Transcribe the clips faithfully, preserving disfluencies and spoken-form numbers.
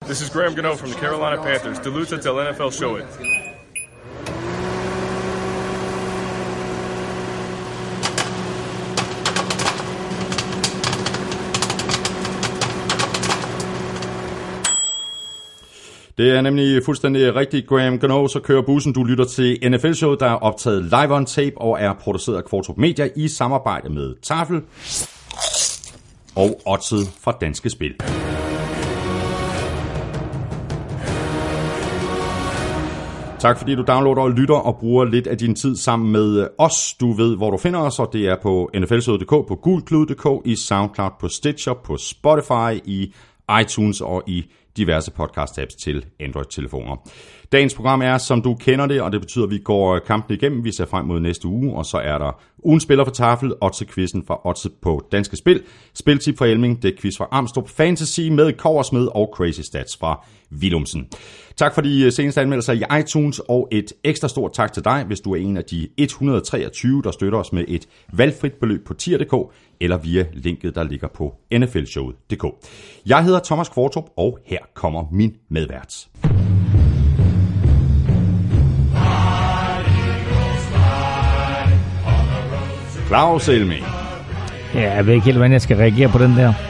This is Graham Gano from the Carolina Panthers. Duluth until N F L show it. Det er nemlig fuldstændig rigtigt, Graham Gano, så kører bussen. Du lytter til N F L-showet, der er optaget live on tape og er produceret af Kvartrup Media i samarbejde med Tafel og Oddset fra Danske Spil. Tak fordi du downloader og lytter og bruger lidt af din tid sammen med os. Du ved, hvor du finder os, og det er på N F L showet punktum d k, på gulklud punktum d k, i SoundCloud, på Stitcher, på Spotify, i iTunes og i diverse podcast-apps til Android-telefoner. Dagens program er, som du kender det, og det betyder, at vi går kampen igennem. Vi ser frem mod næste uge, og så er der ugen spiller for Tafel, Odds-quizzen fra Oddset på Danske Spil, Spiltip fra Elming, det quiz fra Amstrup, Fantasy med Koversmed og Crazy Stats fra Willumsen. Tak for de seneste anmeldelser i iTunes, og et ekstra stort tak til dig, hvis du er en af de et hundrede treogtyve, der støtter os med et valgfrit beløb på tier punktum d k, eller via linket, der ligger på N F L showet punktum d k. Jeg hedder Thomas Kvartrup, og her kommer min medvært. Claus Elming. Ja, jeg ved ikke helt, hvordan jeg skal reagere på den der.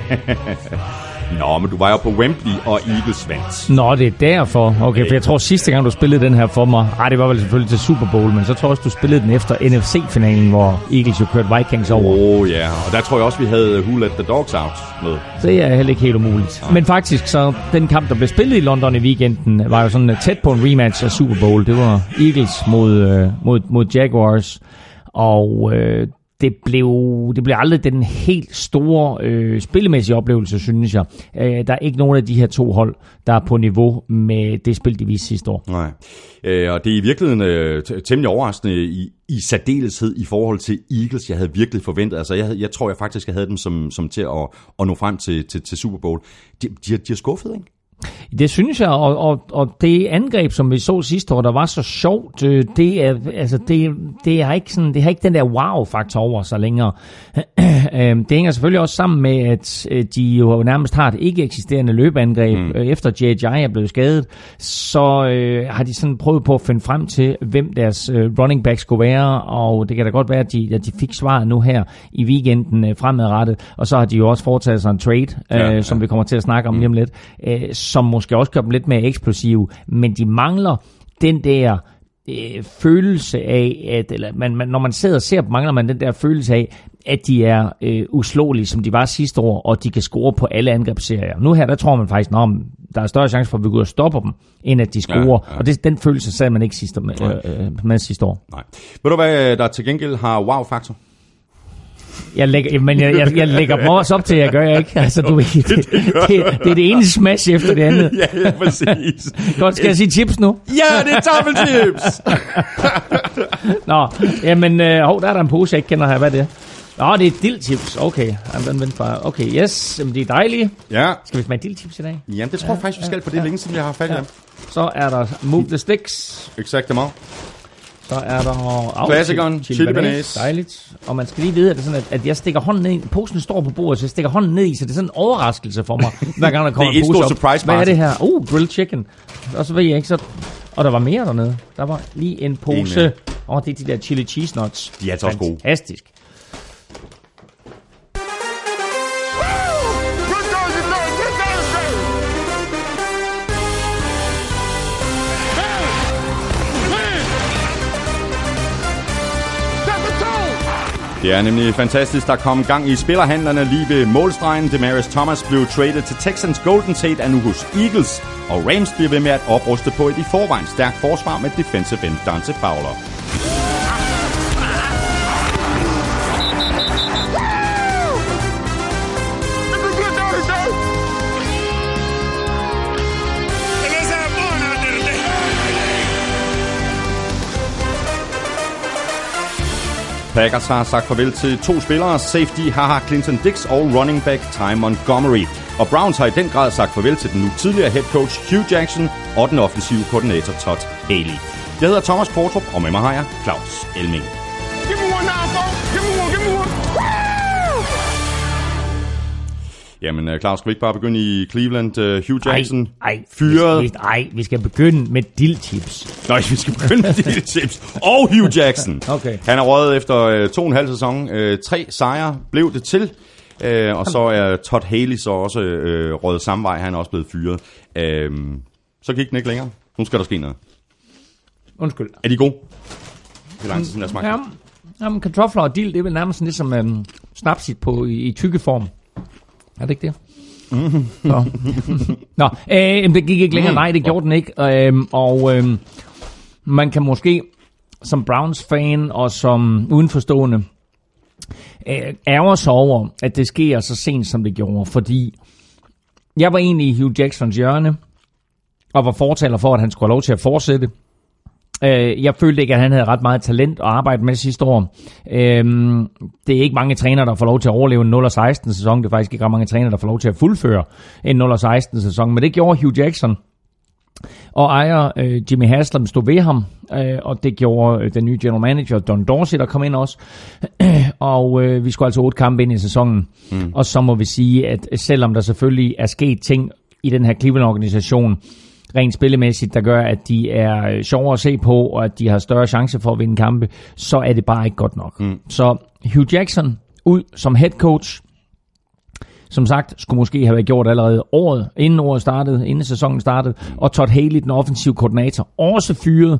Nå, men du var jo på Wembley, og Eagles vandt. Nå, det er derfor. Okay, for jeg tror sidste gang, du spillede den her for mig, ej, det var vel selvfølgelig til Super Bowl, men så tror jeg også, du spillede den efter N F C-finalen, hvor Eagles jo kørte Vikings over. Åh oh, ja, og der tror jeg også, vi havde Who Let the Dogs Out med. Det er heller ikke helt umuligt. Ja. Men faktisk, så den kamp, der blev spillet i London i weekenden, var jo sådan tæt på en rematch af Super Bowl. Det var Eagles mod, mod, mod Jaguars, og øh, det blev, det blev aldrig den helt store øh, spillemæssige oplevelse, synes jeg. Øh, der er ikke nogen af de her to hold, der er på niveau med det spil, de viste sidste år. Nej, øh, og det er i virkeligheden øh, temmelig overraskende i, i særdeleshed i forhold til Eagles. Jeg havde virkelig forventet, altså jeg, jeg tror jeg faktisk, jeg havde dem som, som til at, at nå frem til, til, til Super Bowl. De, de, de har skuffet, ikke? Det synes jeg, og, og, og det angreb, som vi så sidste år, der var så sjovt, det er, altså det, det er ikke sådan, det har ikke den der wow-faktor over sig længere. Det hænger selvfølgelig også sammen med, at de jo nærmest har et ikke eksisterende løbeangreb. Mm. Efter J J er blevet skadet, så øh, har de sådan prøvet på at finde frem til, hvem deres øh, running backs skulle være, og det kan da godt være, at de, at de fik svaret nu her i weekenden øh, fremadrettet, og så har de jo også foretaget sig en trade, øh, ja, ja. som vi kommer til at snakke om lige om lidt, øh, som måske også gør dem lidt mere eksplosive, men de mangler den der øh, følelse af, at, eller man, man, når man sidder og ser dem, mangler man den der følelse af, at de er øh, uslåelige, som de var sidste år, og de kan score på alle angrebsserier. Nu her, der tror man faktisk, at der er større chance for, at vi går og stopper dem, end at de scorer. Ja, ja. Og det, den følelse sad man ikke sidste, øh, øh, med sidste år. Nej. Ved du hvad, der til gengæld har wow-faktor? Jeg lægger, men jeg, jeg, jeg lægger dem også op til, jeg gør jeg ikke. Altså, du, det, det, det, det, det er det ene smash efter det andet. Ja, ja, præcis. Godt, skal jeg sige chips nu? Ja, det er taffelchips! Nå, jamen, øh, hov, der er der en pose, jeg ikke kender her. Hvad er det? Nå, det er dildchips. Okay, okay, yes, det er dejligt. Ja. Skal vi smage dildchips i dag? Jamen, det tror jeg faktisk, vi skal, for det er længe siden, jeg har fat i dem. Så er der Move the Sticks. Exactement. Så er der klassikeren, chili, chili banase. Dejligt. Og man skal lige vide, at, det er sådan, at, at jeg stikker hånden ned i. Posen står på bordet, så jeg stikker hånden ned i, så det er sådan en overraskelse for mig, hver gang der kommer en pose op. Surprise Hvad er det her? Uh, grilled chicken. Og så ved jeg ikke, så... Og der var mere dernede. Der var lige en pose. Åh, oh, det er de der chili cheese nuts. De er altså også gode. Fantastisk. Det er nemlig fantastisk, der kom gang i spillerhandlerne lige ved målstregen. Demaryius Thomas blev traded til Texans. Golden Tate er nu hos Eagles, og Rams bliver ved med at opruste på et i forvejen stærkt forsvar med defensive end Dante Fowler. Packers har sagt farvel til to spillere, safety Haha Clinton Dix og running back Ty Montgomery. Og Browns har i den grad sagt farvel til den nu tidligere head coach Hugh Jackson og den offensive koordinator Todd Haley. Jeg hedder Thomas Kvartrup, og med mig har jeg Claus Elming. Jamen, Claus, skal vi ikke bare begynde i Cleveland? Uh, Hugh Jackson ej, fyret. Nej, vi skal begynde med dildchips. Nej, vi skal begynde med dildchips. Og Hugh Jackson. Okay. Han er røget efter uh, to og en halv sæson. Uh, tre sejre blev det til. Uh, og så er Todd Haley så også uh, røget samme vej. Han er også blevet fyret. Uh, så gik den ikke længere. Nu skal der ske noget. Undskyld. Er de gode? Det er lang tid siden, der smagte. Ja, jamen, kartofler og dild, det er vel nærmest sådan ligesom um, snapsit på i, i tykkeform. Er det ikke det? Mm-hmm. Nå, Nå øh, det gik ikke længere. Nej, det gjorde den ikke. Øh, og øh, man kan måske som Browns-fan og som udenforstående øh, ærger sig over, at det sker så sent, som det gjorde. Fordi jeg var egentlig i Hugh Jacksons hjørne, og var fortaler for, at han skulle have lov til at fortsætte. Jeg følte ikke, at han havde ret meget talent at arbejde med sidste år. Det er ikke mange trænere, der får lov til at overleve en nul seksten sæson. Det er faktisk ikke ret mange trænere, der får lov til at fuldføre en nul seksten sæson. Men det gjorde Hugh Jackson. Og ejer Jimmy Haslam stod ved ham. Og det gjorde den nye general manager Don Dorsey, der kom ind også. Og vi skulle altså otte kampe ind i sæsonen. Mm. Og så må vi sige, at selvom der selvfølgelig er sket ting i den her Cleveland-organisation, rent spillemæssigt, der gør, at de er sjovere at se på, og at de har større chance for at vinde kampe, så er det bare ikke godt nok. Mm. Så Hugh Jackson ud som head coach, som sagt, skulle måske have været gjort allerede året, inden året startede, inden sæsonen startede, og Todd Haley, den offensive koordinator, også fyret.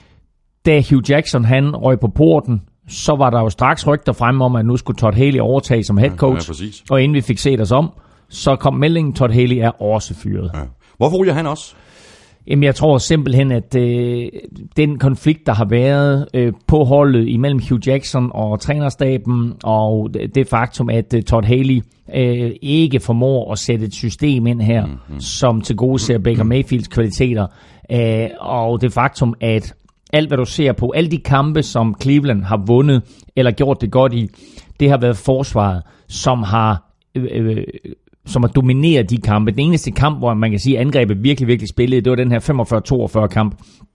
Da Hugh Jackson, han røg på porten, så var der jo straks rygter frem om, at nu skulle Todd Haley overtage som head coach, ja, ja, og inden vi fik set os om, så kom meldingen, Todd Haley er også fyret. Ja. Hvorfor ryger han også? Jamen, jeg tror simpelthen, at øh, den konflikt, der har været øh, på holdet imellem Hugh Jackson og trænerstaben, og det, det faktum, at øh, Todd Haley øh, ikke formår at sætte et system ind her, mm-hmm. som tilgodeser Baker Mayfields kvaliteter, øh, og det faktum, at alt, hvad du ser på, alle de kampe, som Cleveland har vundet eller gjort det godt i, det har været forsvaret, som har Øh, øh, som har domineret de kampe. Den eneste kamp, hvor man kan sige, at angrebet virkelig, virkelig spillede, det var den her femogfyrre toogfyrre kamp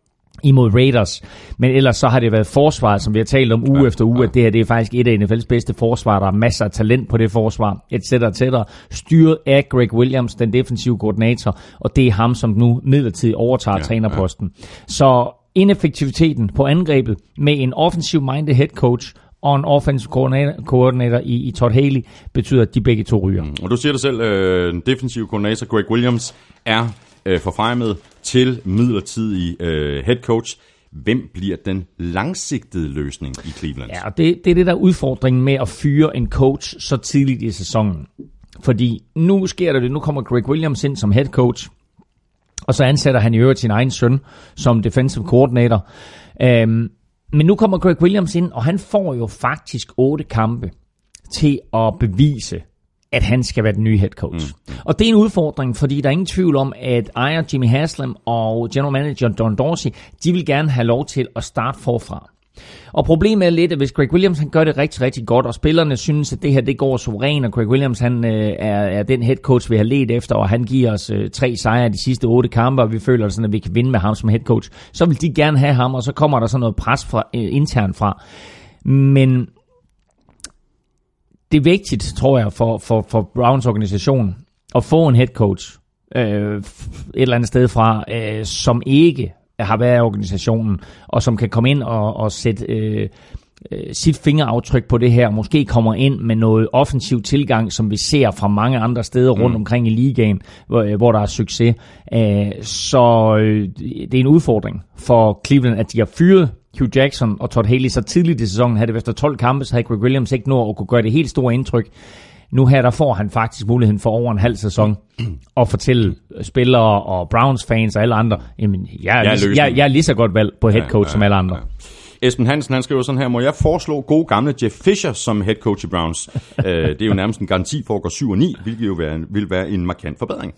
imod Raiders. Men ellers så har det været forsvaret, som vi har talt om uge ja, efter uge, ja. At det her det er faktisk et af N F L's bedste forsvar. Der er masser af talent på det forsvar, et cetera, et cetera. Styret af Greg Williams, den defensive koordinator, og det er ham, som nu midlertidigt overtager ja, trænerposten. Ja. Så ineffektiviteten på angrebet med en offensive-minded head coach og en offensive koordinator i, i Todd Haley betyder, at de begge to ryger. Mm. Og du siger det selv, øh, den defensive koordinator Greg Williams er øh, forfremmet til midlertidig øh, head coach. Hvem bliver den langsigtede løsning i Cleveland? Ja, og det, det er det, der er udfordringen med at fyre en coach så tidligt i sæsonen. Fordi nu sker der det, nu kommer Greg Williams ind som head coach, og så ansætter han i øvrigt sin egen søn som defensive coordinator. Øhm, Men nu kommer Greg Williams ind, og han får jo faktisk otte kampe til at bevise, at han skal være den nye head coach. Mm. Og det er en udfordring, fordi der er ingen tvivl om, at ejer Jimmy Haslam og general manager Don Dorsey, de vil gerne have lov til at starte forfra. Og problemet er lidt, at hvis Greg Williams han gør det rigtig, rigtig godt, og spillerne synes, at det her det går suverænt, og Greg Williams han øh, er, er den head coach, vi har ledt efter, og han giver os øh, tre sejre de sidste otte kampe, og vi føler sådan, at vi kan vinde med ham som head coach, så vil de gerne have ham, og så kommer der sådan noget pres fra, øh, internt fra. Men det er vigtigt, tror jeg, for, for, for Browns organisation, at få en head coach øh, et eller andet sted fra, øh, som ikke har været i organisationen, og som kan komme ind og, og sætte øh, øh, sit fingeraftryk på det her, og måske kommer ind med noget offensiv tilgang, som vi ser fra mange andre steder rundt mm. omkring i ligaen, hvor, hvor der er succes. Æh, så øh, det er en udfordring for Cleveland, at de har fyret Hugh Jackson og Todd Haley så tidligt i sæsonen. Havde det efter tolv kampe, så havde Greg Williams ikke nået at kunne gøre det helt store indtryk. Nu her, der får han faktisk muligheden for over en halv sæson at fortælle spillere og Browns-fans og alle andre, jamen, jeg er, jeg, er lige, jeg, jeg er lige så godt valgt på head coach ja, ja, som alle andre. Ja. Esben Hansen, han skriver sådan her, må jeg foreslå god gamle Jeff Fisher som head coach i Browns? uh, det er jo nærmest en garanti for at gå syv og ni, hvilket jo være, vil være en markant forbedring.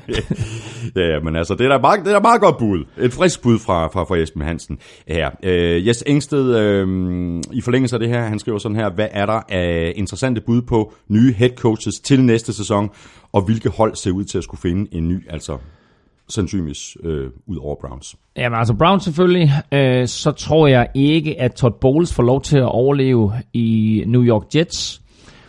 Ja, men altså, det er da bare, det er da bare godt bud. Et frisk bud fra, fra, fra Esben Hansen her. Uh, Jes Engsted, uh, i forlængelse af det her, han skriver sådan her, hvad er der af interessante bud på nye head coaches til næste sæson, og hvilke hold ser ud til at skulle finde en ny, altså sandsynligvis øh, ud over Browns? Jamen altså Browns selvfølgelig, øh, så tror jeg ikke, at Todd Bowles får lov til at overleve i New York Jets.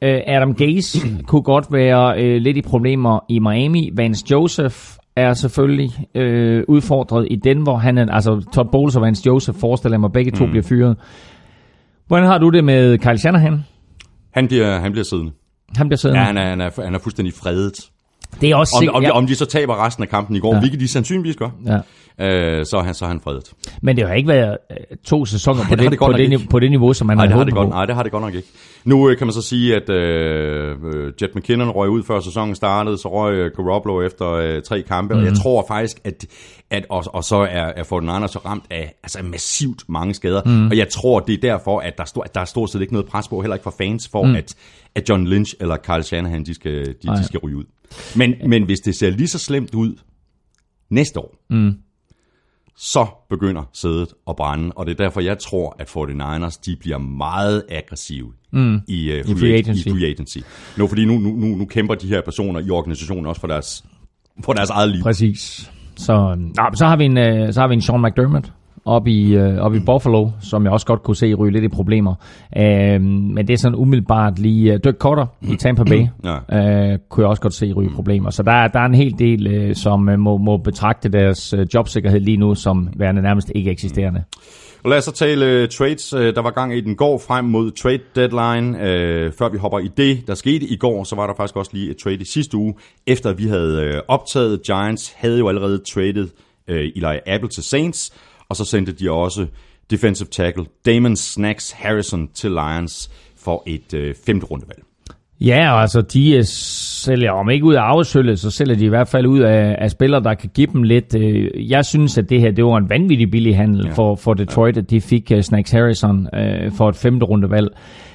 Øh, Adam Gase kunne godt være øh, lidt i problemer i Miami. Vance Joseph er selvfølgelig øh, udfordret i Denver. Han er, altså Todd Bowles og Vance Joseph forestiller mig, begge to mm. bliver fyret. Hvordan har du det med Kyle Shanahan? Han bliver, han bliver siddende. Han bliver siddende? Ja, han er, han er, han er fuldstændig fredet. Det er også om, om, ja. om de så taber resten af kampen i går, ja. hvilket de sandsynligvis gør, ja. øh, så, er han, så er han fredet. Men det har ikke været to sæsoner nej, på, det, det, på, det, på det niveau, som man nej, har håbet på. Nej, det har det godt nok ikke. Nu øh, kan man så sige, at øh, Jet McKinnon røg ud før sæsonen startede, så røg Garoppolo efter øh, tre kampe, mm-hmm. og jeg tror faktisk, at, at og, og så er, er forty-niners så ramt af altså, massivt mange skader, mm. og jeg tror, det er derfor, at der, stort, at der er stort set ikke noget pres på, heller ikke for fans, for mm. at, at John Lynch eller Kyle Shanahan, de skal, de, de skal ryge ud. Men, men hvis det ser lige så slemt ud næste år, mm. så begynder sædet at brænde, og det er derfor, jeg tror, at forty-niners, de bliver meget aggressive mm. i, uh, free, free agency. i free agency. Nu, fordi nu, nu, nu, nu kæmper de her personer i organisationen også for deres, for deres eget liv. Præcis. Så, nej, så, har vi en, så har vi en Sean McDermott op i, øh, op i mm. Buffalo, som jeg også godt kunne se ryge lidt i problemer. Øh, men det er sådan umiddelbart lige... Uh, Dirk Koetter mm. i Tampa Bay ja. øh, kunne jeg også godt se ryge i problemer. Så der, der er en hel del, øh, som øh, må, må betragte deres øh, jobsikkerhed lige nu som værende nærmest ikke eksisterende. Og lad os så tale uh, trades. Uh, der var gang i den går frem mod trade deadline. Uh, før vi hopper i det, der skete i går, så var der faktisk også lige et trade i sidste uge. Efter vi havde uh, optaget, Giants havde jo allerede traded uh, Eli Apple til Saints, og så sendte de også defensive tackle Damon Snacks Harrison til Lions for et øh, femte rundevalg. Ja, altså de sælger, om ikke ud af arvesølvet, så sælger de i hvert fald ud af, af spillere, der kan give dem lidt. Øh, jeg synes, at det her det var en vanvittig billig handel ja. for, for Detroit, at de fik uh, Snacks Harrison øh, for et femte rundevalg.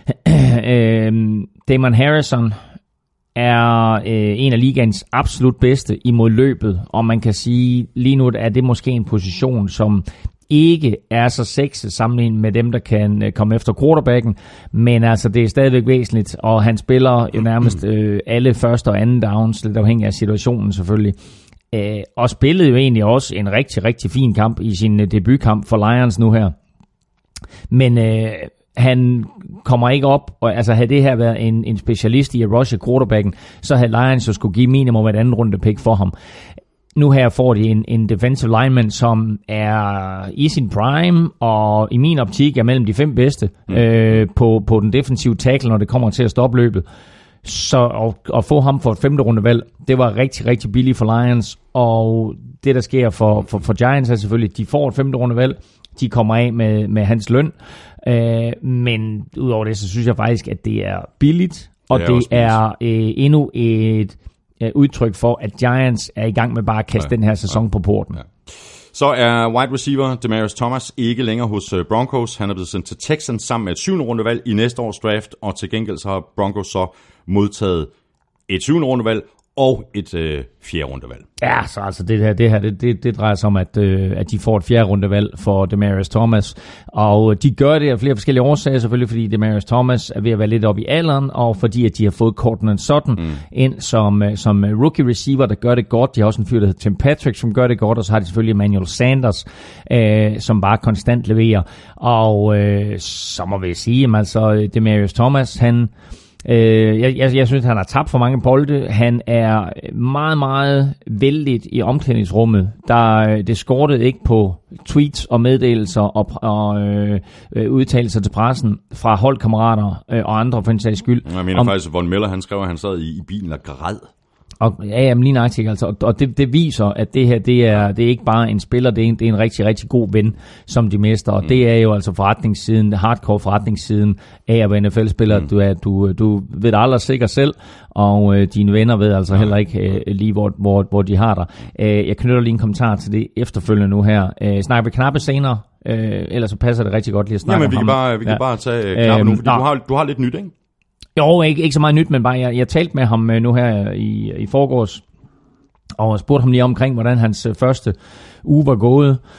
øh, Damon Harrison er øh, en af ligaens absolut bedste imod løbet, og man kan sige, lige nu er det måske en position, som ikke er så sexet sammenlignet med dem, der kan øh, komme efter quarterbacken, men altså det er stadigvæk væsentligt, og han spiller jo nærmest øh, alle første og anden downs, lidt afhængig af situationen selvfølgelig, øh, og spillede jo egentlig også en rigtig, rigtig fin kamp i sin øh, debutkamp for Lions nu her. Men øh, han kommer ikke op, og altså havde det her været en, en specialist i at rushe quarterbacken, så havde Lions jo skulle give minimum et andet runde pick for ham. Nu her får de en, en defensive lineman, som er i sin prime, og i min optik er mellem de fem bedste mm. øh, på, på den defensive tackle, når det kommer til at stoppe løbet. Så at, at få ham for et femte rundevalg, det var rigtig, rigtig billigt for Lions, og det der sker for, for, for Giants er selvfølgelig, at de får et femte rundevalg, de kommer af med, med hans løn, øh, men udover det, så synes jeg faktisk, at det er billigt, og det er, det er øh, endnu et øh, udtryk for, at Giants er i gang med bare at kaste ja, den her sæson ja, på porten. Ja. Så er wide receiver Demaryius Thomas ikke længere hos Broncos. Han er blevet sendt til Texans sammen med et syvende rundevalg i næste års draft, og til gengæld så har Broncos så modtaget et syvende rundevalg og et øh, fjerde rundevalg. Ja, så altså det her, det her, det, det, det drejer sig om, at, øh, at de får et fjerde rundevalg for Demaryius Thomas, og de gør det af flere forskellige årsager, selvfølgelig fordi Demaryius Thomas er ved at være lidt oppe i alderen, og fordi at de har fået Courtland Sutton mm. ind som, som rookie receiver, der gør det godt. De har også en fyr, der hedder Tim Patrick, som gør det godt, og så har de selvfølgelig Emmanuel Sanders, øh, som bare konstant leverer, og øh, så må vi sige, at altså, Demaryius Thomas, han Øh, jeg, jeg, jeg synes, han har tabt for mange bolde. Han er meget, meget vældigt i omklædningsrummet. Der, det skortede ikke på tweets og meddelelser og, og øh, udtalelser til pressen fra holdkammerater øh, og andre for en sags skyld. Jeg mener om, faktisk, at Von Miller, han skrev, at han sad i, i bilen og græd. Og, ja, jamen lige nøjagtigt, altså. Og, og det, det viser, at det her, det er, det er ikke bare en spiller, det er en, det er en rigtig, rigtig god ven, som de mister. Og mm. det er jo altså forretningssiden, hardcore forretningssiden af at være N F L-spiller. Mm. Du, er, du, du ved det aldrig sikkert selv, og øh, dine venner ved altså heller ikke øh, lige, hvor, hvor, hvor de har dig. Øh, jeg knytter lige en kommentar til det efterfølgende nu her. Øh, snakker vi knappe senere, øh, ellers så passer det rigtig godt lige at snakke Jamen, om ham. Jamen, vi kan bare, vi kan ja. bare tage knappe øh, nu, fordi du har, du har lidt nyt, ikke? Jo, ikke, ikke så meget nyt, men bare jeg, jeg talte med ham nu her i, i forgårs, og spurgte ham lige omkring, hvordan hans første uge var gået.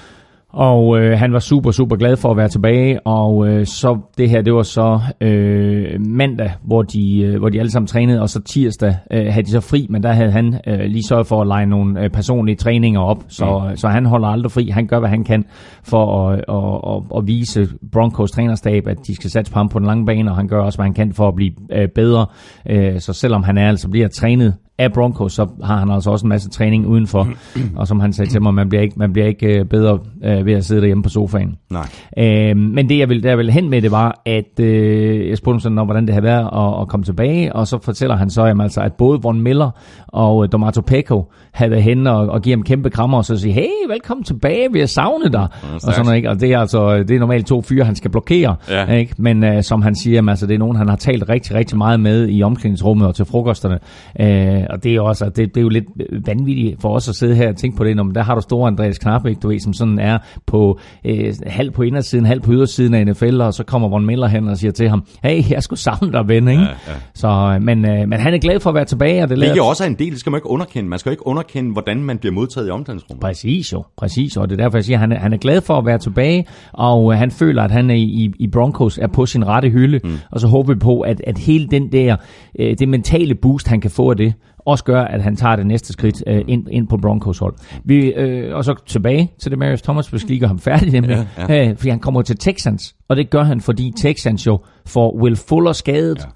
Og øh, han var super, super glad for at være tilbage, og øh, så det her, det var så øh, mandag, hvor de, øh, hvor de alle sammen trænede, og så tirsdag øh, havde de så fri, men der havde han øh, lige sørget for at lege nogle øh, personlige træninger op, så, mm. så han holder aldrig fri. Han gør, hvad han kan for at, at, at, at vise Broncos trænerstab, at de skal satse på ham på den lange bane, og han gør også, hvad han kan for at blive øh, bedre. Øh, så selvom han er altså bliver trænet af Broncos, så har han altså også en masse træning udenfor, og som han sagde til mig, man bliver ikke, man bliver ikke bedre øh, ved at sidde derhjemme på sofaen. Nej. Øh, men det jeg ville, der jeg ville hen med, det var, at øh, jeg spurgte ham sådan om, hvordan det havde været at, at komme tilbage, og så fortæller han så, jamen, altså, at både Von Miller og øh, Domato Peko havde været henne og, og give ham kæmpe krammer, og så sige, hey, velkommen tilbage, vi har savnet dig. Ja, og sådan noget, ikke? Og det er altså, det er normalt to fyre, han skal blokere, ja. Ikke? Men øh, som han siger, jamen, altså, det er nogen, han har talt rigtig, rigtig meget med i omklædningsrummet og til frokosterne. Øh, og det er jo også, det, det er jo lidt vanvittigt for os at sidde her og tænke på det, når der har du store Andreas Knappe, du ved, som sådan er på øh, halv på indersiden, halv på ydersiden af N F L, og så kommer Von Miller hen og siger til ham, hey, jeg skulle savne dig, ven, ikke? Ja, ja. Så, men, øh, men han er glad for at være tilbage, og det lader... også er en del, det skal man ikke underkende. Man skal ikke underkende, hvordan man bliver modtaget i omklædningsrummet. Præcis jo, præcis, og det er derfor, jeg siger, at han er, han er glad for at være tilbage, og øh, han føler, at han er i, i Broncos er på sin rette hylde, mm. og så håber vi på, at, at hele den der, øh, det mentale boost, han kan få af det, også gør, at han tager det næste skridt øh, ind, ind på Broncos hold. Vi, øh, og så tilbage til Demaryius Thomas, vi skal lige gøre ham færdig nemlig, ja, ja. Øh, fordi han kommer til Texans, og det gør han, fordi Texans jo får Will Fuller skadet, ja.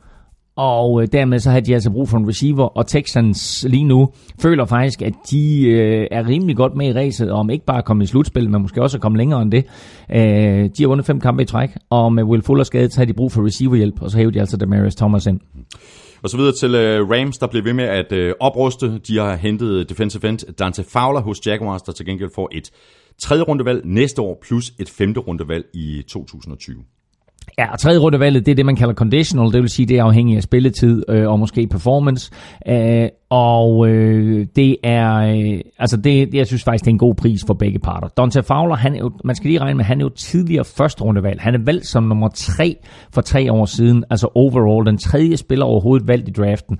Og øh, dermed så har de altså brug for en receiver, og Texans lige nu føler faktisk, at de øh, er rimelig godt med i racet, om ikke bare at komme i slutspil, men måske også at komme længere end det. Øh, de har vundet fem kampe i træk, og med Will Fuller skadet, så har de brug for receiverhjælp, og så hæver de altså Demaryius Thomas ind. Og så videre til uh, Rams, der bliver ved med at uh, opruste. De har hentet defensive end Dante Fowler hos Jaguars, der til gengæld får et tredje rundevalg næste år, plus et femte rundevalg i to tusind og tyve. Ja, og tredje rundevalget, det er det, man kalder conditional, det vil sige, det er afhængigt af spilletid øh, og måske performance. Øh, og øh, det er, øh, altså det, jeg synes faktisk, det er en god pris for begge parter. Dante Fowler, han er jo, man skal lige regne med, han er jo tidligere første rundevalg. Han er valgt som nummer tre for tre år siden, altså overall, den tredje spiller overhovedet valgt i draften.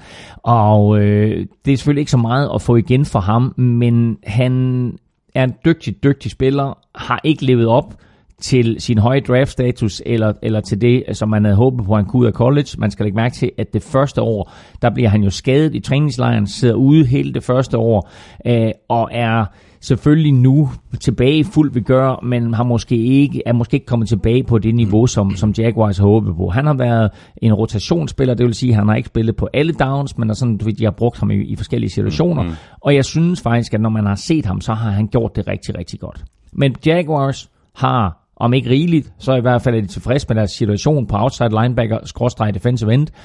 Og øh, det er selvfølgelig ikke så meget at få igen for ham, men han er en dygtig, dygtig spiller, har ikke levet op til sin høje draft-status, eller, eller til det, som man havde håbet på, at han kunne ud af college. Man skal lægge mærke til, at det første år, der bliver han jo skadet i træningslejren, sidder ude hele det første år, øh, og er selvfølgelig nu tilbage fuldt vi gør, men har måske ikke, er måske ikke kommet tilbage på det niveau, som, som Jaguars har håbet på. Han har været en rotationsspiller, det vil sige, at han har ikke spillet på alle downs, men er sådan, de har brugt ham i, i forskellige situationer, mm. og jeg synes faktisk, at når man har set ham, så har han gjort det rigtig, rigtig godt. Men Jaguars har, om ikke rigeligt, så i hvert fald er de tilfredse med deres situation på outside linebacker, skråstreg defensive end.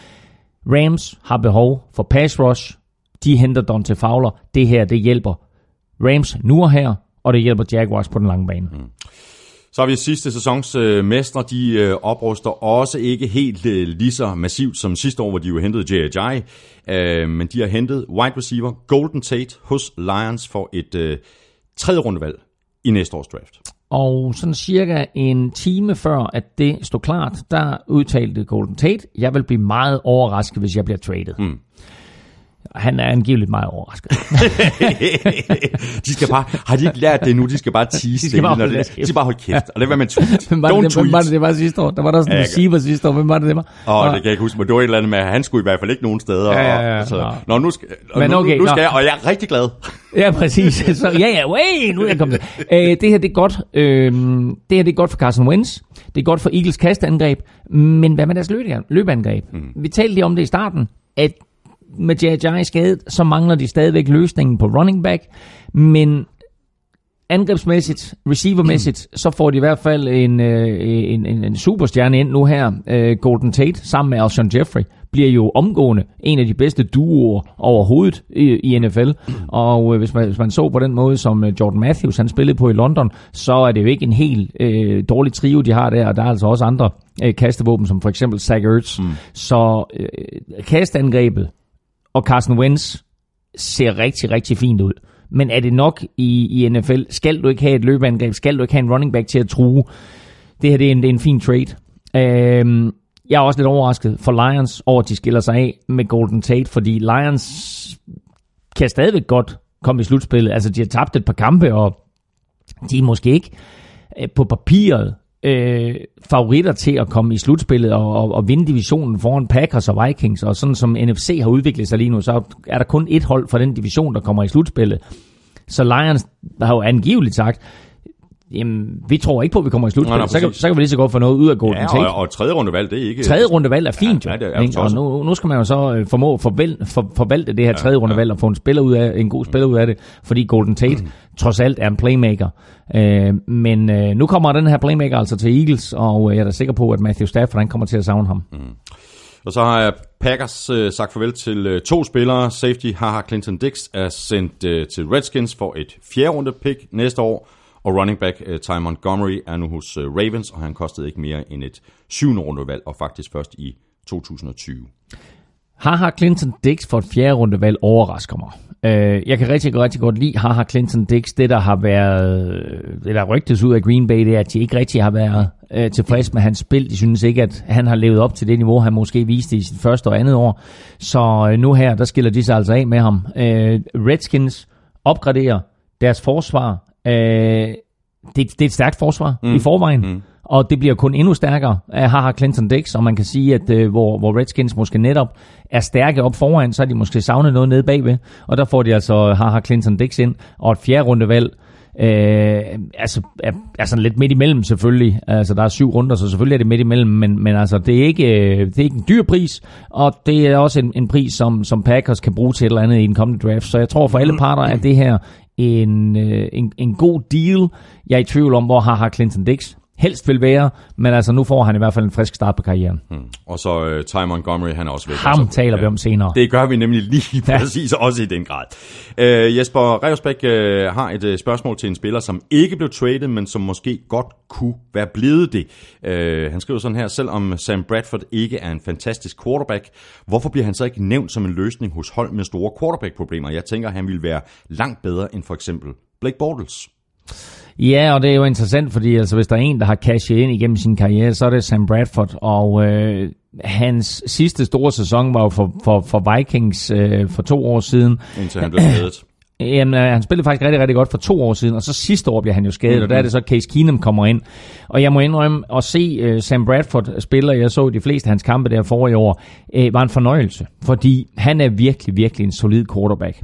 Rams har behov for pass rush. De henter Dante Fowler. Det her, det hjælper Rams nu og her, og det hjælper Jaguars på den lange bane. Mm. Så har vi sidste sæsons øh, mestre. De øh, opruster også ikke helt øh, lige så massivt som sidste år, hvor de jo hentede J H I. Øh, men de har hentet wide receiver Golden Tate hos Lions for et øh, tredje rundevalg i næste års draft. Og sådan cirka en time før, at det stod klart, der udtalte Golden Tate, jeg vil blive meget overrasket, hvis jeg bliver traded. Mm. Han er angiveligt meget overrasket. de skal bare, har de ikke lært det nu? De skal bare tease de skal bare, det, de skal bare holde kæft. Og det var med tweet. Hvem var, det, hvem var det, det var sidste år? Der var der sådan en receiver sidste år. Hvem var det, det var? Åh, oh, det kan jeg ikke huske, men det var et eller andet med, at han skulle i hvert fald ikke nogen steder. Ja, ja, ja. Og, altså, nå, nu skal, men okay, nu, nu skal jeg, og jeg er rigtig glad. Ja, præcis. Så, ja, ja, way, nu er jeg kommet til. Æ, det her, det er godt. Øhm, det her, det er godt for Carson Wentz. Det er godt for Eagles kasteangreb. Men hvad med deres løbeangreb? Mm. Vi talte lige om det i starten, at med J H I skadet, så mangler de stadigvæk løsningen på running back, men angrebsmæssigt, receivermæssigt, mm. så får de i hvert fald en, en, en, en superstjerne ind nu her. Golden Tate sammen med Alshon Jeffrey bliver jo omgående en af de bedste duoer overhovedet i, i N F L. Mm. Og hvis man, hvis man så på den måde, som Jordan Matthews han spillede på i London, så er det jo ikke en helt øh, dårlig trio, de har der, og der er altså også andre øh, kastevåben, som for eksempel Zach Ertz. Mm. Så øh, kastangrebet og Carson Wentz ser rigtig, rigtig fint ud. Men er det nok i, i N F L? Skal du ikke have et løbeangreb? Skal du ikke have en running back til at true? Det her det er, en, det er en fin trade. Øhm, jeg er også lidt overrasket for Lions over, at de skiller sig af med Golden Tate, fordi Lions kan stadigvæk godt komme i slutspillet. Altså, de har tabt et par kampe, og de er måske ikke på papiret øh, favoritter til at komme i slutspillet og, og, og vinde divisionen foran Packers og Vikings, og sådan som N F C har udviklet sig lige nu, så er der kun et hold fra den division, der kommer i slutspillet. Så Lions har jo angiveligt sagt, jamen, vi tror ikke på, at vi kommer i slutspillet. Nej, nej, så, kan, så kan vi lige så godt få noget ud af Golden Tate. Ja, og, og tredje rundevalg, det er ikke... Tredje rundevalg er fint, ja, jo. Ja, det er og nu, nu skal man jo så formå at forvalte, for, forvalte det her tredje ja, rundevalg ja. og få en, spiller ud af, en god spiller ud af det, fordi Golden Tate mm. trods alt er en playmaker. Øh, men øh, nu kommer den her playmaker altså til Eagles, og jeg er da sikker på, at Matthew Stafford han kommer til at savne ham. Mm. Og så har Packers øh, sagt farvel til øh, to spillere. Safety Haha Clinton Dix er sendt øh, til Redskins for et fjerde runde pick næste år. Og running back uh, Ty Montgomery er nu hos uh, Ravens, og han kostede ikke mere end et syvende rundevalg, og faktisk først i to tusind og tyve. Haha Clinton Dix for et fjerde rundevalg overrasker mig. Uh, jeg kan rigtig, rigtig godt lide Haha Clinton Dix. Det, der har været, det der rygtes ud af Green Bay, det er, at de ikke rigtig har været uh, tilfreds med hans spil. De synes ikke, at han har levet op til det niveau, han måske viste i sit første og andet år. Så uh, nu her, der skiller de sig altså af med ham. Uh, Redskins opgraderer deres forsvar. Øh, det, det er et stærkt forsvar mm. i forvejen, mm. og det bliver kun endnu stærkere af Haha Clinton Dix, og man kan sige, at øh, hvor, hvor Redskins måske netop er stærke op foran, så er de måske savnet noget nede bagved, og der får de altså Haha Clinton Dix ind, og et fjerde rundevalg, øh, altså er, er sådan lidt midt imellem selvfølgelig, altså der er syv runder, så selvfølgelig er det midt imellem, men, men altså det er, ikke, det er ikke en dyr pris, og det er også en, en pris, som, som Packers kan bruge til et eller andet i den kommende draft, så jeg tror for alle parter, at det her En, en, en god deal. Jeg er i tvivl om, hvor Haha Clinton Dix helst vil være, men altså nu får han i hvert fald en frisk start på karrieren. Hmm. Og så uh, Ty Montgomery, han er også væk. Ham altså, taler ja, vi om senere. Det gør vi nemlig lige præcis, ja. Også i den grad. Uh, Jesper Revsbæk uh, har et uh, spørgsmål til en spiller, som ikke blev traded, men som måske godt kunne være blevet det. Uh, han skriver sådan her, selvom Sam Bradford ikke er en fantastisk quarterback, hvorfor bliver han så ikke nævnt som en løsning hos hold med store quarterback-problemer? Jeg tænker, han ville være langt bedre end for eksempel Blake Bortles. Ja, og det er jo interessant, fordi altså, hvis der er en, der har cashet ind igennem sin karriere, så er det Sam Bradford, og øh, hans sidste store sæson var jo for, for, for Vikings øh, for to år siden. Indtil han blev skadet. Jamen, han spillede faktisk rigtig, rigtig godt for to år siden, og så sidste år bliver han jo skadet, mm-hmm. og der er det så Case Keenum kommer ind. Og jeg må indrømme at se uh, Sam Bradford spiller, jeg så de fleste af hans kampe der forrige år, uh, var en fornøjelse, fordi han er virkelig, virkelig en solid quarterback.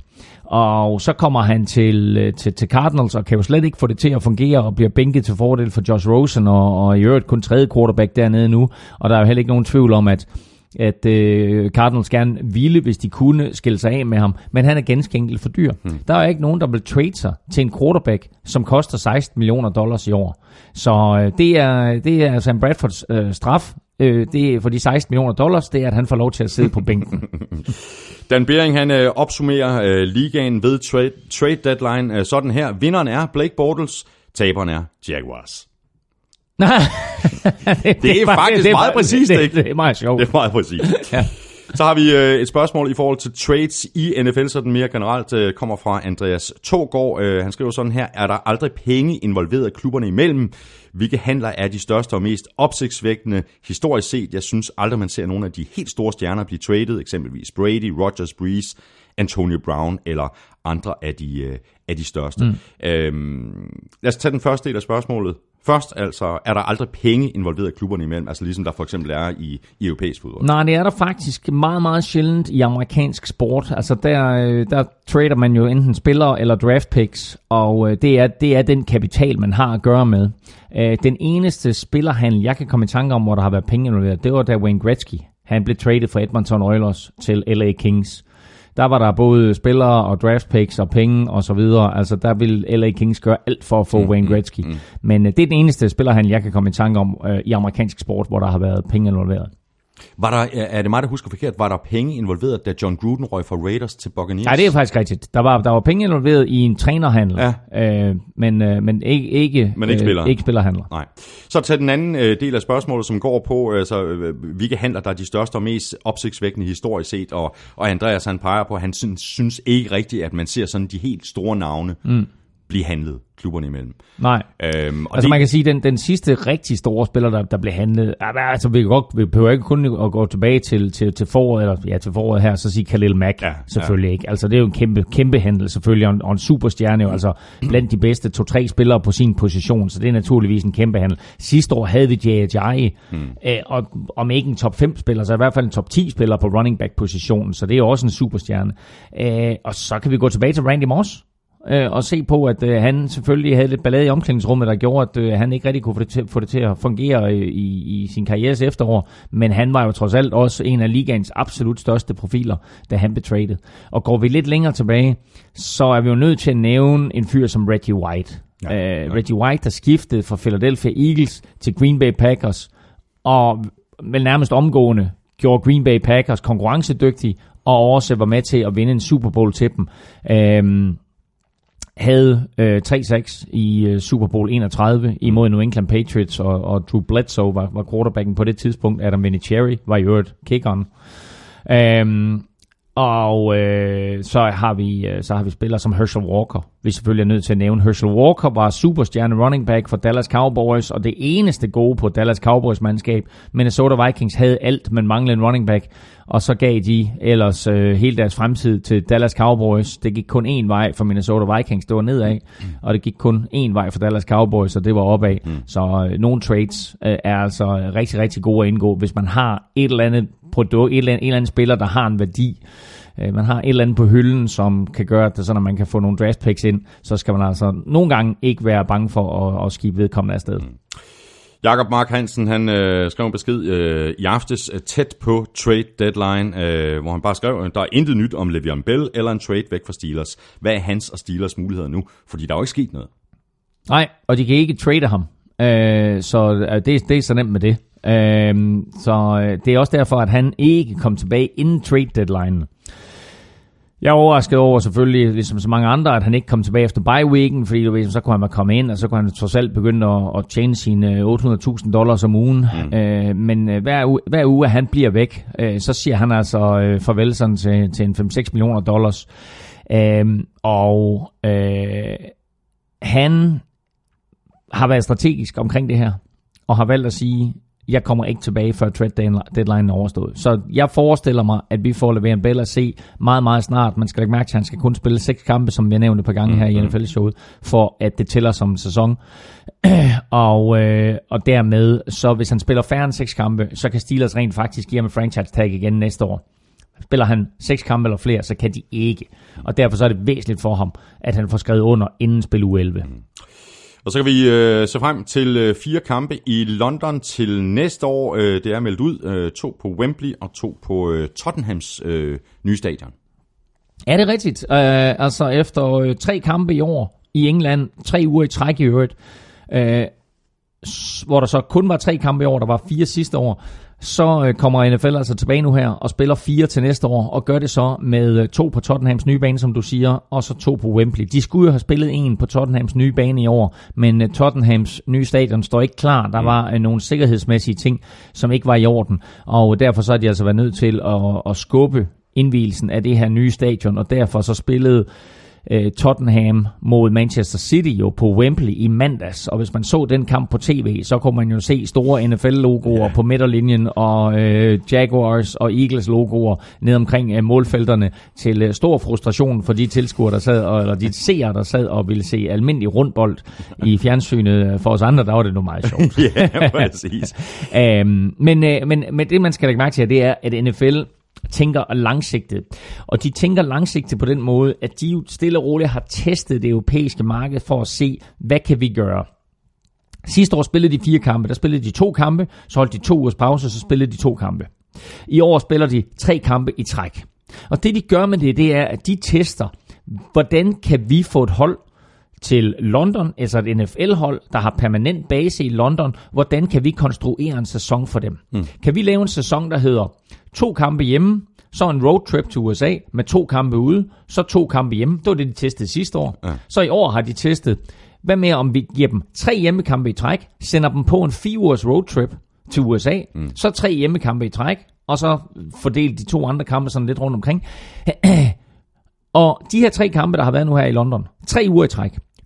Og så kommer han til, til, til Cardinals og kan jo slet ikke få det til at fungere og bliver bænket til fordel for Josh Rosen og, og i øvrigt kun tredje quarterback dernede nu. Og der er jo heller ikke nogen tvivl om, at at øh, Cardinals gerne ville, hvis de kunne skille sig af med ham, men han er ganske enkelt for dyr. Hmm. Der er ikke nogen, der vil trade sig til en quarterback, som koster seksten millioner dollars i år. Så øh, det, er, det er Sam Bradfords øh, straf. Øh, det er for de seksten millioner dollars, det er, at han får lov til at sidde på bænken. Dan Bering, han øh, opsummerer øh, ligaen ved trade, trade deadline øh, sådan her. Vinderen er Blake Bortles, taberen er Jaguars. det, det, det er faktisk det er meget præcist, det, ikke? Det, det er meget sjovt. Det er meget præcist. Ja. Så har vi øh, et spørgsmål i forhold til trades i N F L, så den mere generelt øh, kommer fra Andreas Togård. Øh, han skriver sådan her, er der aldrig penge involveret klubberne imellem? Hvilke handler er de største og mest opsigtsvækkende historisk set? Jeg synes aldrig, man ser nogle af de helt store stjerner blive traded, eksempelvis Brady, Rodgers, Breeze, Antonio Brown eller andre af de, øh, af de største. Mm. Øhm, lad os tage den første del af spørgsmålet. Først altså, er der aldrig penge involveret i klubberne imellem, altså ligesom der for eksempel er i, i europæisk fodbold? Nej, det er der faktisk meget, meget sjældent i amerikansk sport. Altså der, der trader man jo enten spillere eller draft picks, og det er, det er den kapital, man har at gøre med. Den eneste spillerhandel, jeg kan komme i tanke om, hvor der har været penge involveret, det var da Wayne Gretzky. Han blev traded fra Edmonton Oilers til L A Kings. Der var der både spillere og draft picks og penge og så videre. Altså der vil L A Kings gøre alt for at få mm, Wayne Gretzky. Mm, mm. Men uh, det er den eneste spillerhandel, jeg kan komme i tanke om uh, i amerikansk sport, hvor der har været penge involveret. Var der, er det mig, der husker forkert, var der penge involveret, da John Gruden røg fra Raiders til Buccaneers? Nej, det er faktisk rigtigt. Der var, der var penge involveret i en trænerhandel, ja. øh, men, øh, men ikke, ikke, men ikke, spiller. øh, ikke spillerhandler. Nej. Så til den anden øh, del af spørgsmålet, som går på, altså, øh, hvilke handler der er de største og mest opsigtsvækkende historisk set, og, og Andreas han peger på, at han synes, synes ikke rigtigt, at man ser sådan de helt store navne. Mm. blive handlet klubberne imellem. Nej. Øhm, og altså det... man kan sige, den den sidste rigtig store spiller, der, der blev handlet, altså vi, kan godt, vi behøver ikke kun at gå tilbage til, til, til foråret, eller ja, til foråret her, så sige Khalil Mack, ja, selvfølgelig ja. ikke. Altså det er jo en kæmpe, kæmpe handel selvfølgelig, og en, og en superstjerne jo, altså blandt de bedste to-tre spillere på sin position, så det er naturligvis en kæmpe handel. Sidste år havde vi Jay Ajayi, hmm. øh, og om ikke en top fem spiller, så i hvert fald en top ti spiller på running back positionen, så det er jo også en superstjerne. Øh, og så kan vi gå tilbage til Randy Moss, og se på, at øh, han selvfølgelig havde lidt ballade i omklædningsrummet, der gjorde, at øh, han ikke rigtig kunne få det til, få det til at fungere i, i sin karrieres efterår. Men han var jo trods alt også en af ligaens absolut største profiler, da han blev traded. Og går vi lidt længere tilbage, så er vi jo nødt til at nævne en fyr som Reggie White. Ja, ja. Uh, Reggie White, der skiftede fra Philadelphia Eagles til Green Bay Packers, og vel nærmest omgående gjorde Green Bay Packers konkurrencedygtige, og også var med til at vinde en Super Bowl til dem. Uh, havde øh, tre seks i øh, Super Bowl enogtredive imod New England Patriots, og, og Drew Bledsoe var, var quarterbacken på det tidspunkt. Adam Vinatieri var i øvrigt kickeren. Øhm, og øh, så har vi øh, så har vi spillere som Herschel Walker. Vi er selvfølgelig nødt til at nævne. Herschel Walker var superstjerne running back for Dallas Cowboys, og det eneste gode på Dallas Cowboys mandskab. Minnesota Vikings havde alt, men manglede en running back, og så gav de ellers øh, hele deres fremtid til Dallas Cowboys. Det gik kun én vej for Minnesota Vikings, det var nedad, mm. og det gik kun én vej for Dallas Cowboys, og det var opad. Mm. Så øh, nogle trades øh, er altså rigtig, rigtig gode at indgå, hvis man har et eller andet produkt, et eller andet, en eller anden spiller, der har en værdi. Øh, man har et eller andet på hylden, som kan gøre det, sådan at man kan få nogle draft picks ind, så skal man altså nogle gange ikke være bange for at, at skibe vedkommende afsted. Mm. Jakob Mark Hansen, han øh, skrev en besked øh, i aftes øh, tæt på trade deadline, øh, hvor han bare skrev, der er intet nyt om Le'Veon Bell eller en trade væk fra Steelers. Hvad er hans og Steelers muligheder nu? Fordi der er jo ikke sket noget. Nej, og de kan ikke trade ham, øh, så det, det er så nemt med det. Øh, så det er også derfor, at han ikke kom tilbage inden trade deadline. Jeg er overrasket over selvfølgelig, ligesom så mange andre, at han ikke kom tilbage efter bye-weeken, fordi du ved, så kunne han komme ind, og så kunne han trods alt begynde at, at tjene sine otte hundrede tusind dollars om ugen. Mm. Øh, men øh, hver, uge, hver uge, at han bliver væk, øh, så siger han altså øh, farvel sådan til, til en fem seks millioner dollars. Øh, og øh, han har været strategisk omkring det her, og har valgt at sige, jeg kommer ikke tilbage, før trade deadline er overstået. Så jeg forestiller mig, at vi får Le'Veon Bell at se meget, meget snart. Man skal ikke mærke, at han skal kun spille seks kampe, som vi har nævnt et par gange her i N F L-showet, for at det tæller som en sæson. og, øh, og dermed, så hvis han spiller færre end seks kampe, så kan Steelers rent faktisk give ham en franchise tag igen næste år. Spiller han seks kampe eller flere, så kan de ikke. Og derfor så er det væsentligt for ham, at han får skrevet under inden spil uge elleve. Og så kan vi øh, se frem til øh, fire kampe i London til næste år. Øh, det er meldt ud. Øh, to på Wembley og to på øh, Tottenhams øh, nye stadion. Er det rigtigt? Øh, altså efter øh, tre kampe i år i England, tre uger i træk i øvrigt, øh, hvor der så kun var tre kampe i år, der var fire sidste år, så kommer N F L altså tilbage nu her og spiller fire til næste år, og gør det så med to på Tottenhams nye bane, som du siger, og så to på Wembley. De skulle jo have spillet en på Tottenhams nye bane i år, men Tottenhams nye stadion står ikke klar. Der var nogle sikkerhedsmæssige ting, som ikke var i orden, og derfor så har de altså været nødt til at, at skubbe indvielsen af det her nye stadion, og derfor så spillede Tottenham mod Manchester City jo på Wembley i mandags, og hvis man så den kamp på tv, så kunne man jo se store N F L-logoer yeah. på midterlinjen, og øh, Jaguars og Eagles logoer ned omkring øh, målfelterne, til øh, stor frustration for de tilskuere, der sad, og, eller de seere, der sad og ville se almindelig rundbold i fjernsynet. For os andre, der var det nu meget sjovt. Ja, præcis. øhm, men, øh, men, men det, man skal lægge mærke til, det er, at N F L tænker langsigtet. Og de tænker langsigtet på den måde, at de jo stille og roligt har testet det europæiske marked for at se, hvad kan vi gøre. Sidste år spillede de fire kampe, der spillede de to kampe, så holdt de to ugers pause, så spillede de to kampe. I år spiller de tre kampe i træk. Og det de gør med det, det er, at de tester, hvordan kan vi få et hold til London, altså et N F L-hold, der har permanent base i London, hvordan kan vi konstruere en sæson for dem? Mm. Kan vi lave en sæson, der hedder to kampe hjemme, så en roadtrip til U S A med to kampe ude, så to kampe hjemme. Det var det, de testede sidste år. Ja. Så i år har de testet, hvad med om vi giver dem tre hjemmekampe i træk, sender dem på en fire ugers roadtrip til U S A, mm. så tre hjemmekampe i træk, og så fordelt de to andre kampe sådan lidt rundt omkring. Og de her tre kampe, der har været nu her i London, tre uger i træk,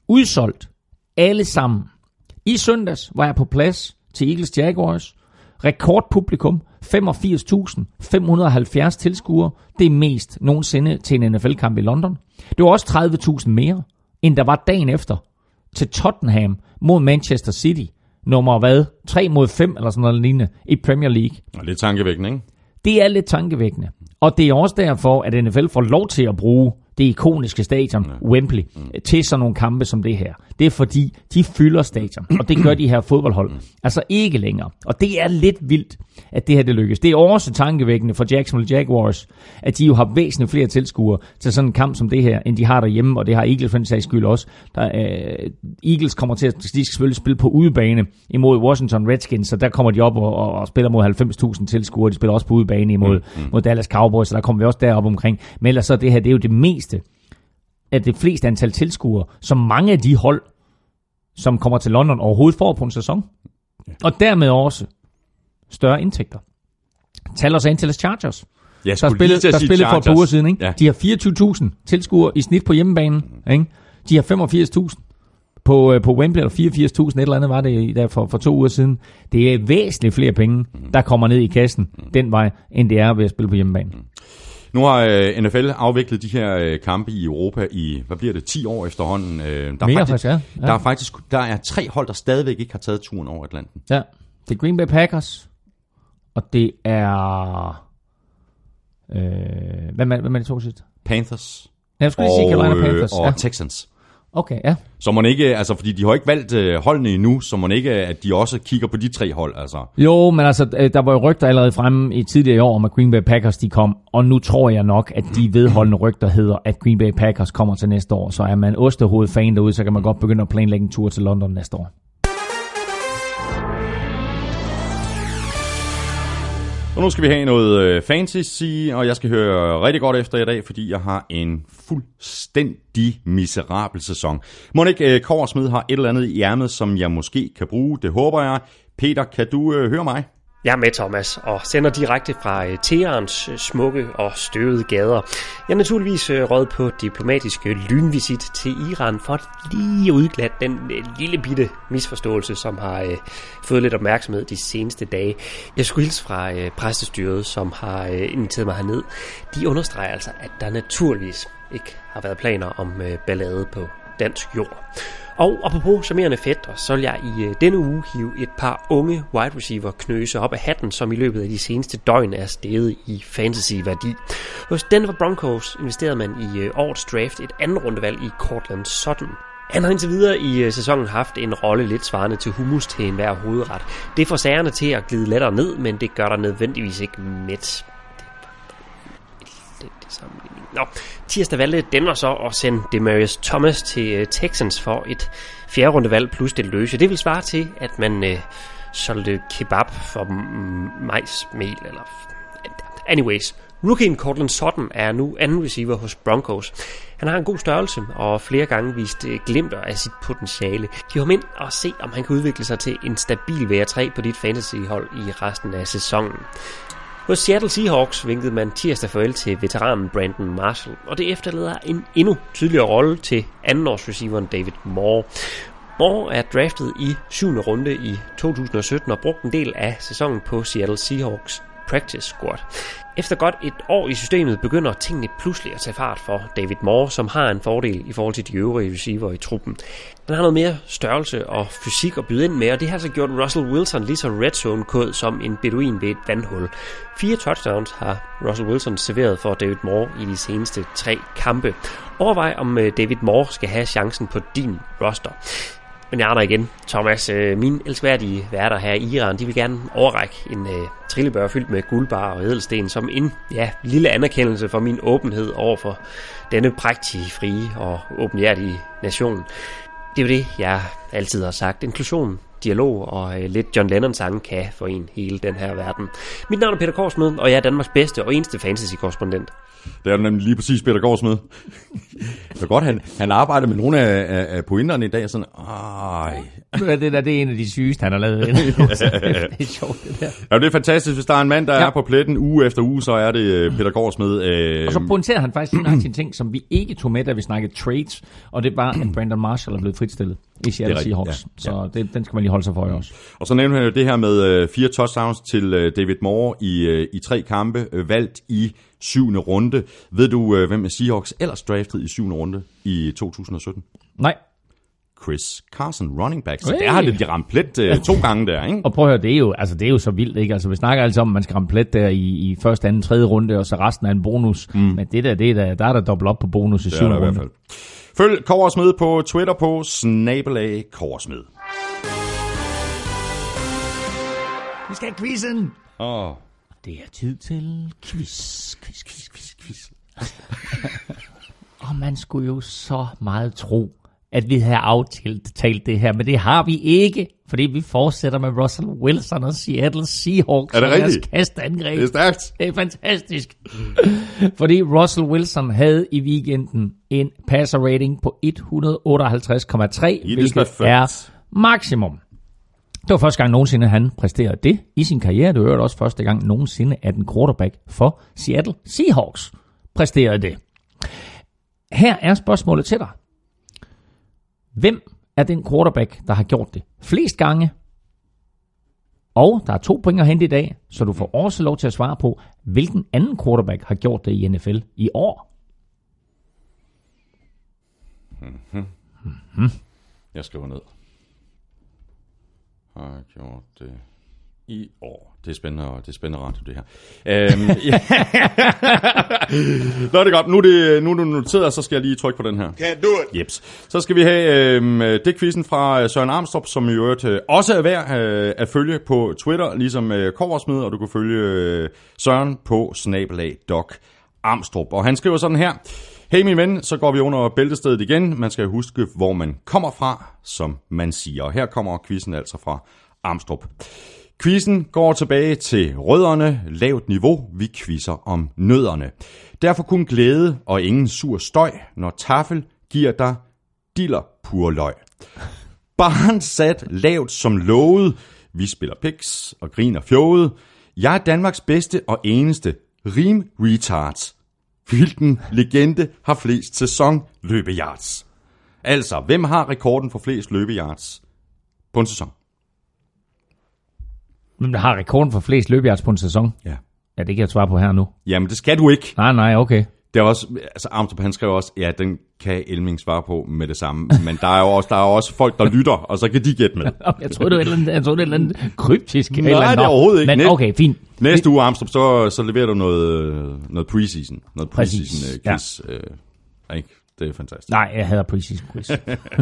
Udsolgt. Alle sammen. I søndags var jeg på plads til Eagles Jaguars. Rekordpublikum. femogfirs tusind fem hundrede og halvfjerds tilskuere. Det er mest nogensinde til en N F L-kamp i London. Det var også tredive tusind mere, end der var dagen efter til Tottenham mod Manchester City. Nummer hvad? tre mod fem eller sådan noget lignende i Premier League. Og lidt tankevækkende, ikke? Det er lidt tankevækkende. Og det er også derfor, at N F L får lov til at bruge det ikoniske stadion, ja. Wembley, mm. til sådan nogle kampe som det her. Det er fordi, de fylder stadion, og det gør de her fodboldhold. Altså ikke længere. Og det er lidt vildt, at det her det lykkes. Det er også tankevækkende for Jacksonville Jaguars, at de jo har væsentligt flere tilskuere til sådan en kamp som det her, end de har derhjemme, og det har Eagles for den sags skyld også. Der, øh, Eagles kommer til at de skal selvfølgelig spille på udebane imod Washington Redskins, så der kommer de op og, og, og spiller mod halvfems tusind tilskuere. De spiller også på udebane imod mm. mod Dallas Cowboys, så der kommer vi også derop omkring. Men ellers så det her, det er jo det meste af det fleste antal tilskuere, som mange af de hold, som kommer til London, overhovedet får på en sæson. Ja. Og dermed også større indtægter. Tag Los Angeles Chargers. Ja, der spillede, der spillede for et par uger siden. Ikke? Ja. De har fireogtyve tusind tilskuere i snit på hjemmebanen. Ikke? De har femogfirs tusind på, på Wembley, eller fireogfirs tusind, et eller andet var det der for, for to uger siden. Det er væsentligt flere penge, der kommer ned i kassen den vej, end det er ved at spille på hjemmebane. Nu har øh, N F L afviklet de her øh, kampe i Europa i, hvad bliver det, ti år efterhånden. Øh, der, Mere er faktisk, faktisk, ja. Ja. der er faktisk der er tre hold, der stadigvæk ikke har taget turen over Atlanten. Ja, det er Green Bay Packers, og det er... Øh, hvem, er, hvem er det to sidst? Panthers. Ja, jeg skulle lige sige Carolina Panthers. Og ja. Texans. Okay, ja. Så man ikke, altså fordi de har ikke valgt øh, holdene endnu, så man ikke, at de også kigger på de tre hold, altså. Jo, men altså, der var jo rygter allerede fremme i tidligere i år om, at Green Bay Packers de kom, og nu tror jeg nok, at de vedholdende rygter hedder, at Green Bay Packers kommer til næste år. Så er man ostehoved-fan derude, så kan man godt begynde at planlægge en tur til London næste år. Og nu skal vi have noget fantasy, og jeg skal høre rigtig godt efter i dag, fordi jeg har en fuldstændig miserabel sæson. Må ikke Kobbersmed har et eller andet i ærmet, som jeg måske kan bruge? Det håber jeg. Peter, kan du øh, høre mig? Jeg er med, Thomas, og sender direkte fra øh, Teherans smukke og støvede gader. Jeg er naturligvis øh, røget på diplomatisk lynvisit til Iran for at lige udglatte den øh, lille bitte misforståelse, som har øh, fået lidt opmærksomhed de seneste dage. Jeg skulle hilse fra øh, præstestyret, som har øh, inviteret mig herned. De understreger altså, at der naturligvis ikke har været planer om øh, ballade på dansk jord. Og apropos charmerende fætter, så vil jeg i øh, denne uge hive et par unge wide receiver knøse op af hatten, som i løbet af de seneste døgn er steget i fantasy-værdi. Hos Denver Broncos investerede man i øh, årets draft et andet rundevalg i Courtland Sutton. Han har indtil videre i øh, sæsonen haft en rolle lidt svarende til hummus til enhver hovedret. Det får sagerne til at glide lettere ned, men det gør der nødvendigvis ikke mæt. Nå, tirsdag valgte Denver så at sende Demaryius Thomas til uh, Texans for et fjerde rundevalg plus det løse. Det vil svare til, at man uh, solgte kebab for mm, majsmel eller... Anyways, rookien Courtland Sutton er nu anden receiver hos Broncos. Han har en god størrelse og flere gange vist uh, glimter af sit potentiale. De har ind og se, om han kan udvikle sig til en stabil V R tre på dit fantasyhold i resten af sæsonen. Hos Seattle Seahawks vinkede man tirsdag farvel til veteranen Brandon Marshall, og det efterlader en endnu tydeligere rolle til andenårsreceiveren David Moore. Moore er draftet i syvende runde i to tusind og sytten og brugt en del af sæsonen på Seattle Seahawks practice squad. Efter godt et år i systemet begynder tingene pludselig at tage fart for David Moore, som har en fordel i forhold til de øvrige receiver i truppen. Han har noget mere størrelse og fysik at byde ind med, og det har altså gjort Russell Wilson lige så red zone-kod som en beduin ved et vandhul. Fire touchdowns har Russell Wilson serveret for David Moore i de seneste tre kampe. Overvej om David Moore skal have chancen på din roster. Men jeg er der igen, Thomas. Øh, mine elskværdige værter her i Iran, de vil gerne overrække en øh, trillebør fyldt med guldbar og ædelsten som en ja, lille anerkendelse for min åbenhed over for denne prægtige, frie og åbenhjertige nation. Det er jo det, jeg altid har sagt. Inklusion, dialog og øh, lidt John Lennon-sange kan for en hele den her verden. Mit navn er Peter Korsmed, og jeg er Danmarks bedste og eneste fantasy-korrespondent. Det er jo nemlig lige præcis Peter Gårdsmed. Det er godt, han, han arbejder med nogle af, af, af pointerne i dag, sådan, ej. Det der, det er en af de sygeste, han har lavet. Det er sjovt, det der. Ja, det er fantastisk, hvis der er en mand, der ja. er på pletten uge efter uge, så er det Peter Gårdsmed. Øh... Og så pointerer han faktisk nogle af ting, som vi ikke tog med, da vi snakkede trades, og det var, at Brandon Marshall er blevet fritstillet i Seattle Seahawks. Ja, ja. Så det, den skal man lige holde sig for også. Og så nævnte han jo det her med øh, fire touchdowns til øh, David Moore i, øh, i tre kampe, øh, valgt i syvende runde. Ved du, øh, hvem er Seahawks ellers draftet i syvende runde i to tusind og sytten? Nej. Chris Carson, running back. Så hey. Der har det de ramt plet øh, to gange der, ikke? Og prøv at høre, det er jo, altså, det er jo så vildt, ikke? Altså, vi snakker altså om, at man skal ramme plet der i, i første, anden, tredje runde, og så resten af en bonus. Mm. Men det der, det der, der er der dobbelt op på bonus i syvende runde. Følg Korsmed på Twitter på snabelag Korsmed. Vi skal have quizzen! Åh. Oh. Det er tid til quiz, quiz, quiz, quiz, quiz. Og man skulle jo så meget tro, at vi havde aftalt det her, men det har vi ikke, fordi vi fortsætter med Russell Wilson og Seattle Seahawks. Er det rigtigt? Kastangreb. Det er stærkt. Det er fantastisk. Fordi Russell Wilson havde i weekenden en passer rating på et hundrede og otteoghalvtreds komma tre, hvilket er maksimum. Det var første gang nogensinde, han præsterede det i sin karriere. Det var også første gang nogensinde, at en quarterback for Seattle Seahawks præsterede det. Her er spørgsmålet til dig. Hvem er den quarterback, der har gjort det flest gange? Og der er to point at hente i dag, så du får også lov til at svare på, hvilken anden quarterback har gjort det i N F L i år? Mm-hmm. Mm-hmm. Jeg skriver ned. Har gjort det i år. Det er spændende, det er spændende ret, det her. Øhm, ja. Nå, det er godt. Nu er, det, nu er du noteret, så skal jeg lige trykke på den her. Can't do it. Jeps. Så skal vi have øhm, det quizzen fra Søren Armstrong, som i øvrigt øh, også er værd øh, at følge på Twitter, ligesom øh, Korsmed, og du kan følge øh, Søren på snabelag Doc Armstrong. Og han skriver sådan her. Hey min ven, så går vi under bæltestedet igen. Man skal huske, hvor man kommer fra, som man siger. Og her kommer quizzen altså fra Armstrong. Quizzen går tilbage til rødderne, lavt niveau, vi quizzer om nødderne. Derfor kun glæde og ingen sur støj, når taffel giver dig diller pur løg. Barn sat lavt som lovet, vi spiller piks og griner fjået. Jeg er Danmarks bedste og eneste rim retards. Hvilken legende har flest sæson løbeyards? Altså, hvem har rekorden for flest løbeyards på en sæson? Hvem der har rekorden for flest løbeyards på en sæson? Ja. Ja, det kan jeg svare på her nu. Jamen, det skal du ikke. Nej, nej, okay. Det er også, altså Armstrong, han skrev også, ja, den kan Elming svare på med det samme. Men der er jo også, der er også folk, der lytter, og så kan de gætte med. Jeg troede, det var et eller andet, jeg troede, det var et eller andet kryptisk. Nej, eller det er overhovedet ikke. Men okay, fint. Næste uge, Armstrong, så, så leverer du noget, noget preseason. Noget preseason uh, quiz. Ja. Uh, ikke? Det er fantastisk. Nej, jeg hader preseason quiz.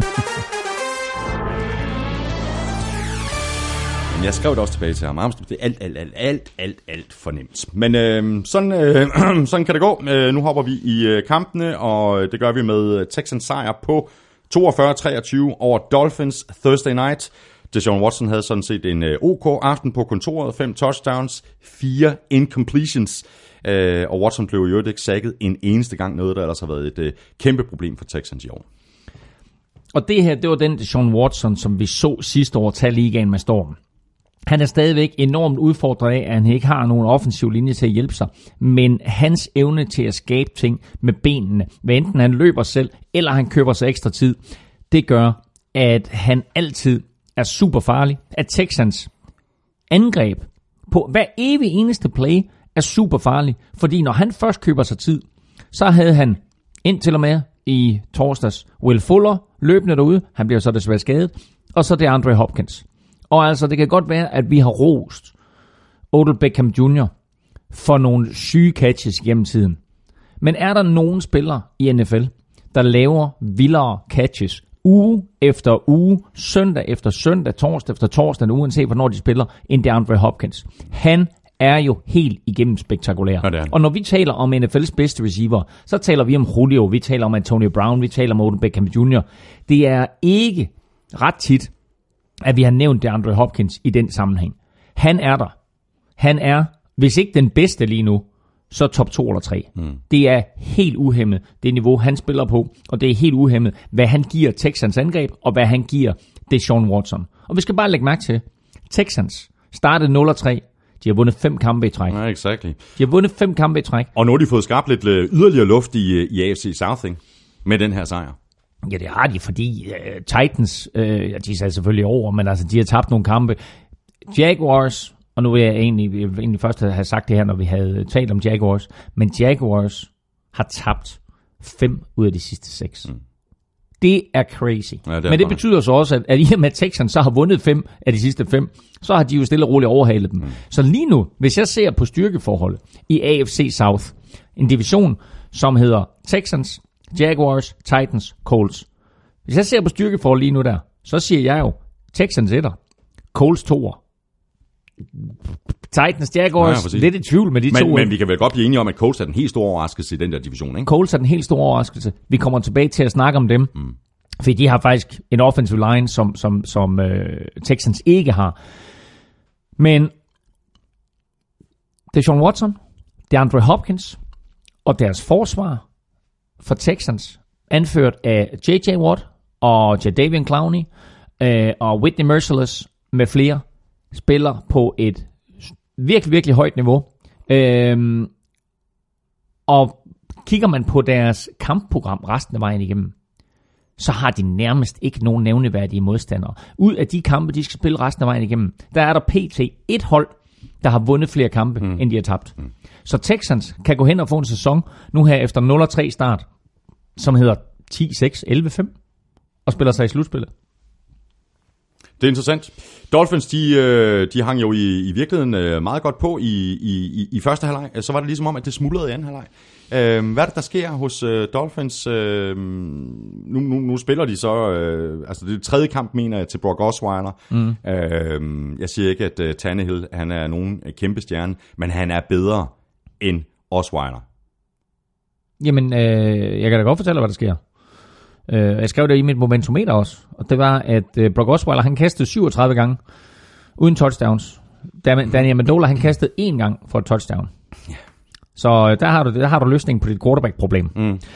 Jeg skrev det også tilbage til ham. Armstrong, det er alt, alt, alt, alt, alt, alt for nemt. Men øh, sådan, øh, sådan kan det gå. Øh, nu hopper vi i øh, kampene, og det gør vi med Texans sejr på toogfyrre treogtyve over Dolphins Thursday night. Deshaun Watson havde sådan set en øh, OK aften på kontoret. Fem touchdowns, fire incompletions. Øh, og Watson blev jo ikke sacket en eneste gang, noget der ellers har været et øh, kæmpe problem for Texans i år. Og det her, det var den Deshaun Watson, som vi så sidste år tage ligaen med stormen. Han er stadigvæk enormt udfordret af, at han ikke har nogen offensiv linje til at hjælpe sig. Men hans evne til at skabe ting med benene, hvad enten han løber selv, eller han køber sig ekstra tid, det gør, at han altid er super farlig. At Texans angreb på hver evig eneste play er super farlig. Fordi når han først køber sig tid, så havde han indtil og med i torsdags Will Fuller løbende derude. Han bliver så desværre skadet. Og så det er Andre Hopkins. Og altså, det kan godt være, at vi har rost Odell Beckham junior for nogle syge catches gennem tiden. Men er der nogen spillere i N F L, der laver vildere catches uge efter uge, søndag efter søndag, torsdag efter torsdag, uanset hvornår de spiller, end det Andre Hopkins? Han er jo helt igennem spektakulær. Ja, og når vi taler om N F L's bedste receiver, så taler vi om Julio, vi taler om Antonio Brown, vi taler om Odell Beckham junior Det er ikke ret tit, at vi har nævnt DeAndre Hopkins i den sammenhæng. Han er der. Han er, hvis ikke den bedste lige nu, så top to eller tre. Mm. Det er helt uhæmmet, det niveau, han spiller på, og det er helt uhæmmet, hvad han giver Texans angreb, og hvad han giver Deshaun Watson. Og vi skal bare lægge mærke til, Texans startede nul og tre. De har vundet fem kampe i træk. Ja, exactly. De har vundet fem kampe i træk. Og nu har de fået skabt lidt yderligere luft i, i A F C South, ikke? Med den her sejr. Ja, det har de, fordi uh, Titans, uh, de er selvfølgelig over, men altså, de har tabt nogle kampe. Jaguars, og nu vil jeg egentlig, jeg vil egentlig først have sagt det her, når vi havde talt om Jaguars, men Jaguars har tabt fem ud af de sidste seks. Mm. Det er crazy. Ja, det er men det betyder så også, at, at i og med Texans så har vundet fem af de sidste fem, så har de jo stille og roligt overhalet dem. Mm. Så lige nu, hvis jeg ser på styrkeforholdet i A F C South, en division, som hedder Texans, Jaguars, Titans, Colts. Hvis jeg ser på styrkeforholdet lige nu der, så siger jeg jo, Texans etter, Colts toer. Titans, Jaguars, ja, lidt i tvivl med de men, to. Men vi kan vel godt blive enige om, at Colts er den helt store overraskelse i den der division, ikke? Colts er den helt store overraskelse. Vi kommer tilbage til at snakke om dem, mm. fordi de har faktisk en offensive line, som, som, som uh, Texans ikke har. Men Deshaun Watson, DeAndre Hopkins og deres forsvar for Texans, anført af J J Watt og Jadeveon Clowney uh, og Whitney Merciless med flere, spiller på et virkelig, virkelig højt niveau. Øhm, og kigger man på deres kampprogram resten af vejen igennem, så har de nærmest ikke nogen nævneværdige modstandere. Ud af de kampe, de skal spille resten af vejen igennem, der er der pt. et hold, der har vundet flere kampe, mm. end de har tabt. Mm. Så Texans kan gå hen og få en sæson, nu her efter nul og tre start, som hedder ti seks elleve fem, og spiller sig i slutspillet. Det er interessant. Dolphins, de, de hang jo i, i virkeligheden meget godt på i, i, i første halvleg. Så var det ligesom om, at det smuldrede i anden halvleg. Hvad er det, der sker hos Dolphins? Nu, nu, nu spiller de så, altså det er tredje kamp, mener jeg, til Brock Osweiler. Mm. Jeg siger ikke, at Tannehill, han er nogen kæmpe stjerne, men han er bedre end Osweiler. Jamen, øh, jeg kan da godt fortælle, hvad der sker. Uh, jeg skrev det i mit momentometer også, og det var, at uh, Brock Osweiler, han kastede syvogtredive gange uden touchdowns. Dan- Danny Amendola, han kastede én gang for et touchdown. Yeah. Så uh, der har du der har du løsningen på dit quarterback-problem. Mm. Uh,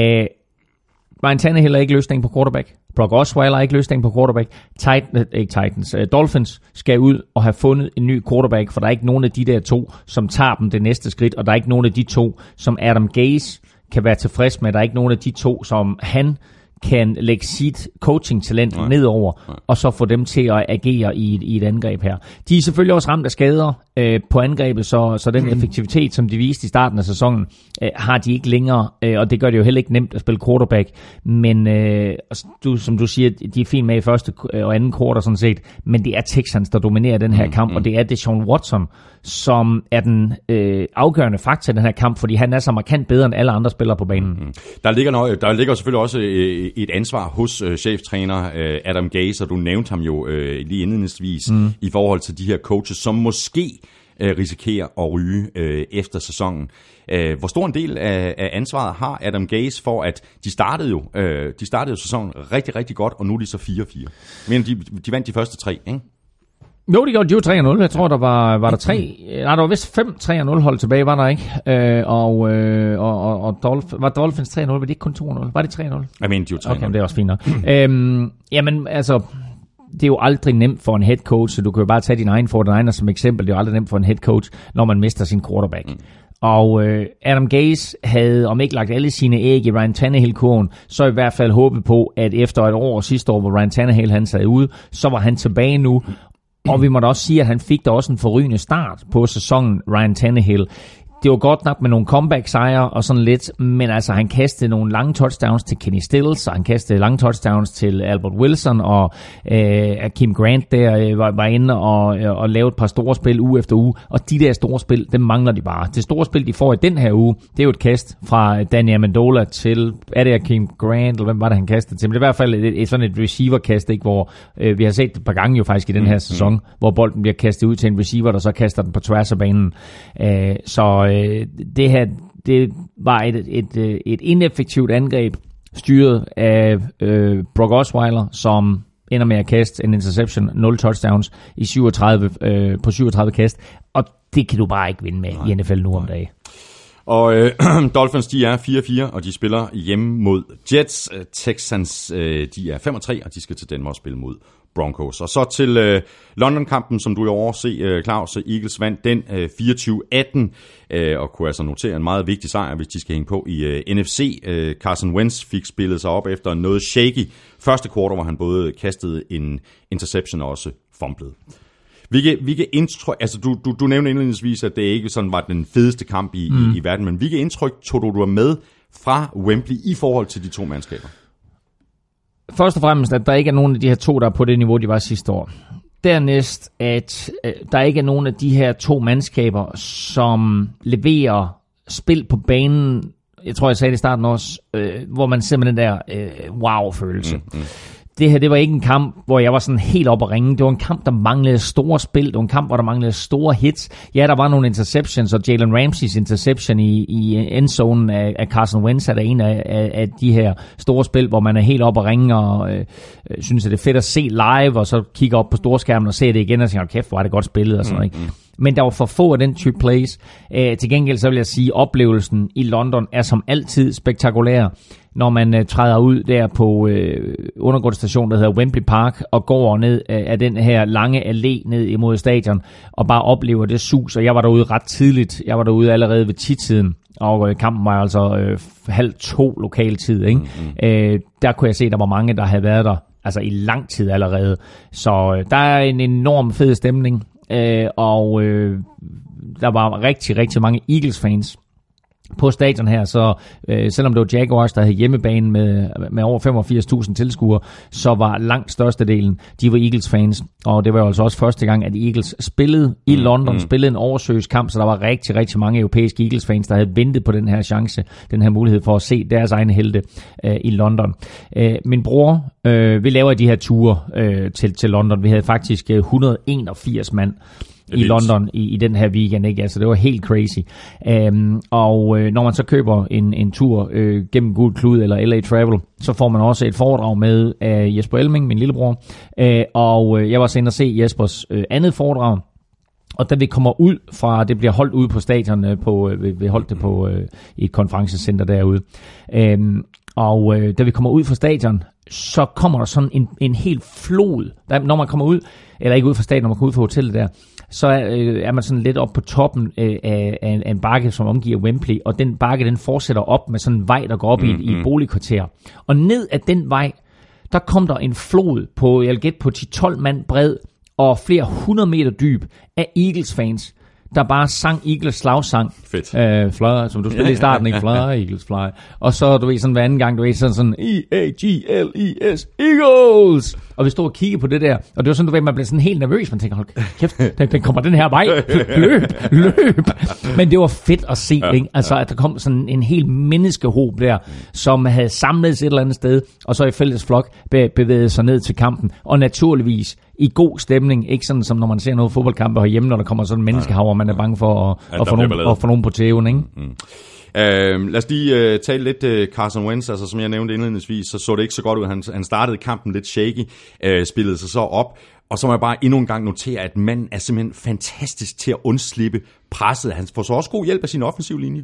Ryan Tannehill er ikke løsningen på quarterback. Brock Osweiler er ikke løsningen på quarterback. Titan, ikke Titans, uh, Dolphins skal ud og have fundet en ny quarterback, for der er ikke nogen af de der to, som tager dem det næste skridt, og der er ikke nogen af de to, som Adam Gase kan være tilfreds med. Der er ikke nogen af de to, som han kan lægge sit coaching-talent Nej. nedover, Nej. og så få dem til at agere i et, i et angreb her. De er selvfølgelig også ramt af skader øh, på angrebet, så, så den effektivitet, som de viste i starten af sæsonen, øh, har de ikke længere, øh, og det gør det jo heller ikke nemt at spille quarterback, men øh, du, som du siger, de er fint med i første og anden quarter sådan set, men det er Texans, der dominerer den her kamp, mm. og det er Deshaun Watson, som er den øh, afgørende faktor i den her kamp, fordi han er så markant bedre end alle andre spillere på banen. Mm. Der ligger, noget, der ligger selvfølgelig også øh, et ansvar hos øh, cheftræner øh, Adam Gase, og du nævnte ham jo øh, lige indledningsvis mm. i forhold til de her coaches, som måske øh, risikerer at ryge øh, efter sæsonen. Øh, hvor stor en del af, af ansvaret har Adam Gase for, at de startede jo øh, de startede jo sæsonen rigtig, rigtig godt, og nu er de så fire fire. Men de, de vandt de første tre, ikke? Jo, de gjorde de jo tre nul. Jeg tror, der var, var der tre... Nej, der var vist fem tre nul hold tilbage, var der ikke? Øh, og øh, og, og, og Dolph, var Dolphins tre nul? Var det ikke kun to nul? Var det tre nul? Jeg mener, de var tre nul. Okay, det er også fint nok. øhm, jamen, altså... Det er jo aldrig nemt for en head coach, så du kan jo bare tage din egen forty-niners som eksempel. Det er jo aldrig nemt for en head coach, når man mister sin quarterback. Mm. Og øh, Adam Gase havde, om ikke lagt alle sine æg i Ryan Tannehill-kurven, så i hvert fald håbet på, at efter et år sidste år, hvor Ryan Tannehill han sad ude, så var han tilbage nu. Og vi må da også sige, at han fik da også en forrygende start på sæsonen, Ryan Tannehill. Det var godt nok med nogle comeback-sejre og sådan lidt, men altså han kastede nogle lange touchdowns til Kenny Stills, og han kastede lange touchdowns til Albert Wilson, og øh, Kim Grant der øh, var, var inde og, øh, og lavede et par store spil uge efter uge, og de der store spil, dem mangler de bare. Det store spil, de får i den her uge, det er jo et kast fra Danny Amendola til, er det Kim Grant, eller hvem var det, han kastede til? Men det er i hvert fald et, et, sådan et receiver-kast, ikke, hvor øh, vi har set et par gange jo faktisk i den her sæson, mm. hvor bolden bliver kastet ud til en receiver, der så kaster den på tværs af banen. Øh, så det her, det var et, et, et ineffektivt angreb, styret af øh, Brock Osweiler, som ender med at kaste en interception, nul touchdowns i syvogtredive, øh, på syvogtredive kast, og det kan du bare ikke vinde med. Nej. I N F L nu om dagen. Og øh, Dolphins, de er fire fire, og de spiller hjemme mod Jets. Texans, øh, de er fem og tre, og de skal til Denver og spille mod Broncos. Og så til øh, London-kampen, som du i år se, øh, Claus. Eagles vandt den øh, fireogtyve atten, øh, og kunne altså notere en meget vigtig sejr, hvis de skal hænge på i øh, N F C. Øh, Carson Wentz fik spillet sig op efter noget shaky første kvartal, hvor han både kastede en interception og også fumblede. Hvilke, hvilke indtryk, altså du, du, du nævnte indledningsvis, at det ikke sådan var den fedeste kamp i, mm. i, i verden, men hvilke indtryk tog du, du med fra Wembley i forhold til de to mandskaber? Først og fremmest, at der ikke er nogen af de her to, der er på det niveau, de var sidste år. Dernæst, at øh, der ikke er nogen af de her to mandskaber, som leverer spil på banen, jeg tror, jeg sagde det i starten også, øh, hvor man ser med den der øh, wow-følelse. Mm, mm. Det her, det var ikke en kamp, hvor jeg var sådan helt oppe at ringe. Det var en kamp, der manglede store spil. Det var en kamp, hvor der manglede store hits. Ja, der var nogle interceptions, og Jalen Ramseys interception i, i endzonen af, af Carson Wentz er der en af, af, af de her store spil, hvor man er helt oppe at ringe og øh, synes, at det er fedt at se live, og så kigger op på storskærmen og ser det igen og siger, kæft, hvor er det godt spillet og sådan noget. Mm, mm. Men der var for få af den type plays. Æh, til gengæld så vil jeg sige, at oplevelsen i London er som altid spektakulær, når man uh, træder ud der på uh, undergrundsstationen, der hedder Wembley Park, og går ned uh, af den her lange allé ned imod stadion, og bare oplever det sus. Og jeg var derude ret tidligt. Jeg var derude allerede ved ti-tiden, og uh, kampen var altså uh, halv to lokal tid. Ikke? Mm-hmm. Uh, der kunne jeg se, at der var mange, der havde været der altså i lang tid allerede. Så uh, der er en enorm fed stemning. Øh, og øh, der var rigtig, rigtig mange Eagles-fans på stadion her, så øh, selvom det var Jaguars, der havde hjemmebane med, med over femogfirs tusind tilskuere, så var langt størstedelen, de var Eagles-fans, og det var altså også første gang, at Eagles spillede i London, mm. spillede en oversøgskamp, så der var rigtig, rigtig mange europæiske Eagles-fans, der havde ventet på den her chance, den her mulighed for at se deres egne helte øh, i London. Øh, min bror, øh, vi laver de her ture øh, til, til London, vi havde faktisk et hundrede og enogfirs mand i London i, i den her weekend, ikke? Altså det var helt crazy. Øhm, og øh, når man så køber en, en tur øh, gennem Gul Klud eller L A Travel, så får man også et foredrag med af Jesper Elming, min lillebror. Øh, og øh, jeg var så inde og se Jespers øh, andet foredrag. Og da vi kommer ud fra, det bliver holdt ude på stadion, øh, på, øh, vi holdt det på øh, i et konferencecenter derude. Øhm, og øh, da vi kommer ud fra stadion, så kommer der sådan en, en helt flod. Der, når man kommer ud, eller ikke ud fra stadion, når man kommer ud fra hotellet der, så er, øh, er man sådan lidt op på toppen øh, af, af en bakke, som omgiver Wembley, og den bakke, den fortsætter op med sådan en vej, der går op mm-hmm. i, et, i et boligkvarter. Og ned ad den vej, der kom der en flod på, jeg vil gætte på ti til tolv mand bred, og flere hundrede meter dyb af Eagles-fans, der bare sang Eagles slagsang. Fedt. Øh, fly, som du spillede i starten, ikke? Fly, Eagles, fly. Og så, du ved, sådan hver anden gang, du ved, sådan sådan, E A G L E S, Eagles! Og vi stod og kiggede på det der, og det var sådan, du ved, man blev sådan helt nervøs. Man tænker, hold kæft, den, den kommer den her vej. Løb, løb. Men det var fedt at se, ja, ikke? Altså, at der kom sådan en helt menneskehob der, som havde samlet sig et eller andet sted, og så i fælles flok bevæget sig ned til kampen. Og naturligvis i god stemning, ikke sådan som når man ser noget fodboldkampe herhjemme, når der kommer sådan en menneskehav, og man er bange for at, ja, at, få, nogen, at få nogen på tæven, ikke? Mm. Uh, lad os lige uh, tale lidt uh, Carson Wentz, altså som jeg nævnte indledningsvis, så så det ikke så godt ud. Han, han startede kampen lidt shaky, uh, spillede sig så op, og så må jeg bare endnu en gang notere, at manden er simpelthen fantastisk til at undslippe presset. Han får så også god hjælp af sin offensive linje.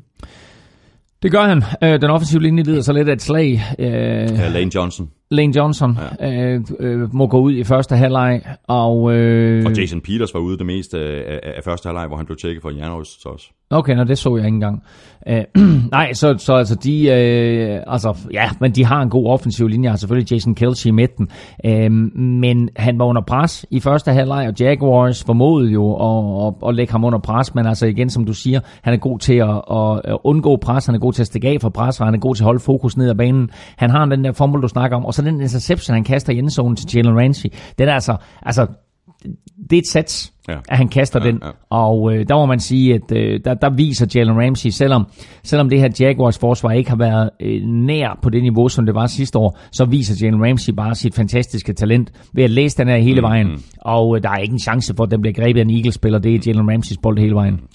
Det gør han. Uh, den offensive linje lider så lidt af et slag. Uh, uh, Lane Johnson. Lane Johnson ja. øh, øh, må gå ud i første halvleg, og... Øh, og Jason Peters var ude det meste af, af, af første halvleg, hvor han blev tjekket for hjernerystelse også. Okay, nå, det så jeg ikke engang. Øh, nej, så, så altså de... Øh, altså, ja, men de har en god offensiv linje. Har selvfølgelig Jason Kelce i midten. Øh, men han var under pres i første halvleg, og Jaguars formåede jo at, at, at lægge ham under pres. Men altså igen, som du siger, han er god til at, at undgå pres. Han er god til at stikke af fra pres, og han er god til at holde fokus ned ad banen. Han har den der fumble, du snakker om, og så den interception, han kaster i endzonen til Jalen Ramsey, det er altså, altså, det er et sats, ja. At han kaster ja, den, ja. Og øh, der må man sige, at øh, der, der viser Jalen Ramsey, selvom, selvom det her Jaguars forsvar ikke har været øh, nær på det niveau, som det var sidste år, så viser Jalen Ramsey bare sit fantastiske talent ved at læse den her hele vejen, mm-hmm. og øh, der er ikke en chance for, at den bliver grebet af en Eagles-spiller, det er Jalen Ramseys bold hele vejen.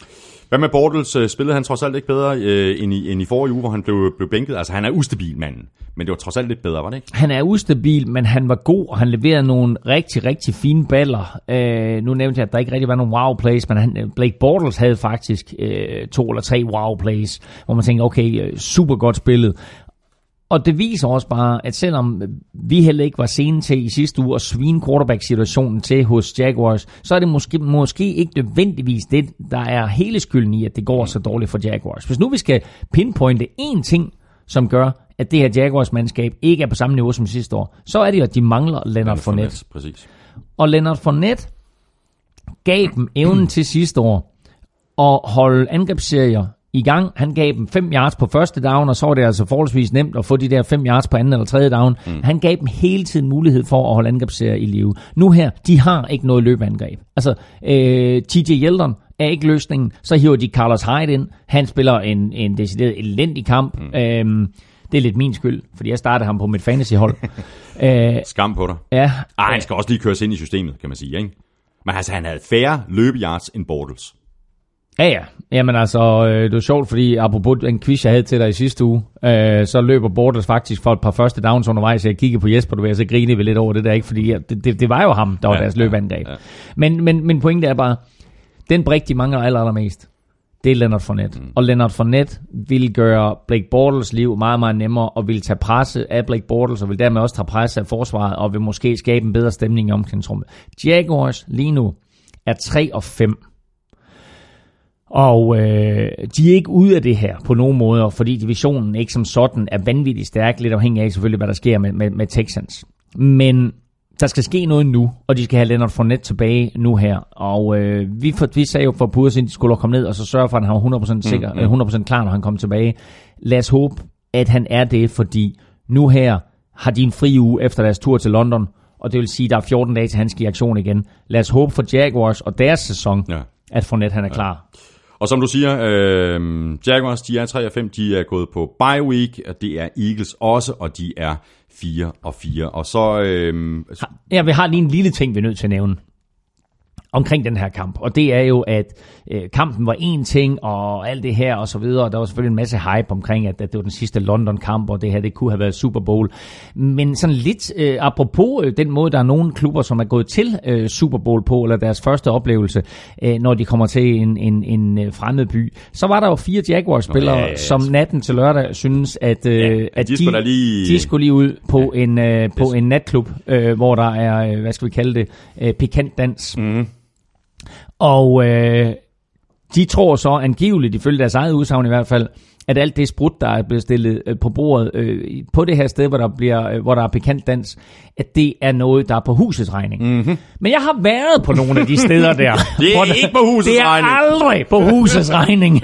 Hvad med Bortles? Spillede han trods alt ikke bedre øh, end, i, end i forrige uge, hvor han blev, blev bænket? Altså, han er ustabil, manden. Men det var trods alt lidt bedre, var det ikke? Han er ustabil, men han var god, og han leverede nogle rigtig, rigtig fine baller. Øh, nu nævnte jeg, at der ikke rigtig var nogen wow-plays, men han, Blake Bortles havde faktisk øh, to eller tre wow-plays, hvor man tænker, okay, super godt spillet. Og det viser også bare, at selvom vi heller ikke var sene til i sidste uge at svine quarterback-situationen til hos Jaguars, så er det måske, måske ikke nødvendigvis det, der er hele skylden i, at det går så dårligt for Jaguars. Hvis nu vi skal pinpointe én ting, som gør, at det her Jaguars-mandskab ikke er på samme niveau som sidste år, så er det jo, at de mangler Leonard Fournette. Præcis. Og Leonard Fournette gav dem evnen til sidste år at holde angrebsserier i gang. Han gav dem fem yards på første down, og så var det altså forholdsvis nemt at få de der fem yards på anden eller tredje down. Mm. Han gav dem hele tiden mulighed for at holde angrebsserier i live. Nu her, de har ikke noget løbeangreb. Altså, øh, T J Yeldon er ikke løsningen. Så hiver de Carlos Hyde ind. Han spiller en, en decideret elendig kamp. Mm. Øhm, det er lidt min skyld, fordi jeg startede ham på mit fantasyhold. øh, Skam på dig. Ja. Ej, han skal også lige køres ind i systemet, kan man sige, ikke? Men altså, han havde færre løbeyards end Bortles. Ja, ja. Jamen altså, øh, det var sjovt, fordi apropos en quiz, jeg havde til dig i sidste uge, øh, så løber Bortles faktisk for et par første downs undervejs. Jeg kiggede på Jesper, du ved, så grine vi lidt over det der, ikke? Fordi ja, det, det, det var jo ham, der var ja, deres løbeangreb. Ja, ja. Men, men, men pointen er bare, den brik, de mangler aller, allermest, det er Leonard Fournette. Mm. Og Leonard Fournette vil gøre Blake Bortles liv meget, meget nemmere, og vil tage presse af Blake Bortles, og vil dermed også tage presse af forsvaret, og vil måske skabe en bedre stemning i omklædningsrummet. Jaguars lige nu er tre og fem. Og øh, de er ikke ude af det her på nogen måder, fordi divisionen ikke som sådan er vanvittigt stærk, lidt afhængig af selvfølgelig, hvad der sker med, med, med Texans. Men der skal ske noget nu, og de skal have Leonard Fournette tilbage nu her. Og øh, vi, for, vi sagde jo for Purs, at de skulle komme ned og så sørge for, at han var hundrede procent sikker, mm-hmm. hundrede procent klar, når han kom tilbage. Lad os håbe, at han er det, fordi nu her har de en fri uge efter deres tur til London, og det vil sige, at der er fjorten dage til han skal i aktion igen. Lad os håbe for Jaguars og deres sæson, ja. at Fournette han er klar. Ja. Og som du siger, øh, Jaguars, de er tre og fem, de er gået på bye week, og det er Eagles også, og de er fire og fire. Og så... Øh, ja, vi har lige en lille ting, vi er nødt til at nævne omkring den her kamp, og det er jo, at øh, kampen var én ting, og alt det her, og så videre, og der var selvfølgelig en masse hype omkring, at, at det var den sidste London-kamp, og det her, det kunne have været Super Bowl. Men sådan lidt, øh, apropos øh, den måde, der er nogle klubber, som er gået til øh, Super Bowl på, eller deres første oplevelse, øh, når de kommer til en, en, en fremmed by, så var der jo fire Jaguars-spillere, okay, ja, ja. som natten til lørdag synes, at, øh, ja, at de, de, lige... de skulle lige ud på, ja. en, øh, på en natklub, øh, hvor der er, øh, hvad skal vi kalde det, øh, pikant dans. Mm. Og øh, de tror så angiveligt, ifølge deres eget udsagn i hvert fald, at alt det sprut, der er blevet stillet øh, på bordet øh, på det her sted, hvor der, bliver, øh, hvor der er pikant dans, at det er noget, der er på husets regning. Mm-hmm. Men jeg har været på nogle af de steder der. Det er ikke på husets regning. Det er aldrig på husets regning.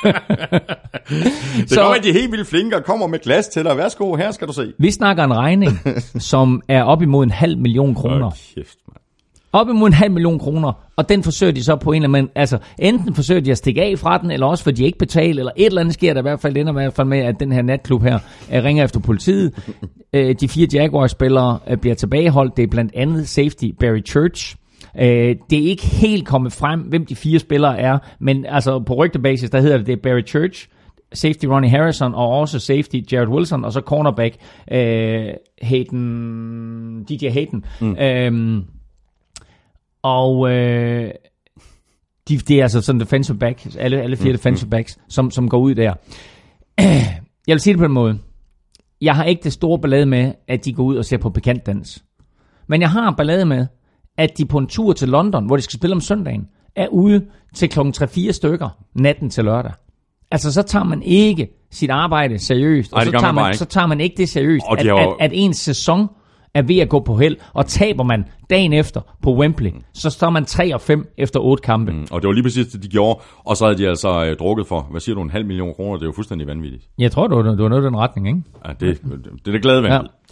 Det så, går, at de er helt vildt flinke og kommer med glas til dig. Værsgo, her skal du se. Vi snakker en regning, som er op imod en halv million kroner. Oh, kæft, man. Op imod en halv million kroner, og den forsøger de så på en eller anden, altså enten forsøger de at stikke af fra den, eller også for de ikke betaler, eller et eller andet sker der i hvert fald, ender i hvert fald med, at den her natklub her uh, ringer efter politiet. Uh, de fire Jaguars-spillere uh, bliver tilbageholdt, det er blandt andet safety Barry Church. Uh, det er ikke helt kommet frem, hvem de fire spillere er, men altså på rygtebasis, der hedder det, det er Barry Church, safety Ronnie Harrison, og også safety Jared Wilson, og så cornerback uh, Hayden, D J Hayden. Mm. Uh, Og øh, de, det er altså sådan defensive back, alle, alle fire mm, defensive backs, som, som går ud der. Jeg vil sige det på den måde. Jeg har ikke det store ballade med, at de går ud og ser på pikantdans. Men jeg har ballade med, at de på en tur til London, hvor de skal spille om søndagen, er ude til klokken tre fire stykker natten til lørdag. Altså, så tager man ikke sit arbejde seriøst, og Ej, så, tager man, man så tager man ikke det seriøst, at, har... at, at ens sæson er ved at gå på held, og taber man dagen efter på Wembley, mm. så står man tre og fem efter otte kampe. Mm. Og det var lige præcis det, de gjorde, og så havde de altså øh, drukket for, hvad siger du, en halv million kroner, det er jo fuldstændig vanvittigt. Jeg tror, det var, det var noget af den retning, ikke? Ja, det, det, det er det glade vandet. Ja.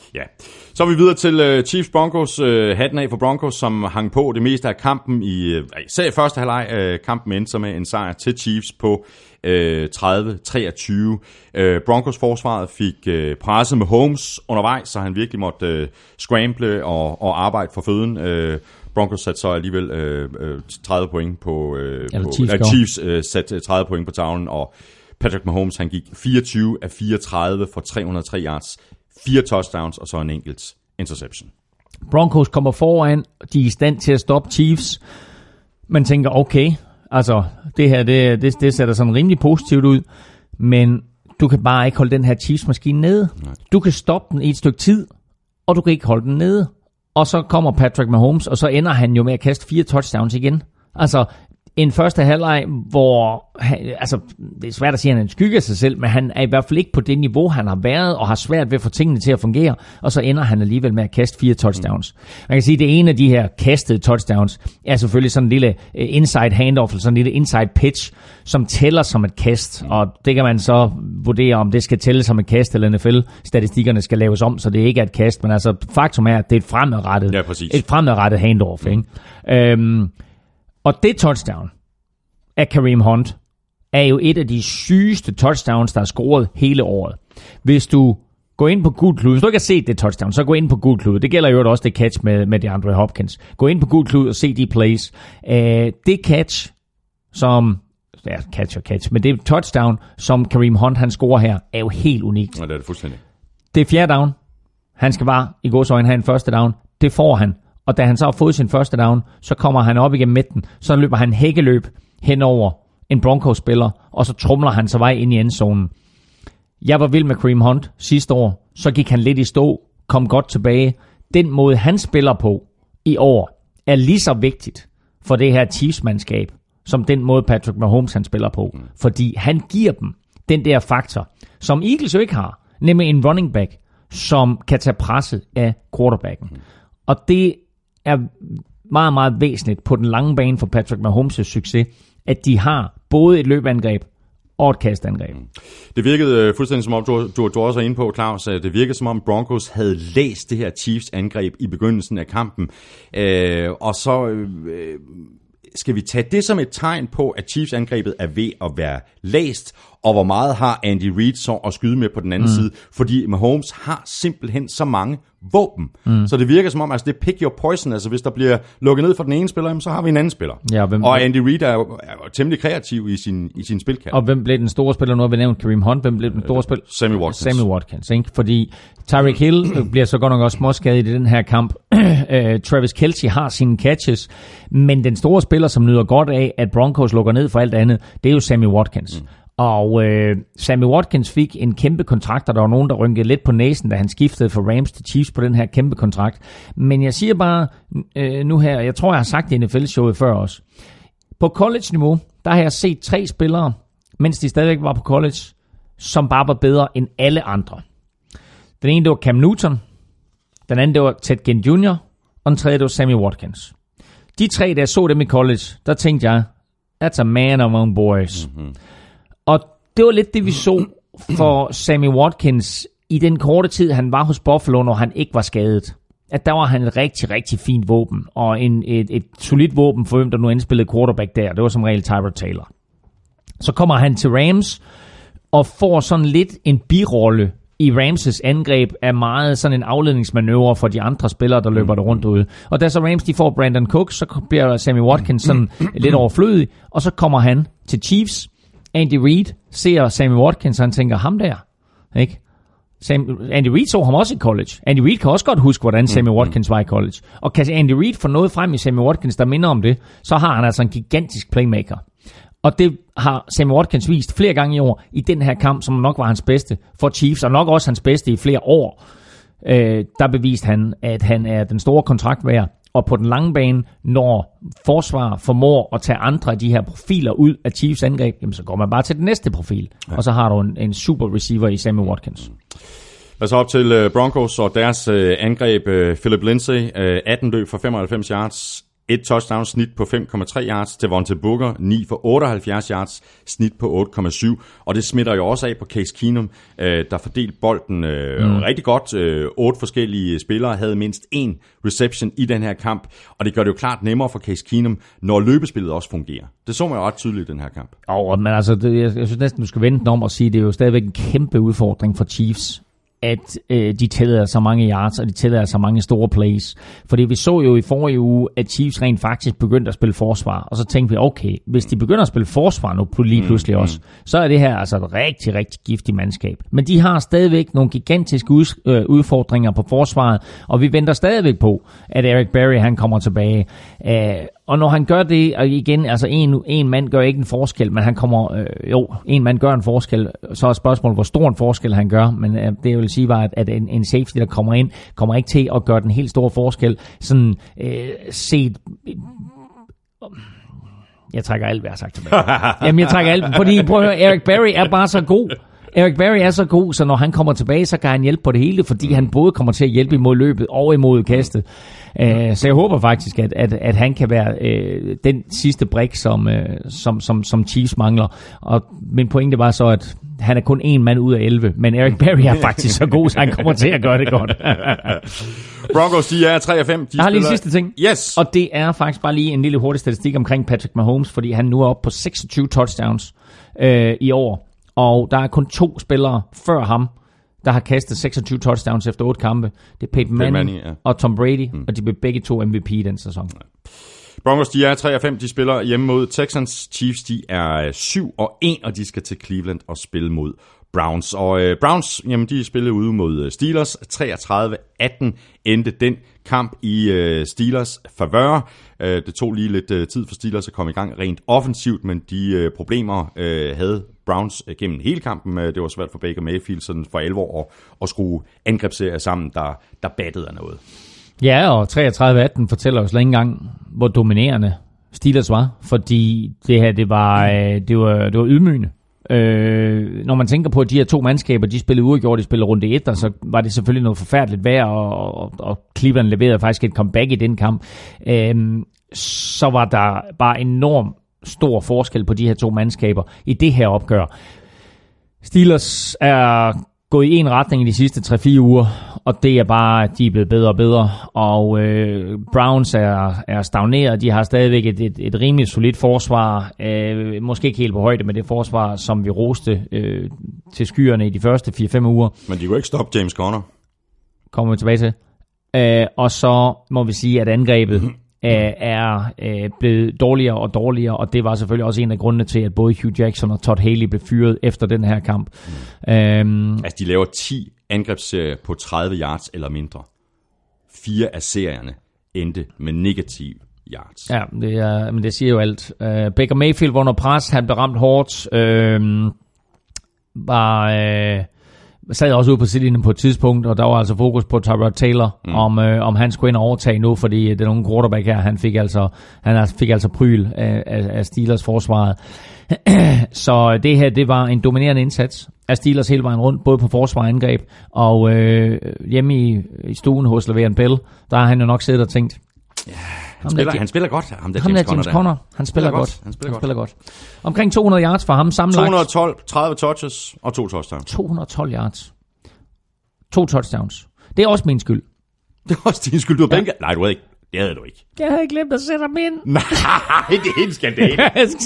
Ja, så er vi videre til uh, Chiefs Broncos. Uh, hatten af for Broncos, som hang på det meste af kampen i, uh, især i første halvleg. Uh, kampen endte så med en sejr til Chiefs på uh, tredive treogtyve. Uh, Broncos forsvaret fik uh, presset med Holmes undervejs, så han virkelig måtte uh, scramble og, og arbejde for føden. Uh, Broncos satte så alligevel øh, tredive point på, øh, på Chiefs, uh, Chiefs øh, satte tredive point på tavlen, og Patrick Mahomes han gik fireogtyve af fireogtredive for tre hundrede og tre yards, fire touchdowns og så en enkelt interception. Broncos kommer foran, de er i stand til at stoppe Chiefs. Man tænker, okay, altså det her, det, det, det ser da sådan rimelig positivt ud, men du kan bare ikke holde den her Chiefs-maskine nede. Nej. Du kan stoppe den i et stykke tid, og du kan ikke holde den nede. Og så kommer Patrick Mahomes, og så ender han jo med at kaste fire touchdowns igen. Altså, en første halvleg, hvor han, altså, det er svært at sige, at han skygger sig selv, men han er i hvert fald ikke på det niveau, han har været, og har svært ved at få tingene til at fungere, og så ender han alligevel med at kaste fire touchdowns. Man kan sige, at det ene af de her kastede touchdowns er selvfølgelig sådan en lille inside handoff, eller sådan en lille inside pitch, som tæller som et kast, og det kan man så vurdere, om det skal tælle som et kast, eller N F L-statistikkerne skal laves om, så det ikke er et kast, men altså faktum er, at det er et fremadrettet, ja, et fremadrettet handoff, ikke? Øhm, Og det touchdown af Kareem Hunt er jo et af de sygeste touchdowns, der er scoret hele året. Hvis du går ind på Gul Klud, hvis du ikke har set det touchdown, så gå ind på Gul Klud. Det gælder jo også det catch med, med DeAndre Hopkins. Gå ind på Gul Klud og se de plays. Uh, det catch, som... Ja, catch og catch. Men det touchdown, som Kareem Hunt han scorer her, er jo helt unikt. Ja, det er det fuldstændig. Det er fjerde down. Han skal bare i gåseøjne have en første down. Det får han. Og da han så har fået sin første down, så kommer han op igennem midten. Så løber han hækkeløb hen over en Broncos-spiller, og så tromler han sig vej ind i endzonen. Jeg var vild med Kareem Hunt sidste år. Så gik han lidt i stå, kom godt tilbage. Den måde, han spiller på i år, er lige så vigtigt for det her Chiefs-mandskab, som den måde Patrick Mahomes han spiller på. Mm. Fordi han giver dem den der faktor, som Eagles jo ikke har, nemlig en running back, som kan tage presset af quarterbacken. Mm. Og det er meget, meget væsentligt på den lange bane for Patrick Mahomes' succes, at de har både et løbeangreb og et kastangreb. Det virkede fuldstændig som om, du, du, du også er inde på, Claus, det virkede som om Broncos havde læst det her Chiefs angreb i begyndelsen af kampen. Øh, og så øh, skal vi tage det som et tegn på, at Chiefs angrebet er ved at være læst, og hvor meget har Andy Reid så at skyde med på den anden mm. side, fordi Mahomes har simpelthen så mange våben. Mm. Så det virker som om, altså det er pick your poison, altså hvis der bliver lukket ned for den ene spiller, så har vi en anden spiller. Ja, hvem, og Andy Reid er jo, er jo temmelig kreativ i sin, i sin spilkald. Og hvem blev den store spiller? Nu har vi nævnt Kareem Hunt. Hvem blev den store spiller? Sammy Watkins. Sammy Watkins, ikke? Fordi Tyreek Hill bliver så godt nok også småskadet i den her kamp. Travis Kelce har sine catches, men den store spiller, som nyder godt af, at Broncos lukker ned for alt andet, det er jo Sammy Watkins. Mm. Og øh, Sammy Watkins fik en kæmpe kontrakt, og der var nogen, der rynkede lidt på næsen, da han skiftede fra Rams til Chiefs på den her kæmpe kontrakt. Men jeg siger bare øh, nu her, jeg tror, jeg har sagt det i N F L-showet før også. På college-niveau, der har jeg set tre spillere, mens de stadigvæk var på college, som bare var bedre end alle andre. Den ene, det var Cam Newton. Den anden, det var Ted Ginn junior Og den tredje, det var Sammy Watkins. De tre, der så dem i college, der tænkte jeg, that's a man among boys. Mm-hmm. Og det var lidt det, vi så for Sammy Watkins i den korte tid, han var hos Buffalo, når han ikke var skadet. At der var han et rigtig, rigtig fint våben, og en, et, et solidt våben for hvem, der nu indspillede quarterback der. Det var som regel Tyrod Taylor. Så kommer han til Rams og får sådan lidt en birolle i Rams' angreb af meget sådan en afledningsmanøvre for de andre spillere, der løber der rundt ude. Og da så Rams de får Brandon Cooks, så bliver Sammy Watkins sådan lidt overflødig, og så kommer han til Chiefs. Andy Reid ser Sammy Watkins, og han tænker, ham der, ikke? Sam, Andy Reid så ham også i college. Andy Reid kan også godt huske, hvordan Sammy Watkins var i college. Og kan Andy Reid få noget frem i Sammy Watkins, der minder om det, så har han altså en gigantisk playmaker. Og det har Sammy Watkins vist flere gange i år i den her kamp, som nok var hans bedste for Chiefs, og nok også hans bedste i flere år. Øh, der beviste han, at han er den store kontrakt værd. Og på den lange bane, når forsvar formår at tage andre af de her profiler ud af Chiefs angreb, jamen så går man bare til den næste profil. Ja. Og så har du en, en super receiver i Sammy Watkins. Lad os op til uh, Broncos og deres uh, angreb. Uh, Philip Lindsay, uh, atten løb for femoghalvfems yards, et touchdown, snit på fem komma tre yards. Devontae Booker, ni for otteoghalvfjerds yards, snit på otte komma syv. Og det smitter jo også af på Case Keenum, øh, der fordelte bolden øh, mm. rigtig godt. Øh, otte forskellige spillere havde mindst én reception i den her kamp. Og det gør det jo klart nemmere for Case Keenum, når løbespillet også fungerer. Det så man jo ret tydeligt i den her kamp. Oh, men altså, det, jeg, jeg synes næsten, du skal vente den om og sige, det er jo stadigvæk en kæmpe udfordring for Chiefs, at øh, de tillader så mange yards, og de tillader så mange store plays. Fordi vi så jo i forrige uge, at Chiefs rent faktisk begyndte at spille forsvar, og så tænkte vi, okay, hvis de begynder at spille forsvar nu lige pludselig mm, også, mm. så er det her altså et rigtig, rigtig giftigt mandskab. Men de har stadigvæk nogle gigantiske ud, øh, udfordringer på forsvaret, og vi venter stadigvæk på, at Eric Berry, han kommer tilbage. Æh, og når han gør det, og igen, altså en, en mand gør ikke en forskel, men han kommer, øh, jo, en mand gør en forskel, så er spørgsmålet, hvor stor en forskel han gør, men øh, det jeg vil sige var, at, at en, en safety, der kommer ind, kommer ikke til at gøre den helt store forskel, sådan øh, set... Jeg trækker alt, hvad jeg har sagt tilbage. Jamen, jeg trækker alt, fordi prøv at høre, Eric Berry er bare så god. Eric Berry er så god, så når han kommer tilbage, så kan han hjælpe på det hele, fordi han både kommer til at hjælpe imod løbet og imod kastet. Uh, så jeg håber faktisk, at, at, at han kan være uh, den sidste brik, som, uh, som, som, som Chiefs mangler. Og min pointe var så, at han er kun en mand ud af elleve, men Eric Berry er faktisk så god, så han kommer til at gøre det godt. Broncos, de er tre og fem. De jeg har lige en sidste ting. Yes. Og det er faktisk bare lige en lille hurtig statistik omkring Patrick Mahomes, fordi han nu er oppe på seksogtyve touchdowns uh, i år. Og der er kun to spillere før ham, der har kastet seksogtyve touchdowns efter otte kampe. Det er Peyton Manning, Manning ja. og Tom Brady, mm. og de blev begge to M V P i den sæson. Ja. Broncos, de er tre og fem, de spiller hjemme mod Texans. Chiefs, de er syv og en, og de skal til Cleveland og spille mod Browns. Og øh, Browns, jamen de spillede ude mod Steelers. treogtredive atten endte den kamp i øh, Steelers favør. Øh, det tog lige lidt øh, tid for Steelers at komme i gang rent offensivt, men de øh, problemer øh, havde Browns øh, gennem hele kampen. Det var svært for Baker Mayfield sådan for alvor at, at skrue angrebsserier sammen, der, der battede af noget. Ja, og treogtredive atten fortæller os ikke engang, hvor dominerende Steelers var, fordi det her, det var, øh, det var, det var ydmygende. Øh, når man tænker på, at de her to mandskaber, de spillede uafgjort, de spillede runde et, og så var det selvfølgelig noget forfærdeligt vejr, og, og, og Cleveland leverede faktisk et comeback i den kamp. Øh, så var der bare enormt stor forskel på de her to mandskaber i det her opgør. Steelers er gået i en retning i de sidste tre fire uger, og det er bare, at de er blevet bedre og bedre, og øh, Browns er, er stagneret. De har stadigvæk et, et, et rimelig solidt forsvar, øh, måske ikke helt på højde med det forsvar, som vi roste øh, til skyerne i de første fire fem uger. Men de kunne ikke stoppe James Conner. Kommer vi tilbage til. Øh, og så må vi sige, at angrebet er øh, blevet dårligere og dårligere, og det var selvfølgelig også en af grundene til, at både Hugh Jackson og Todd Haley blev fyret efter den her kamp. Mm. Øhm, altså, de laver ti angrebsserier på tredive yards eller mindre. Fire af serierne endte med negativ yards. Ja, det, er, men det siger jo alt. Uh, Baker Mayfield var under pres, han blev ramt hårdt, øh, var... Øh, sad også ude på sidelinjen på et tidspunkt, og der var altså fokus på Tyrod Taylor, mm. om, øh, om han skulle ind og overtage nu, fordi det er nogle quarterback her, han fik altså, han fik altså pryl af, af, af Steelers forsvaret. Så det her, det var en dominerende indsats af Steelers hele vejen rundt, både på forsvar og angreb, og øh, hjemme i, i stuen hos Le'Veon Bell, der har han jo nok siddet og tænkt, ja, han, spiller, der, han spiller godt, ham der ham James, der James Conner. Han, han spiller, spiller godt. Han spiller, han spiller godt. godt. Omkring to hundrede yards for ham sammenlagt. to hundrede og tolv, tredive touches og to touchdowns. to hundrede og tolv yards. To touchdowns. Det er også min skyld. Det er også din skyld, du har bænket. Ja. Nej, du havde ikke. Det havde du ikke. Jeg havde glemt at sætte ham ind. Nej, det er en skandale.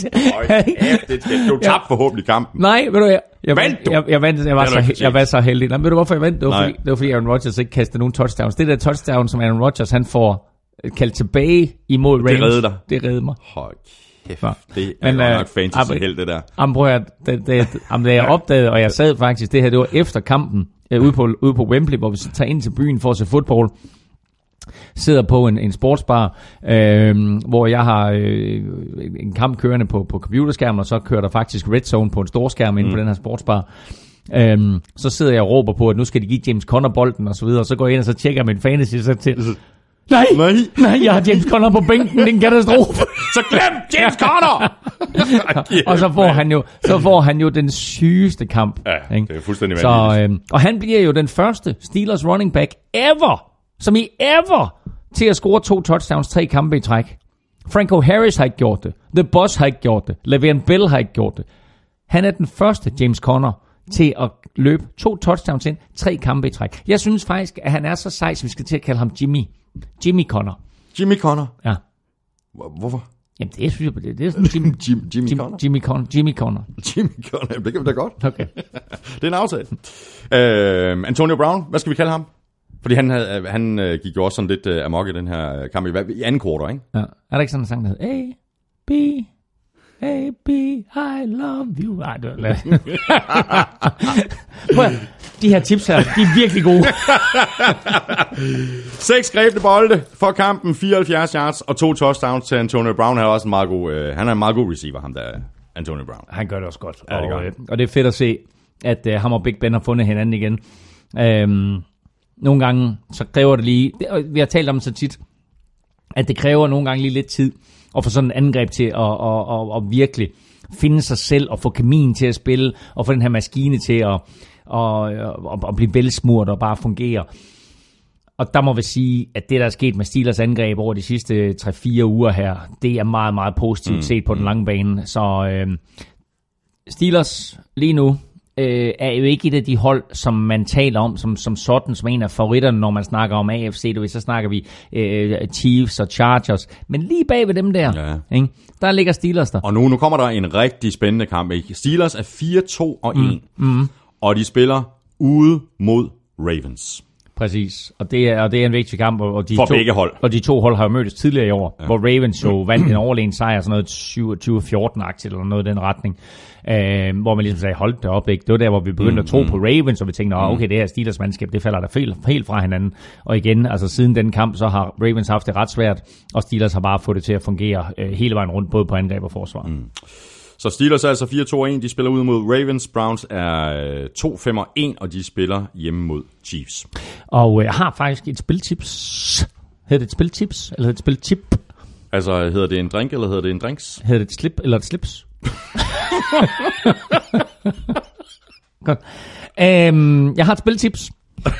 Du tabte forhåbentlig kampen. Nej, ved du hvad? Jeg vandt du? Jeg, jeg, vandt, jeg, var så, jeg var så heldig. Nej, ved du hvorfor jeg vandt? Det var, fordi, det var fordi Aaron Rodgers ikke kastede nogen touchdowns. Det der touchdown, som Aaron Rodgers han får kaldt tilbage imod Rams. Det redde dig. Det redde mig. Hold kæft. Ja. Det er men, nok fantasy held, det der. Jamen, prøv at, det, det, det, det jeg opdagede, og jeg sad faktisk, det her, det var efter kampen, ude på, ude på Wembley, hvor vi tager ind til byen for at se fodbold. Sidder på en, en sportsbar, øh, hvor jeg har øh, en kamp kørende på, på computerskærmen, og så kører der faktisk Red Zone på en stor skærm inde mm. på den her sportsbar. Øh, så sidder jeg og råber på, at nu skal de give James Conner bolden og så videre, og så går jeg ind og så tjekker min fantasy, så til nej, nej, nej, jeg har James Conner på bænken, det er en katastrofe. Så glem James Conner! Og så får han jo, så får han jo den sygeste kamp. Ja, ikke? Det er fuldstændig vanvittigt. Så, øh, og han bliver jo den første Steelers running back ever, som i ever, til at score to touchdowns, tre kampe i træk. Franco Harris har ikke gjort det. The Boss har ikke gjort det. Le'Veon Bell har ikke gjort det. Han er den første James Conner til at løbe to touchdowns ind, tre kampe i træk. Jeg synes faktisk, at han er så sej, så vi skal til at kalde ham Jimmy. Jimmy Conner. Jimmy Conner? Ja. Hvorfor? Jamen, det synes jeg, det, det er sådan Jimmy, Jim, Jimmy Jim, Conner? Jimmy Conner. Jimmy Conner. Jimmy Conner, det kan vi da godt. Okay. Det er en aftale. Uh, Antonio Brown, hvad skal vi kalde ham? Fordi han, havde, han uh, gik jo også sådan lidt uh, amok i den her kamp i, i anden kvartal, ikke? Ja. Er der ikke sådan en sang, der hedder A, B, A, B, I love you? Nej, det var Prøv at, de her tips her, de er virkelig gode. Seks grebne bolde for kampen, fireoghalvfjerds yards og to touchdowns til Antonio Brown. Han er også en meget god, uh, han er en meget god receiver, ham der Antonio Brown. Han gør det også godt. Ja, det og, øh, og det er fedt at se, at uh, ham og Big Ben har fundet hinanden igen. Um, nogle gange, så kræver det lige, det, vi har talt om det så tit, at det kræver nogle gange lige lidt tid at få sådan en angreb til at, at, at, at virkelig finde sig selv og få kemien til at spille, og få den her maskine til at, at, at, at blive velsmurt og bare fungere. Og der må vi sige, at det, der er sket med Steelers angreb over de sidste tre fire uger her, det er meget, meget positivt mm. set på den lange bane. Så øh, Steelers lige nu øh, er jo ikke et af de hold, som man taler om som, som sådan, som en af favoritterne, når man snakker om A F C. Du ved, så snakker vi øh, Chiefs og Chargers. Men lige bag ved dem der, ja. Ikke? Der ligger Steelers der. Og nu, nu kommer der en rigtig spændende kamp. Ikke? Steelers er fire to og en, mm. Mm. og de spiller ude mod Ravens. Præcis, og det er, og det er en vigtig kamp. Og de for to, begge hold. Og de to hold har jo mødtes tidligere i år, ja. Hvor Ravens jo vandt en overlegen sejr, sådan noget syvogtyve fjorten-agtigt, eller noget i den retning. Øh, hvor man ligesom sagde, hold det op, ikke? Det var der, hvor vi begyndte mm, at tro mm. på Ravens, og vi tænkte, okay, det her Steelers mandskab, det falder der helt, helt fra hinanden. Og igen, altså siden den kamp, så har Ravens haft det ret svært, og Steelers har bare fået det til at fungere øh, hele vejen rundt, både på angreb og forsvar. Mm. Så Steelers er altså fire to og en, de spiller ud mod Ravens. Browns er to fem og en, og de spiller hjemme mod Chiefs. Og jeg har faktisk et spiltips. Hedder det et spiltips, eller et spiltip? Altså, hedder det en drink, eller hedder det en drinks? Hedder det et slip, eller et slips? Godt. Um, jeg har et spiltips.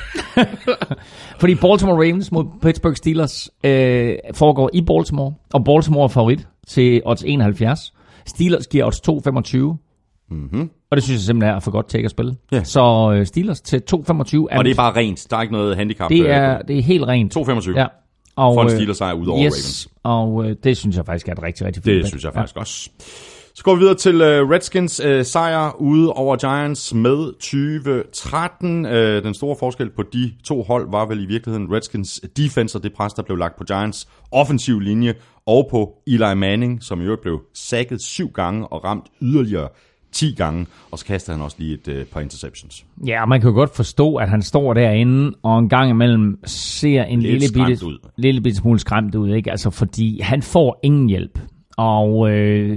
Fordi Baltimore Ravens mod Pittsburgh Steelers øh, foregår i Baltimore, og Baltimore er favorit til odds enoghalvfjerds. Steelers giver odds to femogtyve. Mm-hmm. Og det synes jeg simpelthen er for godt til ikke at spille. Yeah. Så uh, Steelers til to femogtyve. Og det er bare rent. Der er ikke noget handicap. Det er, det er helt rent. to femogtyve. Ja. Og, for en Steelers sejr ud over yes, Ravens. Og uh, det synes jeg faktisk er et rigtig, rigtig fint. Det synes jeg faktisk ja. også. Så går vi videre til uh, Redskins uh, sejr ude over Giants med tyve tretten. Uh, den store forskel på de to hold var vel i virkeligheden Redskins defense og det pres, der blev lagt på Giants offensiv linje, og på Eli Manning, som i øvrigt blev sacket syv gange og ramt yderligere ti gange, og så kaster han også lige et uh, par interceptions. Ja, man kan jo godt forstå, at han står derinde, og en gang imellem ser en lille bitte, lille bitte smule skræmt ud, ikke? Altså, fordi han får ingen hjælp. Og øh,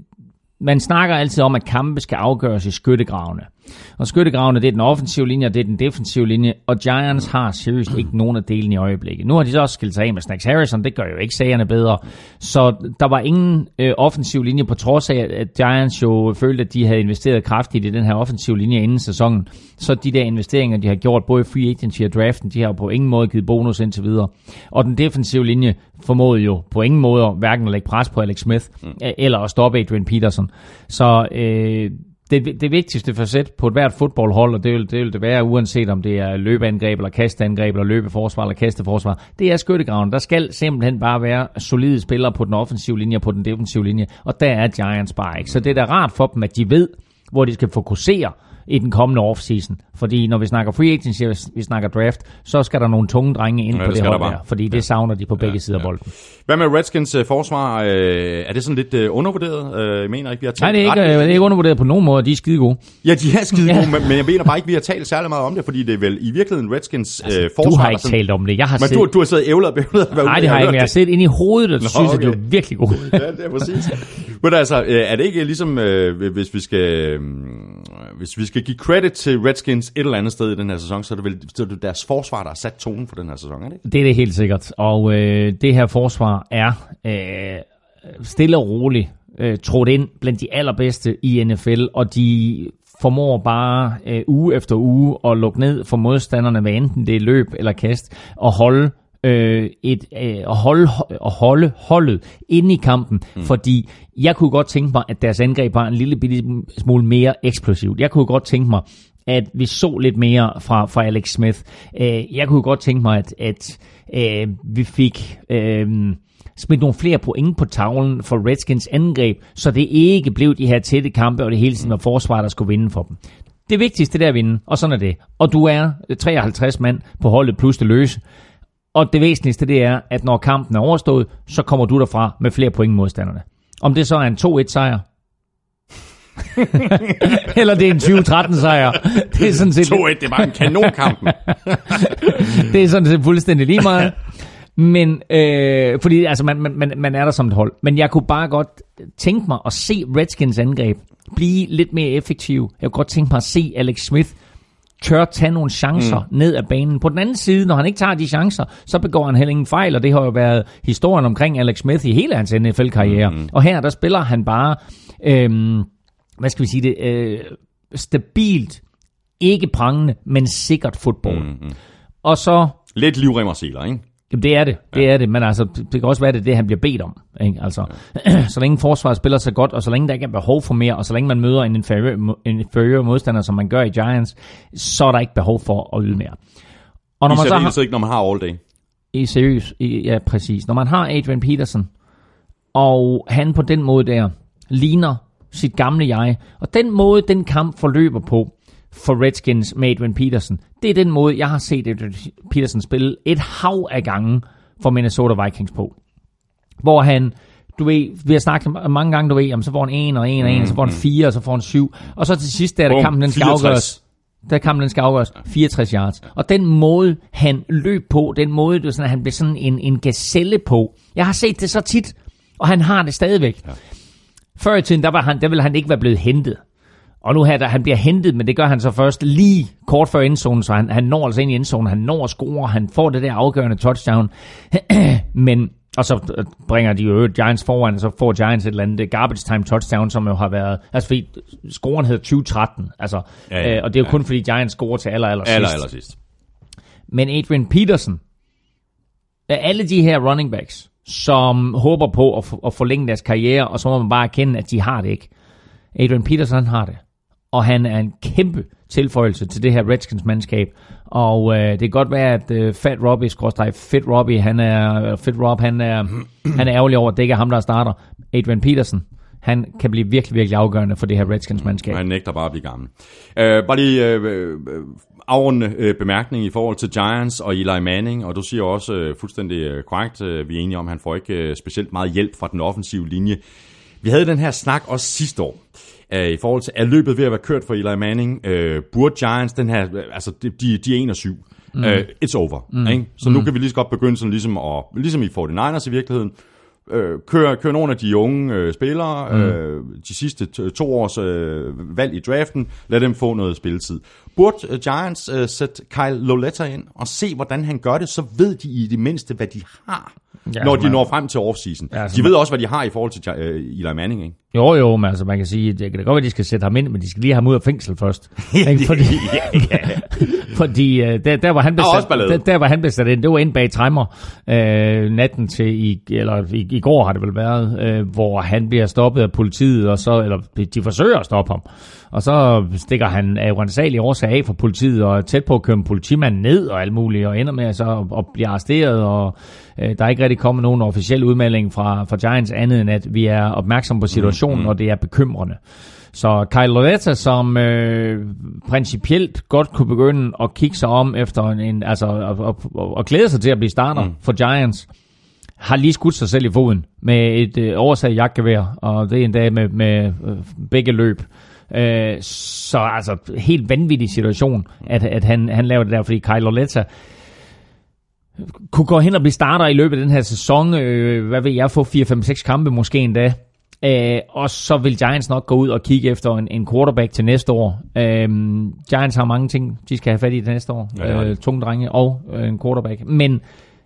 man snakker altid om, at kampe skal afgøres i skyttegravene. Og skyttegravene, det er den offensive linje, og det er den defensive linje, og Giants har seriøst ikke nogen af delene i øjeblikket. Nu har de så også skilt sig af med Snacks Harrison, det gør jo ikke sagerne bedre. Så der var ingen øh, offensiv linje, på trods af, at Giants jo følte, at de havde investeret kraftigt i den her offensive linje inden sæsonen. Så de der investeringer, de har gjort, både free agency og draften, de har på ingen måde givet bonus indtil videre. Og den defensive linje formåede jo på ingen måde hverken at lægge pres på Alex Smith, mm. eller at stoppe Adrian Peterson. Så øh, Det, det vigtigste facet på et hvert fodboldhold, og det vil, det vil det være, uanset om det er løbeangreb, eller kasteangreb, eller løbeforsvar, eller kasteforsvar, det er skyttegraven. Der skal simpelthen bare være solide spillere på den offensive linje og på den defensive linje, og der er Giants bare ikke. Så det er da rart for dem, at de ved, hvor de skal fokusere i den kommende offseason. Fordi når vi snakker free agency, hvis vi snakker draft, så skal der nogle tunge drenge ind ja, på det, det hold der, fordi det ja. savner de på begge ja, sider af ja. bolden. Hvad med Redskins uh, forsvar? Uh, er det sådan lidt uh, undervurderet? Uh, jeg mener ikke, vi har talt Nej, det er ikke, uh, det er ikke undervurderet på nogen måde. De er skide gode. Ja, de er skide gode, men, men jeg mener bare ikke, vi har talt særlig meget om det, fordi det er vel i virkeligheden Redskins uh, altså, forsvar. Du har ikke sådan, talt om det. Jeg har men set... du, du har siddet ævlet og bævlet. Nej, det har jeg ikke, men jeg har set ind i hovedet, og du synes, okay. at det er virkelig godt. Ja, det er præcis. Men altså, er det ikke ligesom, uh, hvis vi skal uh, hvis vi skal give credit til Redskins et eller andet sted i den her sæson, så er det vel så er det deres forsvar, der har sat tonen for den her sæson, er det ikke? Det er det helt sikkert. Og øh, det her forsvar er øh, stille og roligt øh, trådt ind blandt de allerbedste i N F L, og de formår bare øh, uge efter uge at lukke ned for modstanderne, hvad enten det er løb eller kast, og holde øh, et, øh, at, holde, at holde holdet inde i kampen, mm. fordi jeg kunne godt tænke mig, at deres angreb var en lille bitte smule mere eksplosivt. Jeg kunne godt tænke mig, at vi så lidt mere fra, fra Alex Smith. Øh, jeg kunne godt tænke mig, at, at øh, vi fik øh, smidt nogle flere point på tavlen for Redskins angreb, så det ikke blev de her tætte kampe, og det hele tiden var forsvaret, der skulle vinde for dem. Det vigtigste det er at vinde, og sådan er det. Og du er treoghalvtreds mand på holdet plus det løse. Og det væsentligste det er, at når kampen er overstået, så kommer du derfra med flere point modstanderne. Om det så er en to et sejr, eller det er en tyve tretten sejr. Det er sådan set to et, det var en kanonkamp. Det er sådan set fuldstændig lige meget. Men, øh, fordi altså, man, man, man er der som et hold. Men jeg kunne bare godt tænke mig at se Redskins angreb blive lidt mere effektiv. Jeg kunne godt tænke mig at se Alex Smith tør tage nogle chancer mm. ned ad banen. På den anden side, når han ikke tager de chancer, så begår han heller ingen fejl, og det har jo været historien omkring Alex Smith i hele hans N F L-karriere. Mm. Og her, der spiller han bare, øh, hvad skal vi sige det, øh, stabilt, ikke prangende, men sikkert fodbold. Mm. Og så... Lidt livrem og seler, ikke? Jamen det er det, det ja. er det, men altså, det kan også være, det er det, han bliver bedt om. Ikke? Altså, ja. Så længe forsvaret spiller så godt, og så længe der ikke er behov for mere, og så længe man møder en inferior, en inferior modstander, som man gør i Giants, så er der ikke behov for at yde mere. Og når I man så har, ikke, når man har all day. I seriøst, ja præcis. Når man har Adrian Peterson, og han på den måde der ligner sit gamle jeg, og den måde, den kamp forløber på, for Redskins med Adrian Peterson. Det er den måde, jeg har set Adrian Peterson spille et hav af gange for Minnesota Vikings på. Hvor han, du ved, vi har snakket mange gange, du ved, jamen, så får han en og en og en, så får han fire, og så får han syv. Og så til sidst, der er det kampen, den skal afgøres. Der kampen, den skal afgøres fireogtres yards. Og den måde, han løb på, den måde, det var sådan, at han blev sådan en, en gazelle på. Jeg har set det så tit, og han har det stadigvæk. Ja. Før i tiden, der, var han, der ville han ikke være blevet hentet. Og nu her, der han bliver hentet, men det gør han så først lige kort før endzonen, så han, han når altså ind i endzonen, han når at score, han får det der afgørende touchdown. Men, og så bringer de jo Giants foran, og så får Giants et eller andet garbage time touchdown, som jo har været, altså fordi scoren hedder tyve tretten, altså, ja, ja, øh, og det er jo ja. kun fordi Giants scorer til aller, aller sidst. Aller, aller sidst. Men Adrian Peterson, af alle de her running backs, som håber på at, at forlænge deres karriere, og så må man bare erkende, at de har det ikke. Adrian Peterson har det. Og han er en kæmpe tilføjelse til det her Redskins-mandskab. Og øh, det kan godt være, at øh, Fat Robbie, skråstreg Fit Robbie, han er, Fit Rob, han er, han er ærgerlig over, at det ikke er ham, der starter. Adrian Peterson, han kan blive virkelig, virkelig afgørende for det her Redskins-mandskab. Han nægter bare at blive gammel. Øh, bare lige øh, afrundende øh, bemærkning i forhold til Giants og Eli Manning, og du siger også øh, fuldstændig øh, korrekt, øh, vi er enige om, at han får ikke øh, specielt meget hjælp fra den offensive linje. Vi havde den her snak også sidste år, øh, i forhold til, er løbet ved at være kørt for Eli Manning? Øh, burde Giants, den her, altså de, de er en og syv. Mm. Uh, it's over. Mm. Ikke? Så nu mm. kan vi lige så godt begynde sådan ligesom, at, ligesom i forty-niners i virkeligheden, øh, køre, køre nogle af de unge øh, spillere, mm. øh, de sidste to, to års øh, valg i draften, lad dem få noget spilletid. Burde uh, Giants øh, sætte Kyle Lauletta ind og se, hvordan han gør det, så ved de i det mindste, hvad de har, ja, når de når frem til offseason. Ja, de ved også, hvad de har i forhold til uh, Eli Manning, ikke? Jo, jo, men altså man kan sige, det kan da godt være, at de skal sætte ham ind, men de skal lige have ham ud af fængsel først. fordi ja, ja. fordi uh, der, der, hvor han blev sat, der, der, hvor han blev sat ind, det var inde bag timer uh, natten til, i, eller i, i går har det vel været, uh, hvor han bliver stoppet af politiet, og så, eller de forsøger at stoppe ham. Og så stikker han af uansagelig årsag af for politiet, og er tæt på at køre en politimand ned og alt muligt, og ender med så at blive arresteret, og øh, der er ikke rigtig kommet nogen officiel udmelding fra, fra Giants andet end, at vi er opmærksomme på situationen, mm, mm. og det er bekymrende. Så Kyle Lauletta, som øh, principielt godt kunne begynde at kigge sig om efter en, altså og, og, og, og glæde sig til at blive starter mm. for Giants, har lige skudt sig selv i foden med et øh, oversaget jagtgevær, og det er en dag med, med øh, begge løb. Øh, så altså helt vanvittig situation, at, at han, han laver det der, fordi Kyle Lauletta kunne gå hen og blive starter i løbet af den her sæson, øh, hvad vil jeg få, fire fem seks kampe måske endda, øh, og så vil Giants nok gå ud og kigge efter en, en quarterback til næste år. øh, Giants har mange ting, de skal have fat i det næste år, ja, øh, tunge drenge og øh, en quarterback, men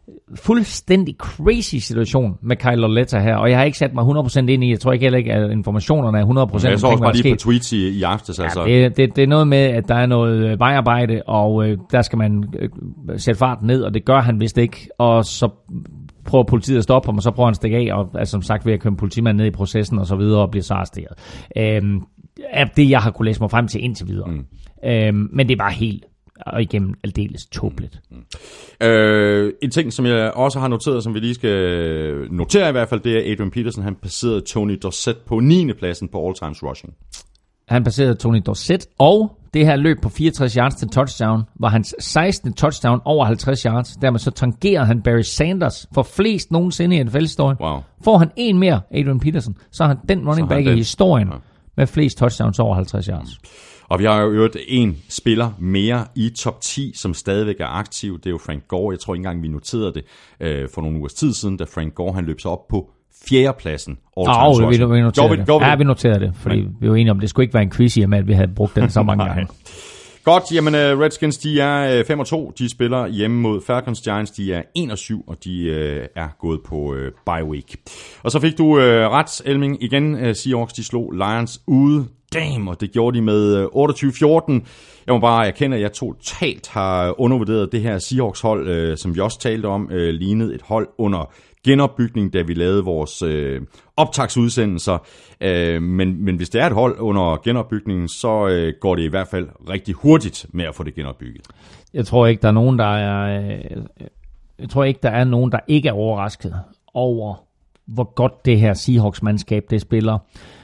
fuldstændig crazy situation med Kyle Lauletta her, og jeg har ikke sat mig hundrede procent ind i, jeg tror ikke heller ikke, at informationerne er hundrede procent. Jeg så også bare lige på tweets i, i aftes. Altså. Ja, det, det, det er noget med, at der er noget vejarbejde, og øh, der skal man øh, sætte farten ned, og det gør han vist ikke, og så prøver politiet at stoppe ham, og så prøver han at stikke af, og altså, som sagt vil jeg køre politimanden ned i processen, og så videre, og blive så arresteret. Øhm, er det, jeg har kunne læse mig frem til indtil videre. Mm. Øhm, men det var helt og igennem aldeles tåbeligt. Mm. Mm. Øh, en ting, som jeg også har noteret, som vi lige skal notere i hvert fald, det er Adrian Peterson, han passerede Tony Dorsett på niende pladsen på all-times rushing. Han passerede Tony Dorsett, og det her løb på fireogtres yards til touchdown var hans sekstende touchdown over halvtreds yards. Dermed så tangerede han Barry Sanders for flest nogensinde i N F L-historien. Wow. Får han en mere, Adrian Peterson, så er han den running back i historien ja. med flest touchdowns over halvtreds yards. Mm. Og vi har jo hørt en spiller mere i top ti, som stadigvæk er aktiv. Det er jo Frank Gore. Jeg tror ikke engang, vi noterede det øh, for nogle ugers tid siden, da Frank Gore han løb sig op på fjerdepladsen. Åh, oh, vi, vi noterede vi, det. Vi, ja, vi noterede det, fordi Men. vi var enige om, det skulle ikke være en quiz i, at vi havde brugt den så mange gange. Godt, jamen Redskins, de er fem og to. De spiller hjemme mod Falcons. Giants, de er en og syv, og de øh, er gået på øh, bye week. Og så fik du øh, ret, Elming. Igen, øh, Seahawks, de slog Lions ude. Damn, og det gjorde de med øh, otteogtyve fjorten. Jeg må bare erkende, at jeg totalt har undervurderet det her Seahawks-hold, øh, som vi også talte om, øh, lignede et hold under genopbygning, da vi lavede vores øh, optagsudsendelser. Øh, men, men hvis det er et hold under genopbygningen, så øh, går det i hvert fald rigtig hurtigt med at få det genopbygget. Jeg tror ikke, der er nogen, der er, øh, jeg tror ikke, der er nogen, der ikke er overrasket over, hvor godt det her Seahawks-mandskab det spiller,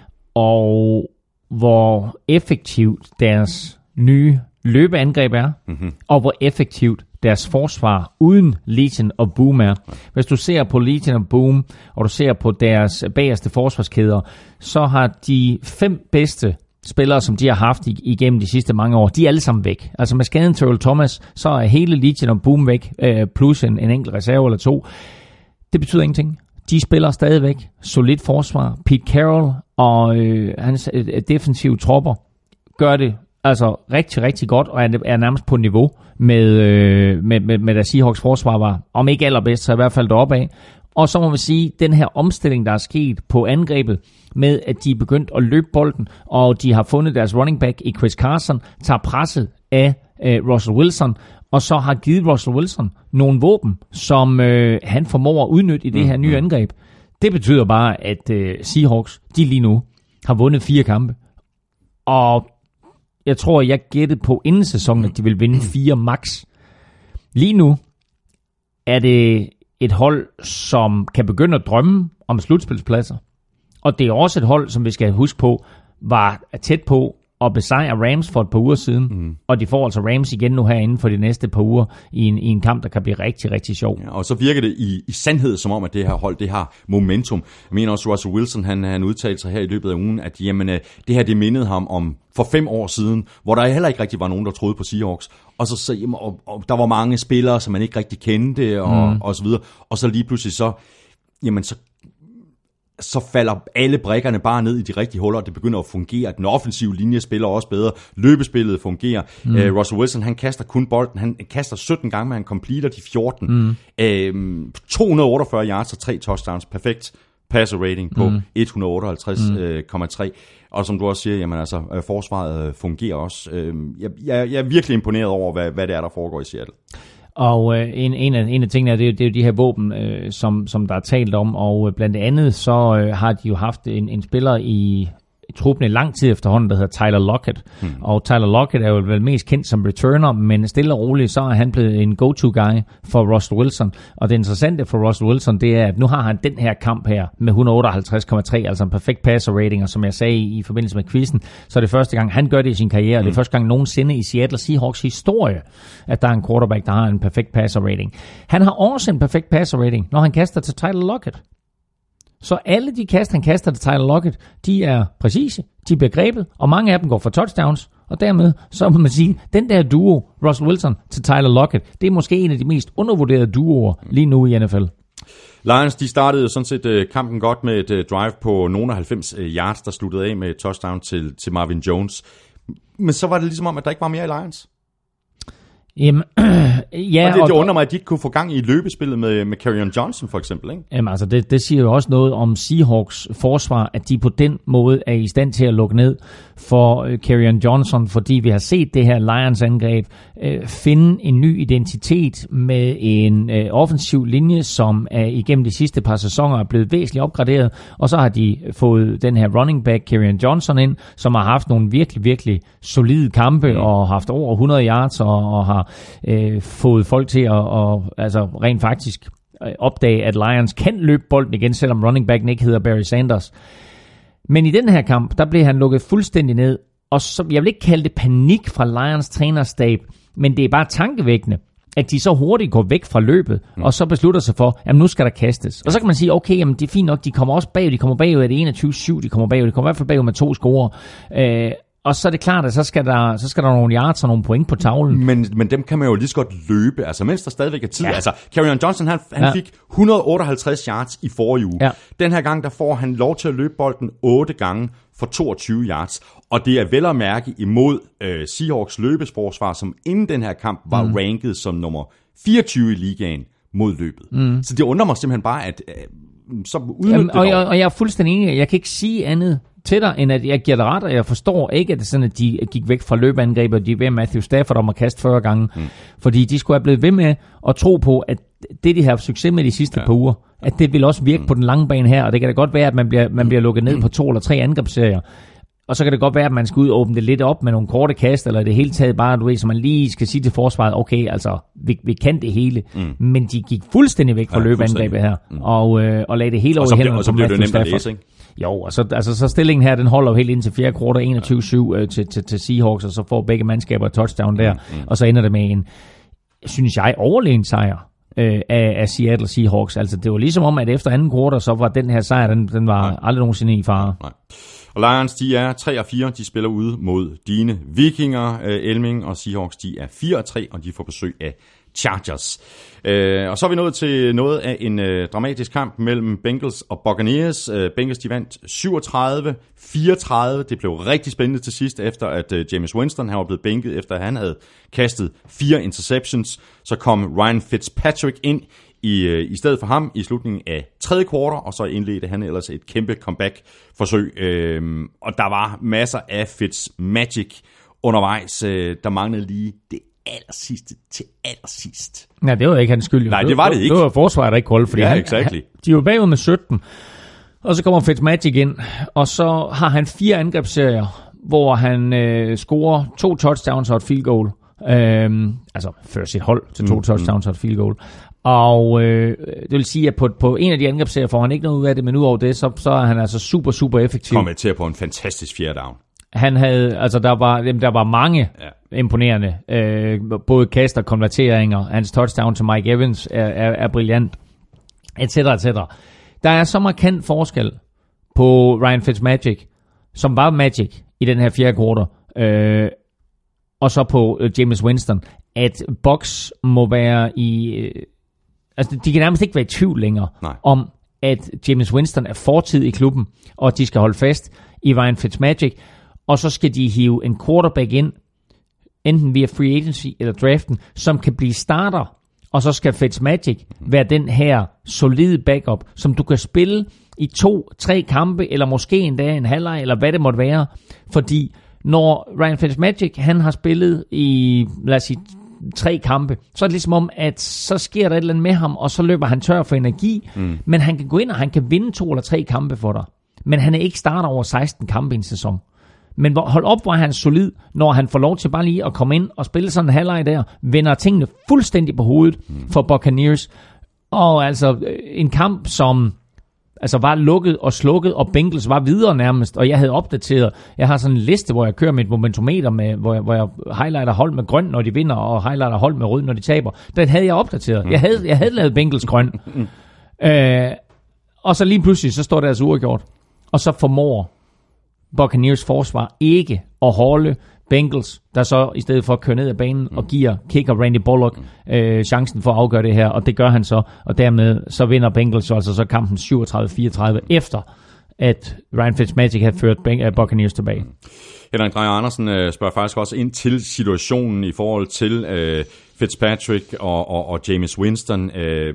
og hvor effektivt deres nye løbeangreb er, mm-hmm. og hvor effektivt deres forsvar uden Legion og Boom er. Hvis du ser på Legion og Boom, og du ser på deres bagerste forsvarskæder, så har de fem bedste spillere, som de har haft igennem de sidste mange år, de er alle sammen væk. Altså med skaden til Earl Thomas, så er hele Legion og Boom væk, plus en, en enkelt reserve eller to. Det betyder ingenting. De spiller stadigvæk solidt forsvar. Pete Carroll og øh, hans øh, defensive tropper gør det altså rigtig, rigtig godt, og er, er nærmest på niveau med, øh, med, med, med der Seahawks forsvar var, om ikke allerbedst, så i hvert fald deroppe af. Og så må vi sige, den her omstilling, der er sket på angrebet, med at de er begyndt at løbe bolden, og de har fundet deres running back i Chris Carson, tager presset af øh, Russell Wilson, og så har givet Russell Wilson nogle våben, som øh, han formår at udnytte i det her nye angreb. Det betyder bare, at øh, Seahawks, de lige nu, har vundet fire kampe. Og jeg tror, jeg gættede på inden sæsonen, at de vil vinde fire max. Lige nu er det et hold, som kan begynde at drømme om slutspilspladser. Og det er også et hold, som vi skal huske på, var tæt på at besejre Rams for et par uger siden. Mm. Og de får altså Rams igen nu herinde for de næste par uger i en, i en kamp, der kan blive rigtig, rigtig sjov. Ja, og så virker det i, i sandhed som om, at det her hold, det har momentum. Jeg mener også, Russell Wilson, han, han udtalte sig her i løbet af ugen, at jamen, det her, det mindede ham om for fem år siden, hvor der heller ikke rigtig var nogen, der troede på Seahawks. Og så, så jamen, og, og der var mange spillere, som man ikke rigtig kendte, og, mm. og så videre. Og så lige pludselig så, jamen så så falder alle brikkerne bare ned i de rigtige huller, og det begynder at fungere. Den offensive linje spiller også bedre. Løbespillet fungerer. Mm. Uh, Russell Wilson, han kaster kun bolden. Han kaster sytten gange, men han completer de fjorten. Mm. Uh, to hundrede og otteogfyrre yards og tre touchdowns. Perfekt passer rating på mm. et hundrede og otteoghalvtreds komma tre. Mm. Uh, og som du også siger, jamen altså, uh, forsvaret uh, fungerer også. Uh, jeg, jeg, jeg er virkelig imponeret over, hvad, hvad det er, der foregår i Seattle. Og øh, en, en, af, en af tingene er, det er, det er jo de her våben, øh, som, som der er talt om, og øh, blandt andet så øh, har de jo haft en, en spiller i, i truppen i lang tid efterhånden, der hedder Tyler Lockett. Hmm. Og Tyler Lockett er jo vel mest kendt som returner, men stille og roligt, så er han blevet en go-to-guy for Russell Wilson. Og det interessante for Russell Wilson, det er, at nu har han den her kamp her med et hundrede og otteoghalvtreds komma tre, altså en perfekt passer rating, og som jeg sagde i, i forbindelse med quizzen, så er det første gang, han gør det i sin karriere, og det er første gang nogensinde i Seattle Seahawks historie, at der er en quarterback, der har en perfekt passer rating. Han har også en perfekt passer rating, når han kaster til Tyler Lockett. Så alle de kast, han kaster til Tyler Lockett, de er præcise, de bliver grebet, og mange af dem går for touchdowns, og dermed, så må man sige, den der duo, Russell Wilson til Tyler Lockett, det er måske en af de mest undervurderede duoer lige nu i N F L. Lions, de startede sådan set kampen godt med et drive på nogle af halvfems yards, der sluttede af med et touchdown til, til Marvin Jones. Men så var det ligesom om, at der ikke var mere i Lions. Jamen, ja, og det, det og, undrer mig, at de ikke kunne få gang i løbespillet med, med Kerryon Johnson for eksempel, ikke? Jamen altså, det, det siger jo også noget om Seahawks forsvar, at de på den måde er i stand til at lukke ned for uh, Kerryon Johnson, fordi vi har set det her Lions angreb uh, finde en ny identitet med en uh, offensiv linje, som uh, igennem de sidste par sæsoner er blevet væsentligt opgraderet, og så har de fået den her running back Kerryon Johnson ind, som har haft nogle virkelig, virkelig solide kampe, mm. og haft over hundrede yards, og, og har uh, fået folk til at og, altså, rent faktisk opdage, at Lions kan løbe bolden igen, selvom running backen ikke hedder Barry Sanders. Men i den her kamp, der blev han lukket fuldstændig ned, og så, jeg vil ikke kalde det panik fra Lions trænerstab, men det er bare tankevækkende, at de så hurtigt går væk fra løbet, mm. og så beslutter sig for, at nu skal der kastes. Og så kan man sige, okay, jamen, det er fint nok, de kommer også bagud, de kommer bagud af det enogtyve syv, de kommer bagud, de kommer i hvert fald bagud med to scorer. Øh, Og så er det klart, at så skal der, så skal der nogle yards og nogle point på tavlen. Men, men dem kan man jo lige så godt løbe, altså mens der stadigvæk er tid. Ja. Altså, Kerryon Johnson, han, han ja. fik et hundrede og otteoghalvtreds yards i forrige uge. Ja. Den her gang, der får han lov til at løbe bolden otte gange for toogtyve yards. Og det er vel at mærke imod øh, Seahawks løbesforsvar, som inden den her kamp var mm. ranket som nummer fireogtyve i ligaen mod løbet. Mm. Så det undrer mig simpelthen bare, at øh, så udnytte det. Og, og, og jeg er fuldstændig enig. Jeg kan ikke sige andet til dig, end at jeg giver dig ret, og jeg forstår ikke, at det er sådan, at de gik væk fra løbeangrebet, og de er ved Matthew Stafford om at kaste fyrre gange. Mm. Fordi de skulle have blevet ved med at tro på, at det, de har haft succes med de sidste ja. par uger, at det vil også virke mm. på den lange bane her, og det kan da godt være, at man bliver, man bliver lukket ned mm. på to eller tre angrebsserier. Og så kan det godt være, at man skal ud og åbne det lidt op med nogle korte kast, eller det hele taget bare, du ved, så man lige skal sige til forsvaret, okay, altså, vi, vi kan det hele. Mm. Men de gik fuldstændig væk fra ja, løbeangrebet her, mm. og, øh, og lagde det hele over i hænderne. Og så blev det nemt at læse, ikke? Jo, og så, altså, så stillingen her, den holder jo helt ind til fjerde kvartal, enogtyve syv øh, til, til, til Seahawks, og så får begge mandskaber et touchdown der, mm. og så ender det med en, synes jeg, overlegen sejr øh, af, af Seattle Seahawks. Altså, det var ligesom om, at efter anden kvartal, så var den her sejr, den, den var Nej. aldrig nogensinde i fare. Nej. Og Lions, de er tre og fire, de spiller ude mod dine Vikinger, øh, Elming, og Seahawks, de er fire og tre, og de får besøg af Chargers. Øh, og så er vi nået til noget af en øh, dramatisk kamp mellem Bengals og Buccaneers. Øh, Bengals, de vandt syvogtredive fireogtredive. Det blev rigtig spændende til sidst, efter at øh, Jameis Winston han var blevet bænket, efter at han havde kastet fire interceptions. Så kom Ryan Fitzpatrick ind i, øh, i stedet for ham i slutningen af tredje kvartal, og så indledte han ellers et kæmpe comeback-forsøg. Øh, og der var masser af Fitzmagic undervejs. Øh, der manglede lige det allersidste til allersidst. Nej, det var ikke hans skyld. Nej, det var det ikke. Det var forsvaret, der ikke holdt, fordi ja, han, exactly. han, de var bagud med sytten, og så kommer Fitzmagic ind, og så har han fire angrebsserier, hvor han øh, scorer to touchdowns og et field goal. Øhm, altså fører sit hold til to mm, touchdowns mm. og et field goal. Og øh, det vil sige, at på, på en af de angrebsserier får han ikke noget ud af det, men ud over det, så, så er han altså super, super effektiv. Kommer til på en fantastisk fjerde down. Han havde, altså der var, der var mange ja. imponerende, øh, både kast og konverteringer. Hans touchdown til Mike Evans er, er, er brilliant, et cetera, et cetera. Der er så markant forskel på Ryan Fitzmagic, som var magic i den her fjerde kvartal, øh, og så på øh, Jameis Winston, at Bucs må være i, øh, altså de kan nærmest ikke være i tvivl længere Nej. om, at Jameis Winston er fortid i klubben, og at de skal holde fast i Ryan Fitzmagic. Og så skal de hive en quarterback ind, enten via free agency eller draften, som kan blive starter. Og så skal Fitzmagic være den her solide backup, som du kan spille i to, tre kampe, eller måske endda en halvleg, eller hvad det måtte være. Fordi når Ryan Fitzmagic, han har spillet i, lad os sige, tre kampe, så er det ligesom om, at så sker der et eller andet med ham, og så løber han tør for energi. Mm. Men han kan gå ind, og han kan vinde to eller tre kampe for dig. Men han er ikke starter over seksten kampe i en sæson. Men hold op, hvor er han solid, når han får lov til bare lige at komme ind og spille sådan en halvleg der, vender tingene fuldstændig på hovedet for Buccaneers. Og altså en kamp, som altså var lukket og slukket, og Bengals var videre nærmest, og jeg havde opdateret. Jeg har sådan en liste, hvor jeg kører mit momentometer med, hvor jeg, hvor jeg highlighter hold med grøn, når de vinder, og highlighter hold med rød, når de taber. Den havde jeg opdateret. Jeg havde, jeg havde lavet Bengals grøn. øh, og så lige pludselig, så står det altså uafgjort. Og så formår Buccaneers forsvar ikke at holde Bengals, der så i stedet for at køre ned ad banen mm. og giver kicker Randy Bullock øh, chancen for at afgøre det her, og det gør han så, og dermed så vinder Bengals altså så kampen syvogtredive fireogtredive efter at Ryan Fitzmagic havde ført Buccaneers tilbage. Henrik Dreyer Andersen øh, spørger faktisk også ind til situationen i forhold til øh, Fitzpatrick og, og, og Jameis Winston. Øh,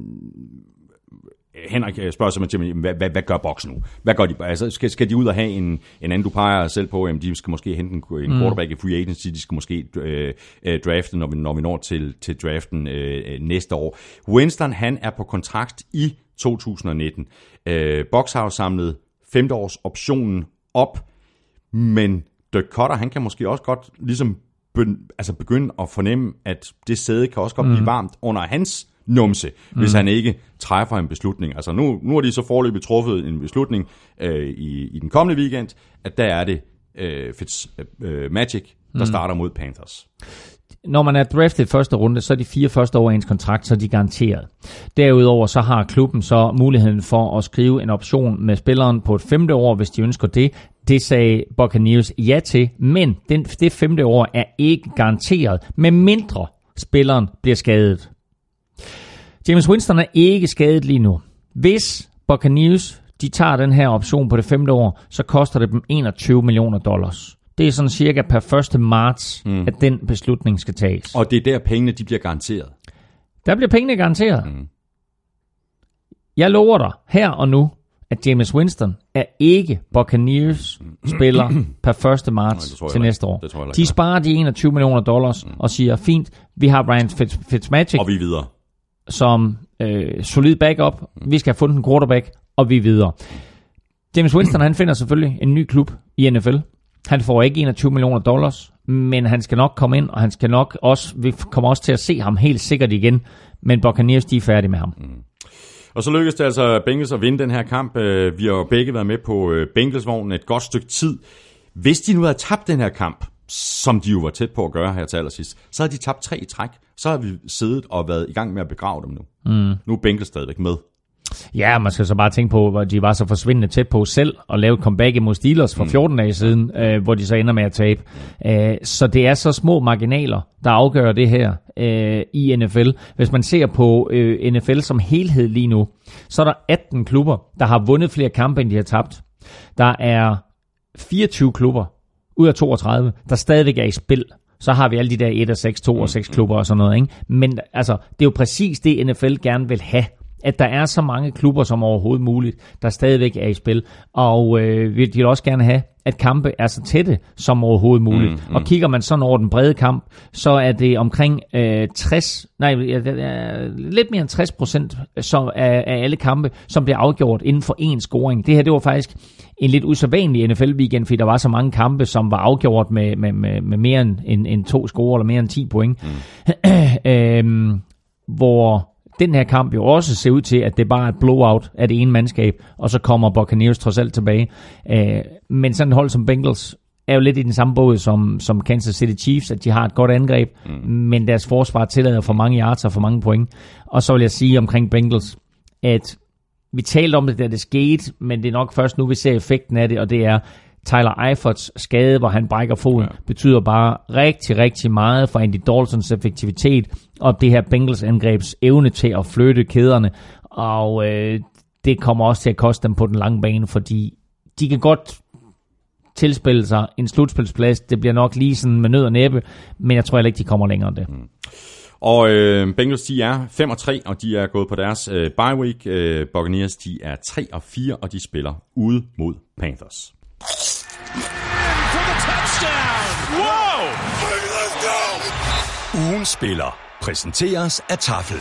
Henrik spørger simpelthen, hvad, hvad, hvad gør Bucs nu? Hvad gør de? Altså, skal, skal de ud og have en, en anden, du peger selv på, jamen, de skal måske hente en, en quarterback i free agency, de skal måske øh, drafte, når vi, når vi når til, til draften øh, næste år. Winston, han er på kontrakt i to tusind nitten. Øh, Bucs har jo samlet femte års optionen op, men Dirk Koetter, han kan måske også godt ligesom be, altså begynde at fornemme, at det sæde kan også godt mm. blive varmt under hans numse, hvis mm. han ikke træffer en beslutning. Altså nu, nu har de så foreløbig truffet en beslutning øh, i, i den kommende weekend, at der er det øh, Fitzmagic, der mm. starter mod Panthers. Når man er draftet i første runde, så er de fire første år af ens kontrakt, så er de garanteret. Derudover så har klubben så muligheden for at skrive en option med spilleren på et femte år, hvis de ønsker det. Det sagde Buccaneers ja til, men den, det femte år er ikke garanteret, med mindre spilleren bliver skadet. Jameis Winston er ikke skadet lige nu. Hvis Buccaneers de tager den her option på det femte år, så koster det dem enogtyve millioner dollars. Det er sådan cirka per første marts, mm. at den beslutning skal tages. Og det er der pengene de bliver garanteret. Der bliver pengene garanteret. Mm. Jeg lover dig her og nu, at Jameis Winston er ikke Buccaneers spiller per første marts Nej, til næste år. Jeg, de sparer de enogtyve millioner dollars mm. og siger, fint, vi har Ryan Fitz, Fitzmagic. Og vi er videre. Som øh, solid backup. Mm. Vi skal have fundet en quarterback, og vi er videre. Jameis Winston, han finder selvfølgelig en ny klub i N F L. Han får ikke enogtyve millioner dollars, men han skal nok komme ind, og han skal nok også, vi kommer også til at se ham helt sikkert igen, men Buccaneers, de er færdige med ham. Mm. Og så lykkedes det altså Bengals at vinde den her kamp. Vi har jo begge været med på Bengals-vognen et godt stykke tid. Hvis de nu havde tabt den her kamp, som de jo var tæt på at gøre her til allersidst, så havde de tabt tre i træk. Så har vi siddet og været i gang med at begrave dem nu. Mm. Nu er Bengals stadigvæk med. Ja, man skal så bare tænke på, hvor de var så forsvindende tæt på selv at lave et comeback imod Steelers for fjorten dage siden, øh, hvor de så ender med at tabe. Øh, så det er så små marginaler, der afgør det her øh, i N F L. Hvis man ser på øh, N F L som helhed lige nu, så er der atten klubber, der har vundet flere kampe, end de har tabt. Der er fireogtyve klubber ud af toogtredive, der stadigvæk er i spil. Så har vi alle de der et og seks, to og seks klubber og sådan noget, ikke? Men altså, det er jo præcis det, N F L gerne vil have. At der er så mange klubber som overhovedet muligt, der stadigvæk er i spil. Og øh, vi vil også gerne have, at kampe er så tætte som overhovedet muligt. Mm, mm. Og kigger man sådan over den brede kamp, så er det omkring øh, tres, nej, lidt mere end tres procent af, af alle kampe, som bliver afgjort inden for én scoring. Det her, det var faktisk en lidt usædvanlig N F L-weekend, fordi der var så mange kampe, som var afgjort med, med, med, med mere end, end, end to score, eller mere end ti point. Mm. øhm, hvor den her kamp jo også ser ud til, at det bare er et blowout af det ene mandskab, og så kommer Buccaneers trods alt tilbage. Øh, men sådan et hold som Bengals er jo lidt i den samme båd som, som Kansas City Chiefs, at de har et godt angreb, mm. men deres forsvar tillader for mange yards og for mange point. Og så vil jeg sige omkring Bengals, at vi talte om det, da det skete, men det er nok først nu, vi ser effekten af det, og det er Tyler Eiferts skade, hvor han brækker foden, ja. betyder bare rigtig, rigtig meget for Andy Daltons effektivitet og det her Bengals angrebs evne til at flytte kæderne. Og øh, det kommer også til at koste dem på den lange bane, fordi de kan godt tilspille sig en slutspilsplads. Det bliver nok lige sådan med nød og næppe, men jeg tror heller ikke, de kommer længere end det. Mm. Og øh, Bengals, de er fem og tre, og de er gået på deres øh, bye week. Øh, Buccaneers, de er tre og fire, og de spiller ude mod Panthers. Ugen spiller præsenteres af Tafel.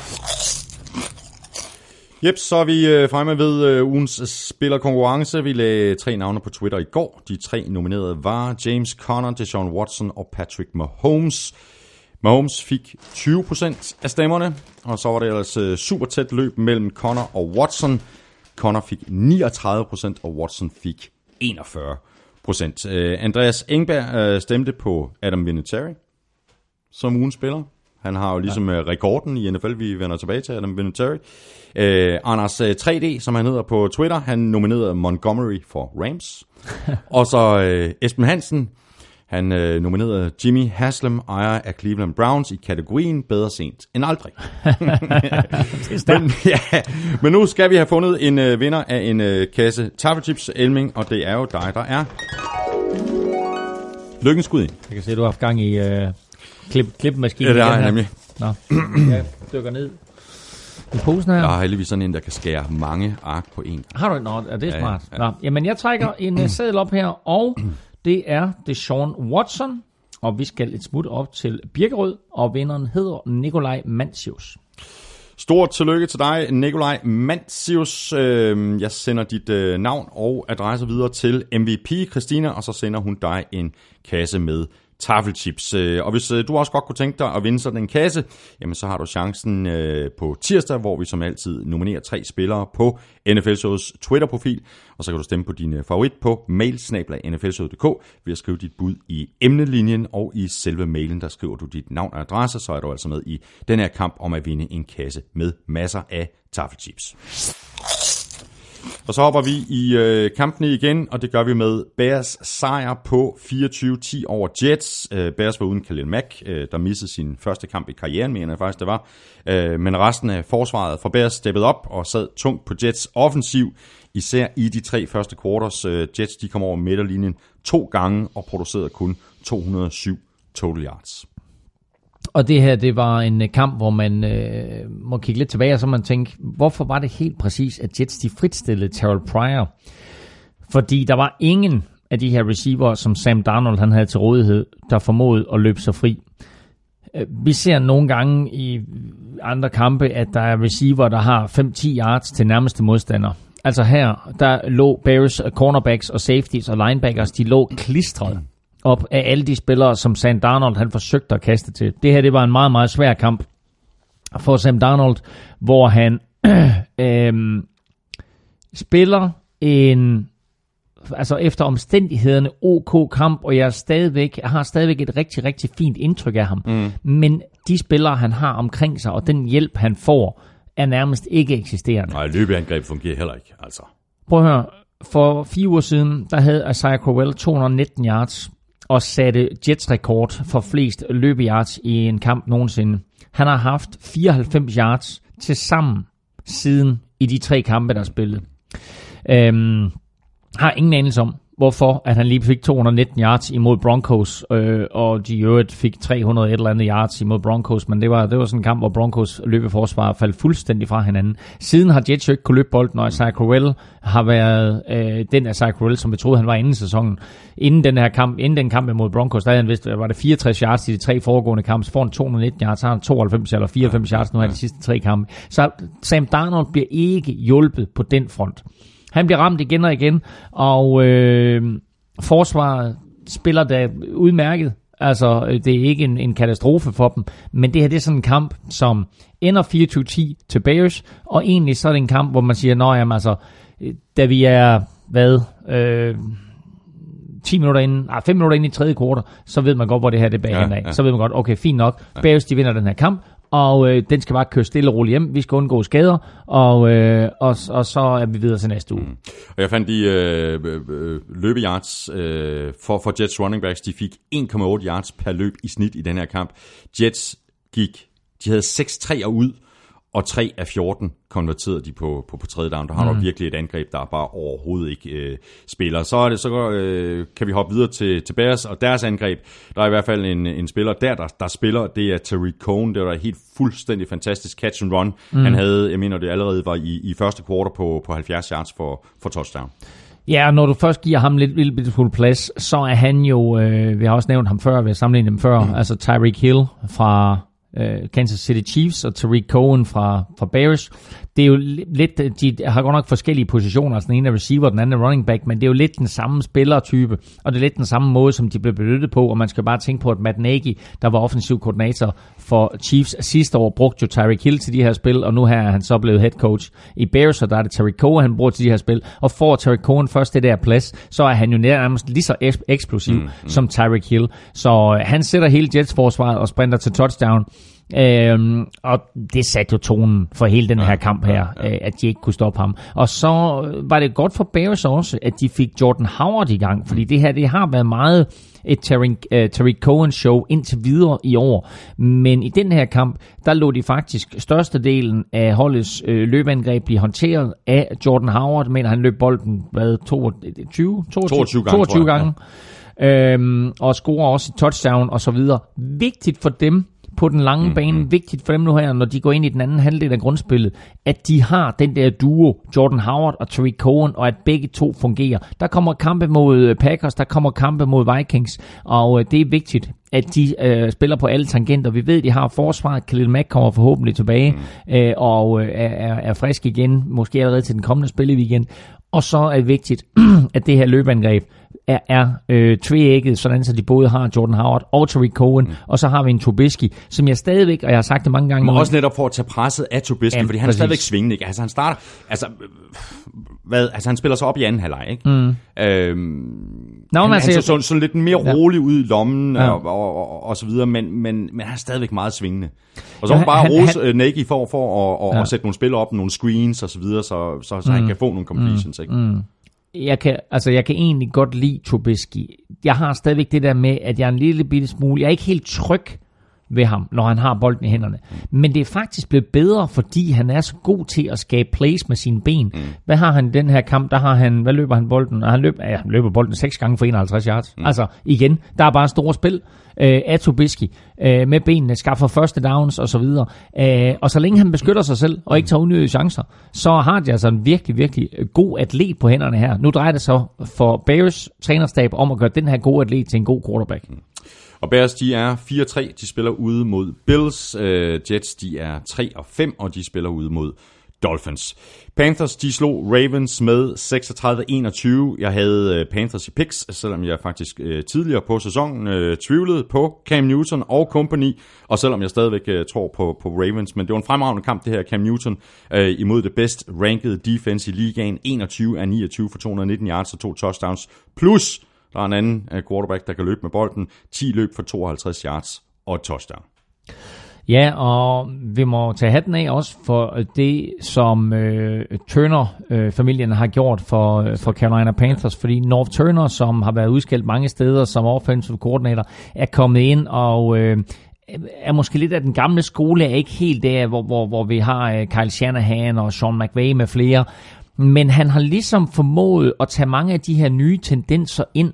Jep, så er vi øh, fremme ved øh, ugens spillerkonkurrence. Vi lagde tre navne på Twitter i går. De tre nominerede var James Conner, Deshaun Watson og Patrick Mahomes. Mahomes fik tyve procent af stemmerne, og så var det altså super tæt løb mellem Conner og Watson. Conner fik niogtredive procent, og Watson fik enogfyrre procent. Uh, Andreas Engberg uh, stemte på Adam Vinatieri som ugens spiller. Han har jo ligesom ja. rekorden i N F L, vi vender tilbage til Adam Vinatieri. Uh, Anders uh, tre D, som han hedder på Twitter, han nominerede Montgomery for Rams. Og så uh, Esben Hansen, Han øh, nominerede Jimmy Haslam, ejer af Cleveland Browns, i kategorien bedre sent end aldrig. men, ja, men nu skal vi have fundet en øh, vinder af en øh, kasse taffelchips, Elming, og det er jo dig, der er lykkens skud ind. Jeg kan se, at du har haft gang i øh, klip, klipmaskinen. Ja, det har jeg nemlig. Nå, jeg dykker ned i posen her. Jeg har heldigvis sådan en, der kan skære mange ark på en. Har du en? Nå, er det ja, smart? Ja. Nå, jamen, jeg trækker en uh, seddel op her, og det er Deshaun Watson, og vi skal et smut op til Birkerød, og vinderen hedder Nikolaj Mansius. Stort tillykke til dig, Nikolaj Mansius. Jeg sender dit navn og adresse videre til M V P Christina, og så sender hun dig en kasse med taffelchips. Og hvis du også godt kunne tænke dig at vinde sådan en kasse, jamen så har du chancen på tirsdag, hvor vi som altid nominerer tre spillere på N F L Showets Twitter-profil, og så kan du stemme på din favorit på mail snabel-a n f l showet punktum d k ved at skrive dit bud i emnelinjen, og i selve mailen, der skriver du dit navn og adresse, så er du altså med i den her kamp om at vinde en kasse med masser af taffelchips. Og så hopper vi i øh, kampene igen, og det gør vi med Bears sejr på fireogtyve ti over Jets. Øh, Bears var uden Khalil Mack, øh, der missede sin første kamp i karrieren, mener jeg faktisk det var. Øh, men resten af forsvaret fra Bears steppede op og sad tungt på Jets offensiv, især i de tre første quarters. Øh, Jets de kom over midterlinjen to gange og producerede kun to hundrede og syv total yards. Og det her, det var en kamp, hvor man øh, må kigge lidt tilbage, og så man tænke, hvorfor var det helt præcis, at Jets de fritstillede Terrell Pryor? Fordi der var ingen af de her receiver, som Sam Darnold han havde til rådighed, der formåede at løbe sig fri. Vi ser nogle gange i andre kampe, at der er receiver, der har fem til ti yards til nærmeste modstander. Altså her, der lå Bears cornerbacks og safeties og linebackers, de lå klistret op af alle de spillere, som Sam Darnold han forsøgte at kaste til. Det her, det var en meget, meget svær kamp for Sam Darnold, hvor han øh, spiller en, altså efter omstændighederne OK kamp, og jeg, er stadigvæk, jeg har stadigvæk et rigtig, rigtig fint indtryk af ham. Mm. Men de spillere, han har omkring sig, og den hjælp, han får, er nærmest ikke eksisterende. Nej, løbeangreb fungerer heller ikke, altså. Prøv at høre. For fire uger siden, der havde Isaiah Crowell to hundrede og nitten yards, og satte Jets rekord for flest løbeyards i en kamp nogensinde. Han har haft fireoghalvfems yards til sammen siden i de tre kampe, der er spillet. Øhm, har ingen anelse om, hvorfor at han lige fik to hundrede og nitten yards imod Broncos, øh, og de øvrigt fik tre hundrede et eller andet yards imod Broncos, men det var, det var sådan en kamp, hvor Broncos løbeforsvar faldt fuldstændig fra hinanden. Siden har Jets jo ikke kunne løbe bolden, og Isaiah Crowell har været øh, den Isaiah Crowell, som vi troede, han var inden sæsonen. Inden den her kamp, inden den kamp imod Broncos, der havde han vist, var det fireogtres yards i de tre foregående kampe, så får han to hundrede og nitten yards, så har han tooghalvfems eller fireoghalvfems yards nu her de sidste tre kampe. Så Sam Darnold bliver ikke hjulpet på den front. Han bliver ramt igen og igen, og øh, forsvaret spiller da udmærket. Altså, det er ikke en, en katastrofe for dem, men det her det er sådan en kamp, som ender fireogtyve ti til Bears, og egentlig så er det en kamp, hvor man siger, nå jamen altså, da vi er, hvad, øh, ti minutter inden, nej, fem minutter inde i tredje kvartal, så ved man godt, hvor det her det er bag ja, af. Ja. Så ved man godt, okay, fint nok, ja. Bears de vinder den her kamp, og øh, den skal bare køre stille og roligt hjem. Vi skal undgå skader, og, øh, og, og så er vi videre til næste uge. Mm. Og jeg fandt de øh, øh, løbeyards øh, for, for Jets running backs, de fik en komma otte yards per løb i snit i den her kamp. Jets gik, de havde seks træer ud, og tre af fjorten konverterede de på, på, på tredje down. Der har mm. du virkelig et angreb, der bare overhovedet ikke øh, spiller. Så, er det, så øh, kan vi hoppe videre til, til Bears og deres angreb. Der er i hvert fald en, en spiller der, der, der spiller. Det er Tariq Cohen. Det var et helt fuldstændig fantastisk catch and run. Mm. Han havde, jeg mener det allerede var i, i første kvartal på, på halvfjerds yards for, for touchdown. Ja, når du først giver ham lidt vildt fuld plads, så er han jo, øh, vi har også nævnt ham før, vi har sammenlignet dem før, mm. altså Tyreek Hill fra Uh, Kansas City Chiefs og Tariq Cohen fra, fra Bears. Det er jo lidt, de har godt nok forskellige positioner, altså den ene er receiver, den anden er running back, men det er jo lidt den samme spillertype, og det er lidt den samme måde, som de blev benyttet på, og man skal bare tænke på, at Matt Nagy, der var offensiv koordinator for Chiefs sidste år, brugte jo Tyreek Hill til de her spil, og nu her er han så blevet head coach i Bears, og der er det Tariq Cohen, han bruger til de her spil, og får Tariq Cohen først det der plads, så er han jo nærmest lige så eksplosiv mm, mm. som Tyreek Hill. Så uh, han sætter hele Jets forsvaret og sprinter til touchdown. Øhm, og det satte jo tonen for hele den her kamp her, ja, ja. at de ikke kunne stoppe ham. Og så var det godt for Bears også, at de fik Jordan Howard i gang, fordi det her, det har været meget et Tariq, uh, Tariq Cohen show indtil videre i år. Men i den her kamp, der lå de faktisk størstedelen af holdets øh, løbeangreb blive håndteret af Jordan Howard, men han løb bolden hvad, toogtyve, toogtyve, toogtyve gange. Ja. Øhm, og scorer også et touchdown og så videre. Vigtigt for dem på den lange mm, bane, mm. vigtigt for dem nu her, når de går ind i den anden halvdel af grundspillet, at de har den der duo, Jordan Howard og Tariq Cohen, og at begge to fungerer. Der kommer kampe mod Packers, der kommer kampe mod Vikings, og øh, det er vigtigt, at de øh, spiller på alle tangenter. Vi ved, de har forsvaret. Khalil Mack kommer forhåbentlig tilbage, mm. øh, og øh, er, er frisk igen, måske allerede til den kommende spilleweekend. Og så er det vigtigt, at det her løbeangreb er, er øh, tveægget, sådan så de både har Jordan Howard og Tariq Cohen, mm. og så har vi en Trubisky, som jeg stadigvæk, og jeg har sagt det mange gange... Men også netop for at tage presset af Trubisky, ja, fordi han er stadigvæk svingende, ikke? Altså han starter... Altså, hvad, altså han spiller sig op i anden halvleg, ikke? Mm. Øhm, Nå, han, han så sådan, sådan lidt mere rolig ja. ud i lommen, ja. og, og, og, og så videre, men, men, men han er stadigvæk meget svingende. Og så ja, bare han, rose han, Nagy for, for at, og, ja. at sætte nogle spil op, nogle screens og så videre, så, så, så mm. han kan få nogle completions, ikke? Mm. Jeg kan, altså jeg kan egentlig godt lide Trubisky. Jeg har stadigvæk det der med, at jeg er en lille bitte smule, jeg er ikke helt tryg ved ham, når han har bolden i hænderne. Men det er faktisk blevet bedre, fordi han er så god til at skabe plays med sine ben. Mm. Hvad har han i den her kamp? Der har han, hvad løber han bolden? Han løber, ja, han løber bolden seks gange for enoghalvtreds yards. Mm. Altså igen, der er bare store spil øh, af Trubisky øh, med benene, skaffer første downs og så videre. Øh, og så længe han beskytter sig selv og ikke tager unødige chancer, så har de altså en virkelig, virkelig god atlet på hænderne her. Nu drejer det så for Bears trænerstab om at gøre den her gode atlet til en god quarterback. Mm. Og Bears, de er fire tre, de spiller ude mod Bills. Uh, Jets, de er tre og fem, og de spiller ude mod Dolphins. Panthers, de slog Ravens med seksogtredive enogtyve. Jeg havde Panthers i picks, selvom jeg faktisk uh, tidligere på sæsonen uh, tvivlede på Cam Newton og company, og selvom jeg stadigvæk uh, tror på, på Ravens. Men det var en fremragende kamp, det her Cam Newton, uh, imod det bedst rankede defense i ligaen. enogtyve af niogtyve for to hundrede og nitten yards og to touchdowns, plus der er en anden quarterback, der kan løbe med bolden. ti løb for tooghalvtreds yards og et touchdown. Ja, og vi må tage hatten af også for det, som øh, Turner-familien øh, har gjort for, øh, for Carolina Panthers, fordi Norv Turner, som har været udskilt mange steder som offensive coordinator, er kommet ind og... Øh, er måske lidt af den gamle skole, er ikke helt der, hvor, hvor, hvor vi har øh, Kyle Shanahan og Sean McVay med flere, men han har ligesom formået at tage mange af de her nye tendenser ind,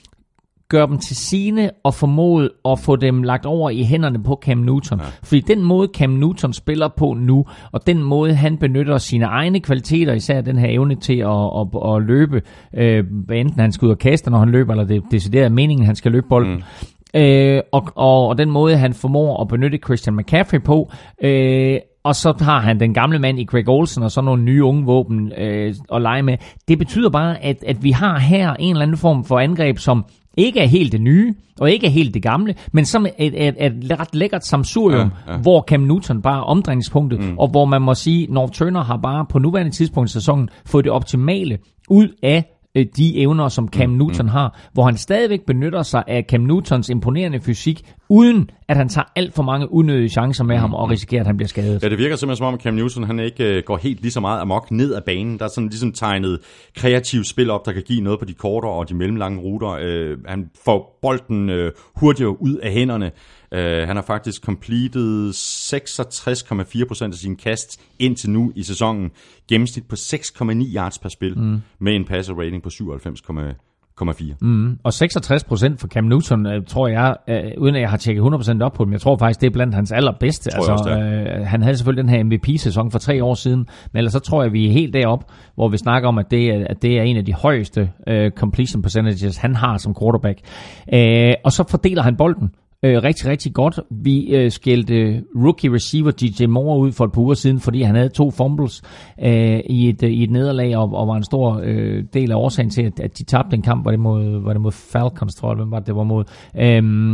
gøre dem til sine og formået at få dem lagt over i hænderne på Cam Newton. Ja. Fordi den måde Cam Newton spiller på nu, og den måde han benytter sine egne kvaliteter, især den her evne til at, at, at løbe, øh, enten han skal ud og kaste, når han løber, eller det deciderer meningen, han skal løbe bolden. Mm. Øh, og, og, og den måde han formår at benytte Christian McCaffrey på, øh, og så har han den gamle mand i Greg Olsen og så nogle nye unge våben øh, at lege med. Det betyder bare, at, at vi har her en eller anden form for angreb, som ikke er helt det nye, og ikke er helt det gamle, men som et, et, et ret lækkert samsurium, ja, ja. Hvor Cam Newton bare er omdrejningspunktet, mm. og hvor man må sige, Norv Turner har bare på nuværende tidspunkt i sæsonen fået det optimale ud af de evner, som Cam mm, Newton mm. har, hvor han stadigvæk benytter sig af Cam Newtons imponerende fysik, uden at han tager alt for mange unødige chancer med mm, ham og risikerer, at han bliver skadet. Ja, det virker simpelthen som om, at Cam Newton han ikke uh, går helt lige så meget amok ned ad banen. Der er sådan ligesom tegnet kreativt spil op, der kan give noget på de kortere og de mellemlange ruter. Uh, han får bolden uh, hurtigere ud af hænderne. Uh, han har faktisk completed seksogtres komma fire procent af sine kast indtil nu i sæsonen. Gennemsnit på seks komma ni yards per spil, mm. med en passer rating på syvoghalvfems komma fire. Mm. Og seksogtres procent for Cam Newton, uh, tror jeg, uh, uden at jeg har tjekket hundrede procent op på dem, jeg tror faktisk, det er blandt hans allerbedste. Altså, også, uh, han havde selvfølgelig den her M V P-sæson for tre år siden, men ellers så tror jeg, vi er helt derop, hvor vi snakker om, at det er, at det er en af de højeste uh, completion percentages, han har som quarterback. Uh, og så fordeler han bolden Øh, rigtig, rigtig godt. Vi øh, skældte rookie receiver D J Moore ud for et par uger siden, fordi han havde to fumbles øh, i, et, i et nederlag, og, og var en stor øh, del af årsagen til, at, at de tabte en kamp, var det mod, var det mod Falcons, tror jeg, hvem var det, det var mod. Øhm,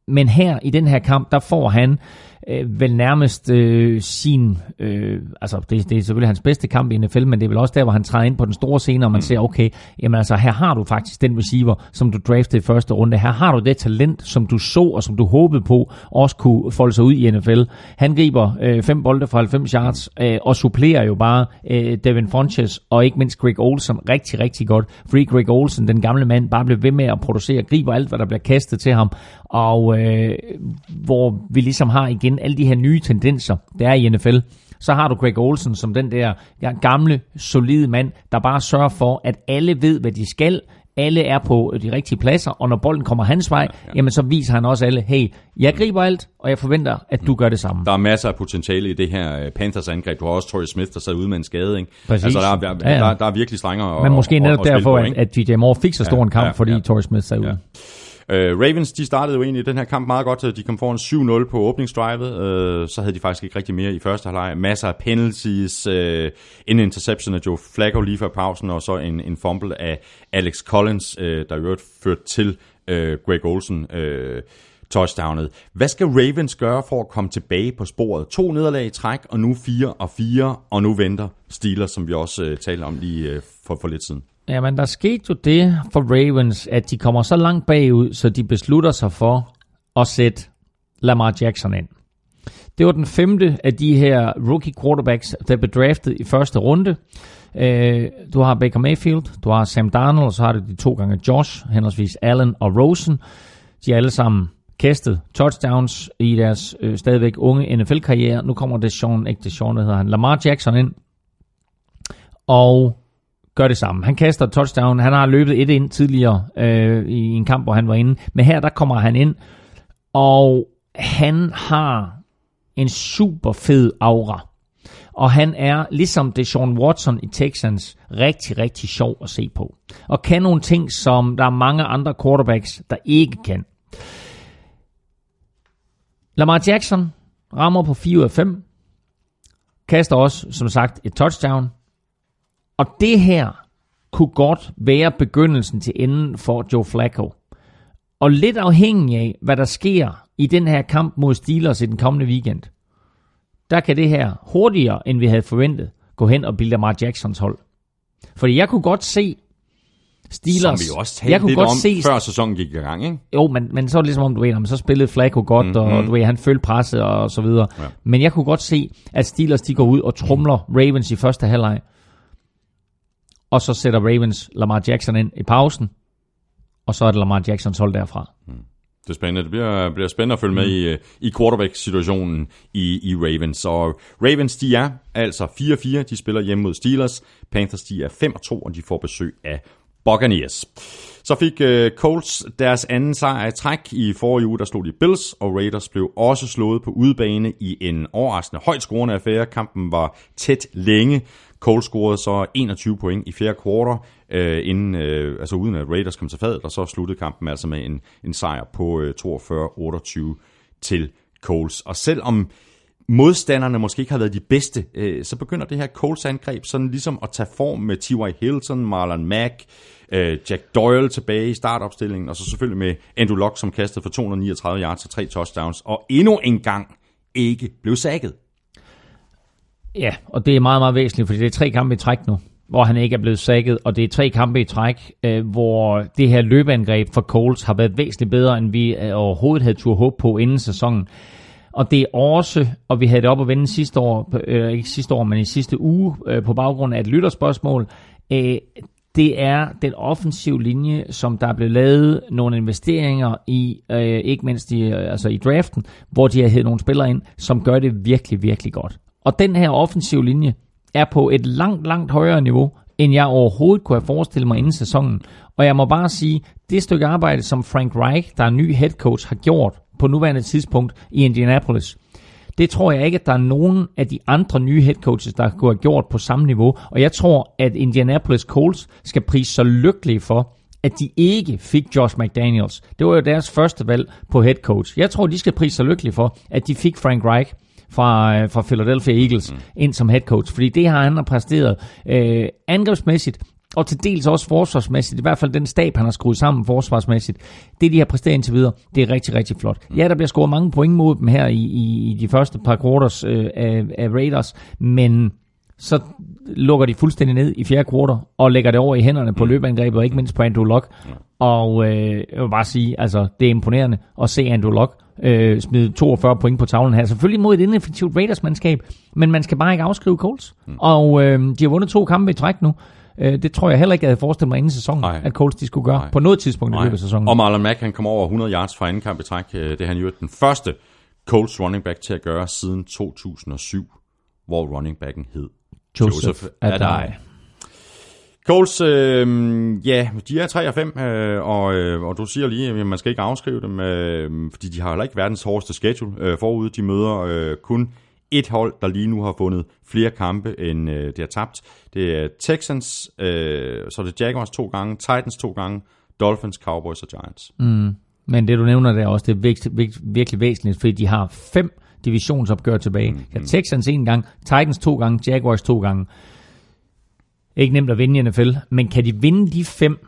men her i den her kamp, der får han øh, vel nærmest øh, sin, øh, altså det, det er selvfølgelig hans bedste kamp i N F L, men det er vel også der, hvor han træder ind på den store scene, og man ser, okay, jamen altså her har du faktisk den receiver, som du draftede i første runde. Her har du det talent, som du så, og som du håbede på, også kunne folde sig ud i N F L. Han griber øh, fem bolde fra halvfems yards, øh, og supplerer jo bare øh, Devin Funchess, og ikke mindst Greg Olsen rigtig, rigtig godt. Fordi Greg Olsen, den gamle mand, bare blev ved med at producere, griber alt, hvad der bliver kastet til ham, og øh, hvor vi ligesom har igen alle de her nye tendenser, der er i N F L. Så har du Greg Olsen som den der gamle, solide mand, der bare sørger for, at alle ved, hvad de skal. Alle er på de rigtige pladser, og når bolden kommer hans vej, ja, ja. jamen så viser han også alle, hey, jeg griber alt, og jeg forventer, at du gør det samme. Der er masser af potentiale i det her Panthers angreb. Du har også Torrey Smith, der sad ude med en skade, ikke? Præcis. Altså, der er, der, ja, ja. Der, der er virkelig strengere. Men måske netop at, at derfor, på, at, at D J Moore fik så stor ja, en kamp, ja, ja, fordi ja. Torrey Smith sad ude. Ja. Uh, Ravens, de startede jo egentlig den her kamp meget godt. De kom foran syv nul på åbningsdrivet. Uh, så havde de faktisk ikke rigtig mere i første halvleg. Masser af penalties. Uh, en interception af Joe Flacco lige før pausen, og så en, en fumble af Alex Collins, uh, der i øvrigt førte til uh, Greg Olsen uh, touchdownet. Hvad skal Ravens gøre for at komme tilbage på sporet? To nederlag i træk, og nu fire og fire, og nu venter Steelers, som vi også uh, talte om lige uh, for, for lidt siden. Jamen, der skete jo det for Ravens, at de kommer så langt bagud, så de beslutter sig for at sætte Lamar Jackson ind. Det var den femte af de her rookie quarterbacks, der blev draftet i første runde. Du har Baker Mayfield, du har Sam Darnold, og så har du de to gange Josh, henholdsvis Allen og Rosen. De er alle sammen kastet touchdowns i deres øh, stadigvæk unge N F L-karriere. Nu kommer det Sean, ikke det Sean, der hedder han, Lamar Jackson ind, og gør det samme. Han kaster touchdown. Han har løbet et ind tidligere øh, i en kamp, hvor han var inde. Men her, der kommer han ind, og han har en super fed aura. Og han er, ligesom Deshaun Watson i Texans, rigtig, rigtig sjov at se på. Og kan nogle ting, som der er mange andre quarterbacks, der ikke kan. Lamar Jackson rammer på fire ud af fem. Kaster også, som sagt, et touchdown. Og det her kunne godt være begyndelsen til enden for Joe Flacco. Og lidt afhængig af, hvad der sker i den her kamp mod Steelers i den kommende weekend, der kan det her hurtigere, end vi havde forventet, gå hen og blive Lamar Jacksons hold. Fordi jeg kunne godt se Steelers... Som vi også talte jeg kunne lidt godt om, se, før sæsonen gik i gang, ikke? Jo, men, men så var det ligesom om, du ved, jamen, så spillede Flacco godt, mm-hmm. og du ved, han følte presset og så videre. Ja. Men jeg kunne godt se, at Steelers de går ud og trumler Ravens i første halvleg. Og så sætter Ravens Lamar Jackson ind i pausen, og så er det Lamar Jacksons hold derfra. Mm. Det er spændende. Det bliver, bliver spændende at følge med i, i quarterback-situationen i, i Ravens. Og Ravens, de er altså fire fire. De spiller hjemme mod Steelers. Panthers, de er fem og to, og de får besøg af Buccaneers. Så fik uh, Colts deres anden sejr i træk. I forrige uge, der slog de Bills, og Raiders blev også slået på udebane i en overraskende højt scorende affære. Kampen var tæt længe. Colts scorede så enogtyve point i fjerde kvartal, øh, inden, øh, altså uden at Raiders kom til fadet, og så sluttede kampen altså med en, en sejr på øh, toogfyrre otteogtyve til Colts. Og selvom modstanderne måske ikke har været de bedste, øh, så begynder det her Colts-angreb sådan ligesom at tage form med T Y. Hilton, Marlon Mack, øh, Jack Doyle tilbage i startopstillingen, og så selvfølgelig med Andrew Luck, som kastede for to hundrede niogtredive yards og tre touchdowns, og endnu en gang ikke blev sacket. Ja, og det er meget, meget væsentligt, fordi det er tre kampe i træk nu, hvor han ikke er blevet sacket, og det er tre kampe i træk, øh, hvor det her løbeangreb for Colts har været væsentligt bedre, end vi øh, overhovedet havde turde håbe på inden sæsonen. Og det er også, og vi havde det op at vende sidste år, øh, ikke sidste år, men i sidste uge, øh, på baggrund af et lytterspørgsmål, øh, det er den offensive linje, som der er blevet lavet nogle investeringer i, øh, ikke mindst i, øh, altså i draften, hvor de har hævet nogle spillere ind, som gør det virkelig, virkelig godt. Og den her offensive linje er på et langt, langt højere niveau, end jeg overhovedet kunne have forestillet mig inden sæsonen. Og jeg må bare sige, det stykke arbejde, som Frank Reich, der er ny head coach, har gjort på nuværende tidspunkt i Indianapolis, det tror jeg ikke, at der er nogen af de andre nye head coaches, der kunne have gjort på samme niveau. Og jeg tror, at Indianapolis Colts skal prise så lykkelige for, at de ikke fik Josh McDaniels. Det var jo deres første valg på head coach. Jeg tror, de skal prise så lykkelige for, at de fik Frank Reich fra, fra Philadelphia Eagles mm. ind som head coach. Fordi det har han præsteret øh, angrebsmæssigt, og til dels også forsvarsmæssigt, i hvert fald den stab, han har skruet sammen forsvarsmæssigt, det de har præsteret indtil videre, det er rigtig, rigtig flot. Ja, der bliver scoret mange point mod dem her i, i, i de første par quarters øh, af, af Raiders, men så lukker de fuldstændig ned i fjerde kvartal og lægger det over i hænderne på løbeangrebet, og ikke mindst på Andrew Luck. Og øh, jeg vil bare sige, altså det er imponerende at se Andrew Luck øh, smide toogfyrre point på tavlen her. Selvfølgelig mod et ineffektivt Raiders-mandskab, men man skal bare ikke afskrive Colts. Mm. Og øh, de har vundet to kampe i træk nu. Øh, det tror jeg heller ikke, jeg havde forestillet mig inden sæsonen, Ej. at Colts de skulle gøre Ej. på noget tidspunkt i løbet af sæsonen. Og Marlon Mack, han kom over hundrede yards fra anden kamp i træk. Det er han jo den første Colts running back til at gøre siden to tusind og syv, hvor running backen hed Joseph, Joseph Adai. Colts, øh, ja, de er tre og fem, øh, og, øh, og du siger lige, at man skal ikke afskrive dem, øh, fordi de har heller ikke verdens hårdeste schedule øh, forude. De møder øh, kun et hold, der lige nu har vundet flere kampe, end øh, de har tabt. Det er Texans, øh, så er det Jaguars to gange, Titans to gange, Dolphins, Cowboys og Giants. Mm. Men det du nævner der også, det er vigt, vigt, virkelig væsentligt, fordi de har fem divisionsopgør tilbage. Mm, mm. Texans en gang, Titans to gange, Jaguars to gange. Ikke nemt at vinde i N F L, men kan de vinde de fem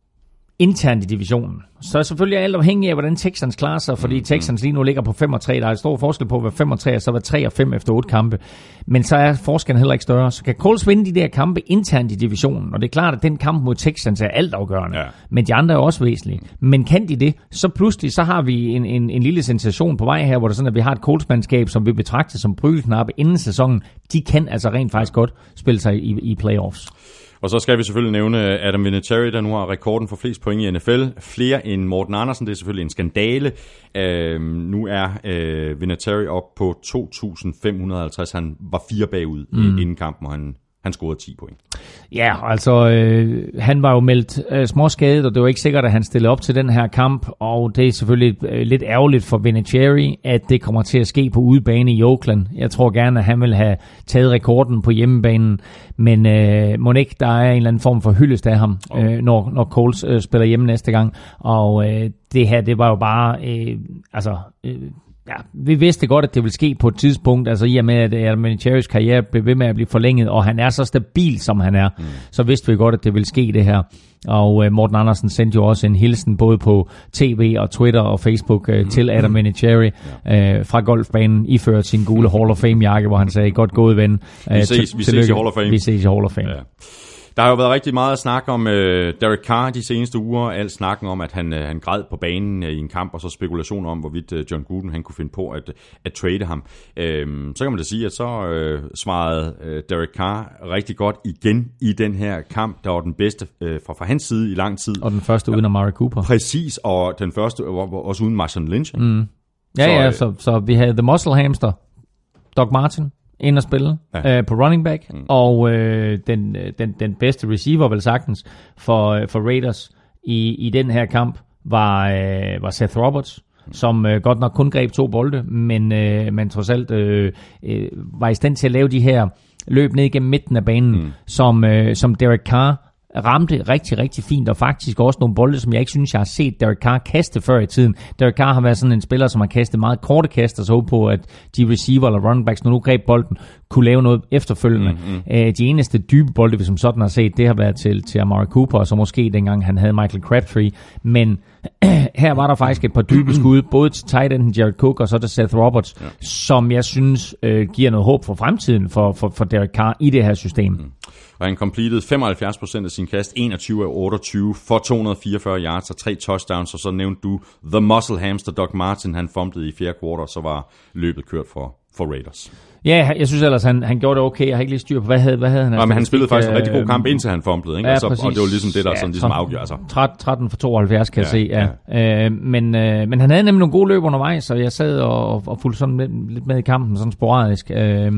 internt i divisionen, så er selvfølgelig alt afhængig af, hvordan Texans klarer sig, fordi Texans lige nu ligger på fem og tre. Der er en stor forskel på at være fem og tre, og så være tre og fem efter otte kampe. Men så er forskellen heller ikke større. Så kan Colts vinde de der kampe internt i divisionen, og det er klart, at den kamp mod Texans er altafgørende. Ja. Men de andre er også væsentlige. Men kan de det, så pludselig så har vi en, en, en lille sensation på vej her, hvor det er sådan, at vi har et Colts-mandskab, som vi betragter som prügelknappe inden sæsonen. De kan altså rent faktisk godt spille sig i, i playoffs. Og så skal vi selvfølgelig nævne Adam Vinatieri, der nu har rekorden for flest point i N F L. Flere end Morten Andersen, det er selvfølgelig en skandale. Øh, nu er øh, Vinatieri op på to tusind fem hundrede og halvtreds. Han var fire bagud mm. inden kampen, og han, han scorede ti point. Ja, altså øh, han var jo meldt øh, småskadet, og det var ikke sikkert, at han stillede op til den her kamp. Og det er selvfølgelig øh, lidt ærgerligt for Vinatieri, at det kommer til at ske på udebane i Oakland. Jeg tror gerne, at han vil have taget rekorden på hjemmebanen. Men øh, må ikke, der er en eller anden form for hyldest af ham, øh, når, når Colts øh, spiller hjemme næste gang. Og øh, det her, det var jo bare, øh, altså, øh, ja, vi vidste godt, at det ville ske på et tidspunkt, altså i og med, at Adam Vinatieris karriere blev ved med at blive forlænget, og han er så stabil, som han er, mm. så vidste vi godt, at det ville ske det her. Og øh, Morten Andersen sendte jo også en hilsen både på tv og Twitter og Facebook øh, mm. til Adam Vinatieri øh, fra golfbanen, iført sin gule Hall of Fame-jakke, hvor han sagde, godt gået ven. Øh, vi ses, vi ses i Hall of Fame. Vi ses i Hall of Fame. Ja. Der har jo været rigtig meget at snakke om øh, Derek Carr de seneste uger. Alt snakken om, at han, øh, han græd på banen øh, i en kamp, og så spekulationer om, hvorvidt øh, John Gruden han kunne finde på at, at trade ham. Øh, så kan man da sige, at så øh, svarede øh, Derek Carr rigtig godt igen i den her kamp. Der var den bedste øh, fra, fra hans side i lang tid. Og den første uden Amari Cooper. Præcis, og den første var også uden Marshawn Lynch. Mm. Ja, så, ja, så, så vi havde The Muscle Hamster, Doug Martin, ind at spille ja. øh, på running back, mm. og øh, den, den, den bedste receiver vel sagtens for, øh, for Raiders i, i den her kamp var, øh, var Seth Roberts, mm. som øh, godt nok kun greb to bolde, men, øh, men trods alt øh, øh, var i stand til at lave de her løb ned igennem midten af banen, mm. som, øh, som Derek Carr ramte rigtig, rigtig fint, og faktisk også nogle bolde, som jeg ikke synes, jeg har set Derek Carr kaste før i tiden. Derek Carr har været sådan en spiller, som har kastet meget korte kast, og så håber på, at de receiver eller running backs, når nu greb bolden, kunne lave noget efterfølgende. Mm-hmm. De eneste dybe bolde, vi som sådan har set, det har været til, til Amari Cooper, og så måske dengang han havde Michael Crabtree. Men her var der faktisk et par dybe skud, både til tight enden Jared Cook, og så til Seth Roberts, ja. som jeg synes øh, giver noget håb for fremtiden for, for, for Derek Carr i det her system. Mm. Og han completed femoghalvfjerds procent af sin kast, enogtyve af otteogtyve, for to hundrede og fireogfyrre yards og tre touchdowns, og så nævnte du The Muscle Hamster, Doug Martin, han fumblede i fjerde kvartal, og så var løbet kørt for, for Raiders. Ja, jeg synes ellers, han, han gjorde det okay. Jeg har ikke lige styr på, hvad havde, hvad havde han? Ja, men han spillede faktisk en rigtig god kamp, indtil han fumblede, ikke? Ja, og, så, og det var ligesom det, der ja, sådan, ligesom afgjorde. Altså. tretten for tooghalvfjerds, kan ja, jeg se, ja. ja. Øh, men, øh, men han havde nemlig nogle gode løb undervejs, så jeg sad og, og fulgte sådan lidt, lidt med i kampen, sådan sporadisk. Øh,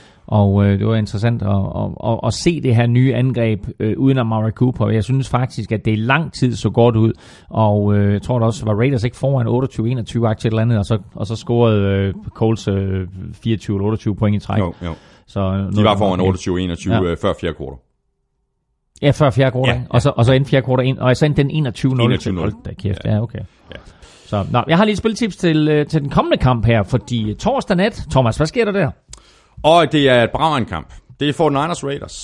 Og øh, det var interessant at, at, at, at se det her nye angreb øh, uden Amari Cooper. Jeg synes faktisk, at det i lang tid så godt ud. Og øh, jeg tror da også, var Raiders ikke foran otteogtyve enogtyve aktier eller andet, og så, og så scorede øh, Colts øh, fireogtyve eller otteogtyve point i træk. Jo, jo. Så, de var foran otteogtyve enogtyve ja. før fjerde kvartal. Ja, før fjerde kvartal. Ja, ja. Og, så, og så endte fjerde kvartal ind, og så endte den enogtyve nul. enogtyve nul. Da kæft, ja, ja okay. Ja. Så, nå, jeg har lige et spiltips til, til den kommende kamp her, fordi torsdag nat, Thomas, hvad sker der der? Og det er et brav en kamp. Det er forty-niners Raiders.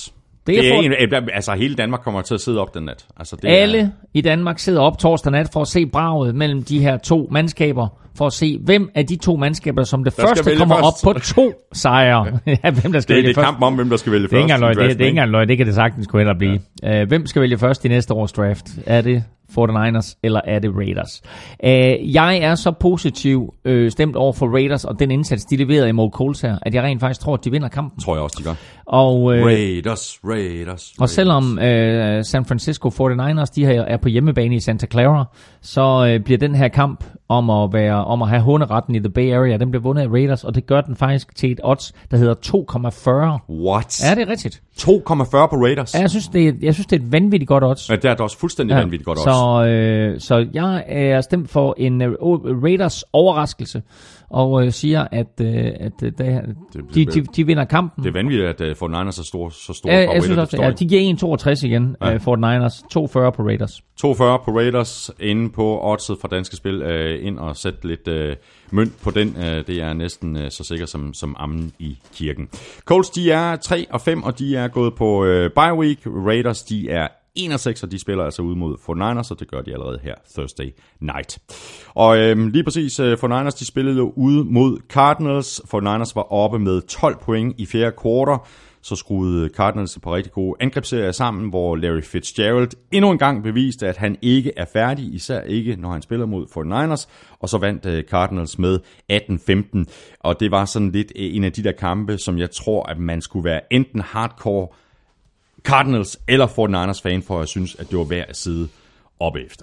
Det er, det er for... en, altså hele Danmark kommer til at sidde op den nat. Altså, det Alle er... i Danmark sidder op torsdag nat for at se braget mellem de her to mandskaber, for at se, hvem af de to mandskaber, som det der første kommer først. Op på to sejre. ja, hvem der skal det, vælge det er først. kampen om, hvem der skal vælge det er først. Løg, det, det er ikke engang løg, det kan det sagtens kunne heller blive. Ja. Uh, hvem skal vælge først i næste års draft? Er det forty-niners, eller er det Raiders? Uh, jeg er så positiv uh, stemt over for Raiders, og den indsats, de leverede imod Colts her, at jeg rent faktisk tror, at de vinder kampen. Tror jeg også, de gør. Og, uh, Raiders, Raiders. Og selvom uh, San Francisco forty-niners, de her er på hjemmebane i Santa Clara, så uh, bliver den her kamp om at være om at have hunderetten i The Bay Area, den bliver vundet af Raiders, og det gør den faktisk til et odds, der hedder to komma fyrre. What? Ja, det er rigtigt. to komma fyrre på Raiders? Ja, jeg synes, det er, jeg synes, det er et vanvittigt godt odds. Ja, det er da også fuldstændig ja. vanvittigt godt odds. Så, øh, så jeg er stemt for en uh, Raiders overraskelse, og øh, siger, at, øh, at øh, det, de, de, de vinder kampen. Det er vanvittigt, at uh, forty-niners er store, så store ja, favoritter. Jeg synes også, ja, de giver en komma toogtres igen, ja. uh, forty-niners. to komma fyrre på Raiders. to komma fyrre på Raiders, inde på oddset fra Danske Spil. Uh, ind og sæt lidt uh, mønt på den. Uh, det er næsten uh, så sikkert som, som ammen i kirken. Colts, de er tre og fem, og de er gået på uh, bye week. Raiders, de er en og seks, og de spiller altså ud mod forty-niners, og det gør de allerede her Thursday night. Og øhm, lige præcis, uh, forty-niners, de spillede ud mod Cardinals. forty-niners var oppe med tolv point i fjerde kvartal. Så skruede Cardinals på rigtig gode angrebsserier sammen, hvor Larry Fitzgerald endnu en gang beviste, at han ikke er færdig, især ikke, når han spiller mod forty-niners. Og så vandt uh, Cardinals med atten femten. Og det var sådan lidt uh, en af de der kampe, som jeg tror, at man skulle være enten hardcore Cardinals eller forty-niners fan, for jeg synes, at det var værd at sidde oppe efter.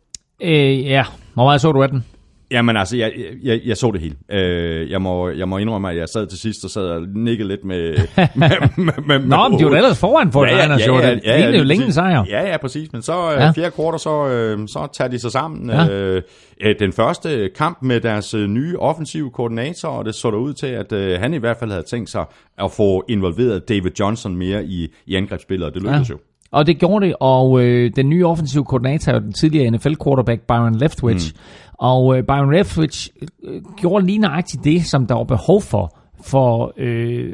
Øh, ja, hvor meget så du af den? Jamen altså, jeg, jeg, jeg så det hele. Øh, jeg, må, jeg må indrømme, at jeg sad til sidst og sad og nikkede lidt med... med, med, med Nå, men de var da ellers foran for ja, ja, ja, ja, ja, ja, det er jo længe sejr. Ja, ja, præcis. Men så ja. fjerde kvartal, så, øh, så tager de sig sammen. Ja. Øh, den første kamp med deres nye offensive koordinator, og det så der ud til, at øh, han i hvert fald havde tænkt sig at få involveret David Johnson mere i, i angrebsspillet, og det lykkedes ja. jo. Og det gjorde det, og øh, den nye offensive koordinator er den tidligere N F L-quarterback Byron Leftwich. Mm. Og øh, Byron Leftwich øh, gjorde lige nøjagtigt det, som der var behov for, for, øh,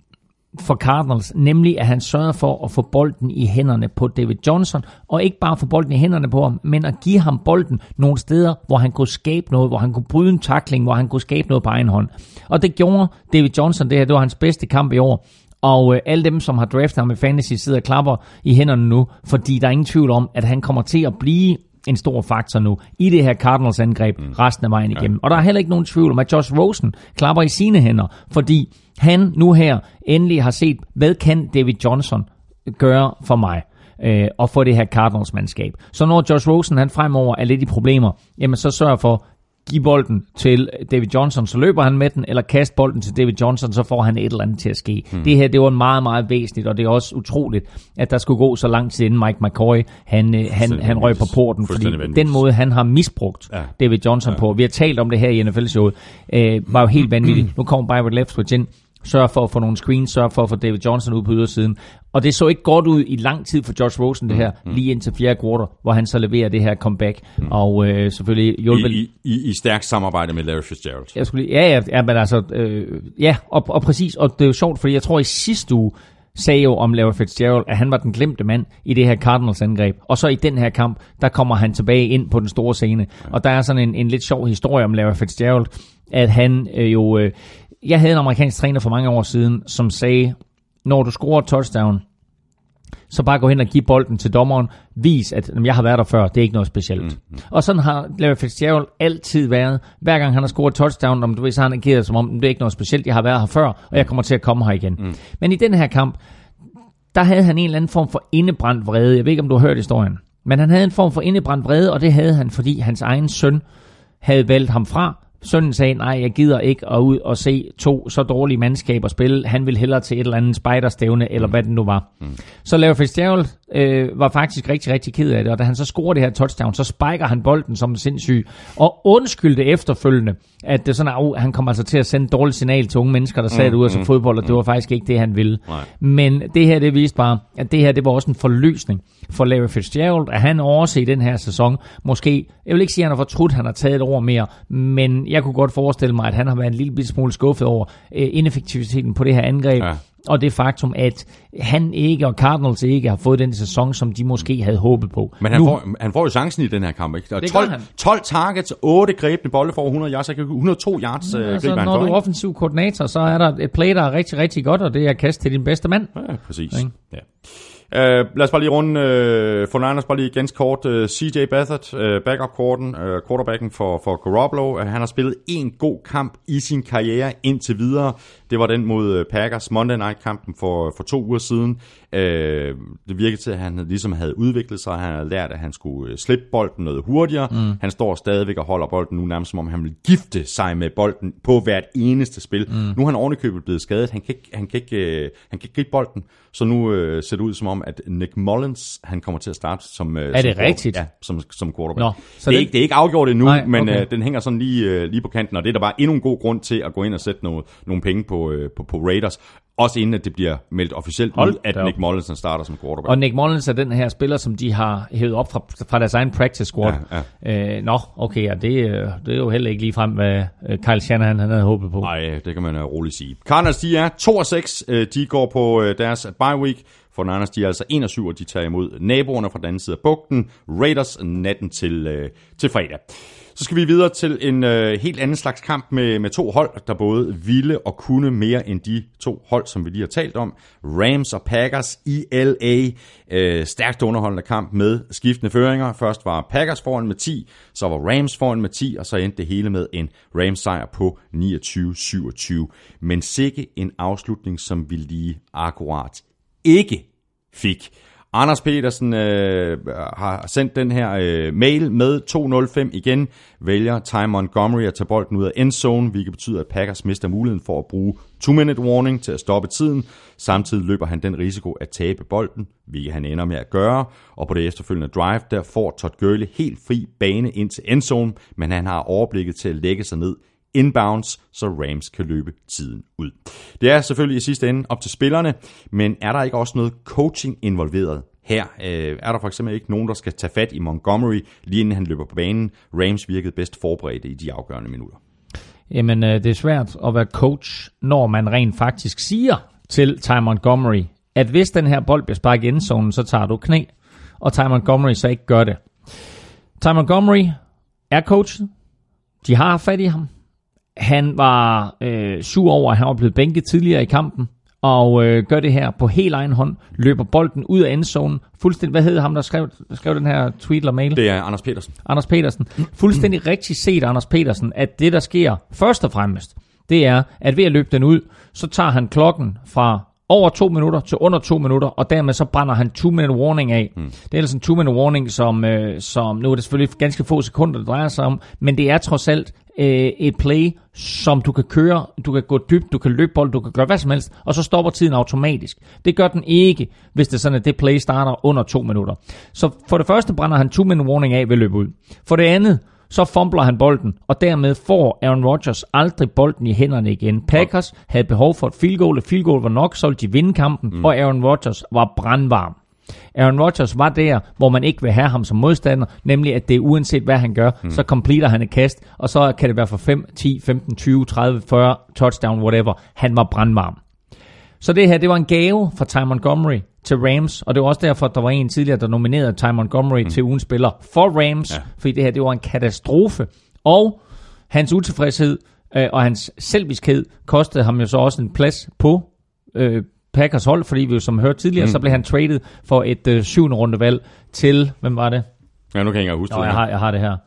for Cardinals, nemlig at han sørgede for at få bolden i hænderne på David Johnson, og ikke bare få bolden i hænderne på ham, men at give ham bolden nogle steder, hvor han kunne skabe noget, hvor han kunne bryde en tackling, hvor han kunne skabe noget på egen hånd. Og det gjorde David Johnson, det her, det var hans bedste kamp i år. Og øh, alle dem, som har draftet ham i fantasy, sidder og klapper i hænderne nu, fordi der er ingen tvivl om, at han kommer til at blive en stor faktor nu i det her Cardinals angreb mm. resten af vejen igennem. Ja. Og der er heller ikke nogen tvivl om, at Josh Rosen klapper i sine hænder, fordi han nu her endelig har set, hvad kan David Johnson gøre for mig øh, og for det her Cardinals mandskab. Så når Josh Rosen han fremover er lidt i problemer, jamen så sørg for give bolden til David Johnson, så løber han med den, eller kast bolden til David Johnson, så får han et eller andet til at ske. Hmm. Det her, det var meget, meget væsentligt, og det er også utroligt, at der skulle gå så lang tid, inden Mike McCoy, han, han, han røg på porten, fordi den måde, han har misbrugt ja. David Johnson ja. på, vi har talt om det her i N F L-showet, øh, var jo helt vanvittigt. Nu kommer Byron Leftwich ind, sørg for at få nogle screens, sørg for at få David Johnson ud på ydersiden. Og det så ikke godt ud i lang tid for Josh Rosen, det her, mm. lige indtil fjerde kvartal, hvor han så leverer det her comeback. Mm. Og øh, selvfølgelig hjulpet... I, i, I stærkt samarbejde med Larry Fitzgerald. Jeg skulle lige, ja, ja, ja, men altså... Øh, ja, og, og præcis. Og det er jo sjovt, fordi jeg tror i sidste uge, sagde jo om Larry Fitzgerald, at han var den glemte mand i det her Cardinals-angreb. Og så i den her kamp, der kommer han tilbage ind på den store scene. Og der er sådan en, en lidt sjov historie om Larry Fitzgerald, at han øh, jo... Øh, jeg havde en amerikansk træner for mange år siden, som sagde, når du scorer touchdown, så bare gå hen og give bolden til dommeren, vis, at jeg har været der før, det er ikke noget specielt. Mm-hmm. Og sådan har Larry Fitzgerald altid været. Hver gang han har scoret touchdown, om du ved, så har han ageret som om, det er ikke noget specielt, jeg har været her før, og jeg kommer til at komme her igen. Mm. Men i den her kamp, der havde han en eller anden form for indebrændt vrede. Jeg ved ikke, om du har hørt historien. Men han havde en form for indebrændt vrede, og det havde han, fordi hans egen søn havde valgt ham fra. Sønnen sagde, nej, jeg gider ikke at ud og se to så dårlige mandskaber spille. Han ville hellere til et eller andet spejderstævne, eller mm. hvad det nu var. Mm. Så Larry Fitzgerald øh, var faktisk rigtig, rigtig ked af det, og da han så scorer det her touchdown, så spiker han bolden som en sindssyg, og undskyldte efterfølgende, at det sådan, oh, han kommer altså til at sende et dårligt signal til unge mennesker, der sad mm. ud og så fodbold, og det var faktisk ikke det, han ville. Nej. Men det her, det viste bare, at det her, det var også en forløsning for Larry Fitzgerald, at han også i den her sæson, måske, jeg vil ikke sige, at han har fortrudt, han har taget et år mere, men jeg kunne godt forestille mig, at han har været en lille smule skuffet over øh, ineffektiviteten på det her angreb. Ja. og det faktum, at han ikke og Cardinals ikke har fået den sæson, som de måske havde håbet på. Men han, nu, får, han får jo chancen i den her kamp, ikke? Der er tolv, tolv targets, otte grebne bolde for hundrede yards, et hundrede og to yards ja, altså, griber han når for. du er offensiv koordinator, så er der et play, der er rigtig, rigtig godt, og det er at kaste til din bedste mand. Ja, præcis. Ja. Uh, lad os bare lige runde uh, for Niners, bare lige ganske kort. uh, C J Beathard, uh, backup-quarten, uh, quarterbacken for, for Garoppolo. Uh, han har spillet en god kamp i sin karriere indtil videre. Det var den mod uh, Packers Monday Night-kampen for, for to uger siden. Uh, det virkede til, at han ligesom havde udviklet sig. Han havde lært, at han skulle uh, slippe bolden noget hurtigere. Mm. Han står stadigvæk og holder bolden nu, nærmest som om han vil gifte sig med bolden på hvert eneste spil. Mm. Nu er han ovenikøbet blevet skadet. Han kan ikke, han kan ikke, uh, han kan ikke gribe bolden. Så nu uh, ser det ud som om, at Nick Mullins, han kommer til at starte som uh, er det som rigtigt? Ja, som, som quarterback. Nå, så det, er ikke, det er ikke afgjort endnu, nej, men okay. uh, den hænger sådan lige, uh, lige på kanten, og det er der bare endnu en god grund til at gå ind og sætte nogle, nogle penge på, uh, på, på Raiders. Også inden at det bliver meldt officielt Hold ud, at derop. Nick Mullins starter som quarterback. Og Nick Mullins er den her spiller, som de har hævet op fra, fra deres egen practice squad. Ja, ja. Øh, nå, okay, ja, det, det er jo heller ikke ligefrem, hvad Kyle Shanahan han havde håbet på. Nej, det kan man roligt sige. Cardinals, de er to og seks. De går på deres bye week. For Niners, de er altså en og syv, og de tager imod naboerne fra den anden side af bugten. Raiders natten til, øh, til fredag. Så skal vi videre til en øh, helt anden slags kamp med, med to hold, der både ville og kunne mere end de to hold, som vi lige har talt om. Rams og Packers i L A. Øh, stærkt underholdende kamp med skiftende føringer. Først var Packers foran med ti, så var Rams foran med ti, og så endte det hele med en Rams sejr på niogtyve syvogtyve. Men sikke en afslutning, som vi lige akkurat ikke fik. Anders Petersen øh, har sendt den her øh, mail med to nul fem igen. Vælger Ty Montgomery at tage bolden ud af endzone, hvilket betyder, at Packers mister muligheden for at bruge two-minute warning til at stoppe tiden. Samtidig løber han den risiko at tabe bolden, hvilket han ender med at gøre. Og på det efterfølgende drive, der får Todd Gurley helt fri bane ind til endzone, men han har overblikket til at lægge sig ned inbounds, så Rams kan løbe tiden ud. Det er selvfølgelig i sidste ende op til spillerne, men er der ikke også noget coaching involveret her? Øh, er der for eksempel ikke nogen, der skal tage fat i Montgomery, lige inden han løber på banen? Rams virkede bedst forberedte i de afgørende minutter. Jamen, øh, det er svært at være coach, når man rent faktisk siger til Ty Montgomery, at hvis den her bold bliver sparket i endzonen, så tager du knæ, og Ty Montgomery så ikke gør det. Ty Montgomery er coachet. De har fat i ham. Han var øh, sur over, at han var blevet bænket tidligere i kampen, og øh, gør det her på helt egen hånd, løber bolden ud af endzonen, fuldstændig, hvad hed ham, der skrev, skrev den her tweet eller mail? Det er Anders Petersen. Anders Petersen. Fuldstændig rigtigt set, Anders Petersen, at det, der sker først og fremmest, det er, at ved at løbe den ud, så tager han klokken fra over to minutter til under to minutter, og dermed så brænder han two-minute warning af. Hmm. Det er altså en two-minute warning, som, øh, som nu er det selvfølgelig ganske få sekunder, det drejer sig om, men det er trods alt øh, et play, som du kan køre, du kan gå dybt, du kan løbe bold, du kan gøre hvad som helst, og så stopper tiden automatisk. Det gør den ikke, hvis det er sådan, at det play starter under to minutter. Så for det første brænder han two-minute warning af ved at løbe ud. For det andet, så fumbler han bolden, og dermed får Aaron Rodgers aldrig bolden i hænderne igen. Packers havde behov for et field goal, et field goal var nok, så ville de vinde kampen, mm. og Aaron Rodgers var brandvarm. Aaron Rodgers var der, hvor man ikke vil have ham som modstander, nemlig at det er uanset hvad han gør, mm. så completer han et kast, og så kan det være for fem, ti, femten, tyve, tredive, fyrre, touchdown, whatever. Han var brandvarm. Så det her, det var en gave fra Ty Montgomery til Rams, og det var også derfor, at der var en tidligere, der nominerede Ty Montgomery mm. til ugens spiller for Rams, ja. Fordi det her, det var en katastrofe. Og hans utilfredshed øh, og hans selviskhed kostede ham jo så også en plads på øh, Packers hold, fordi vi jo som hørte tidligere, mm. så blev han traded for et øh, syvende rundevalg til, hvem var det? Ja, nu kan jeg ikke huske Nå, det. Jeg har, jeg har det her.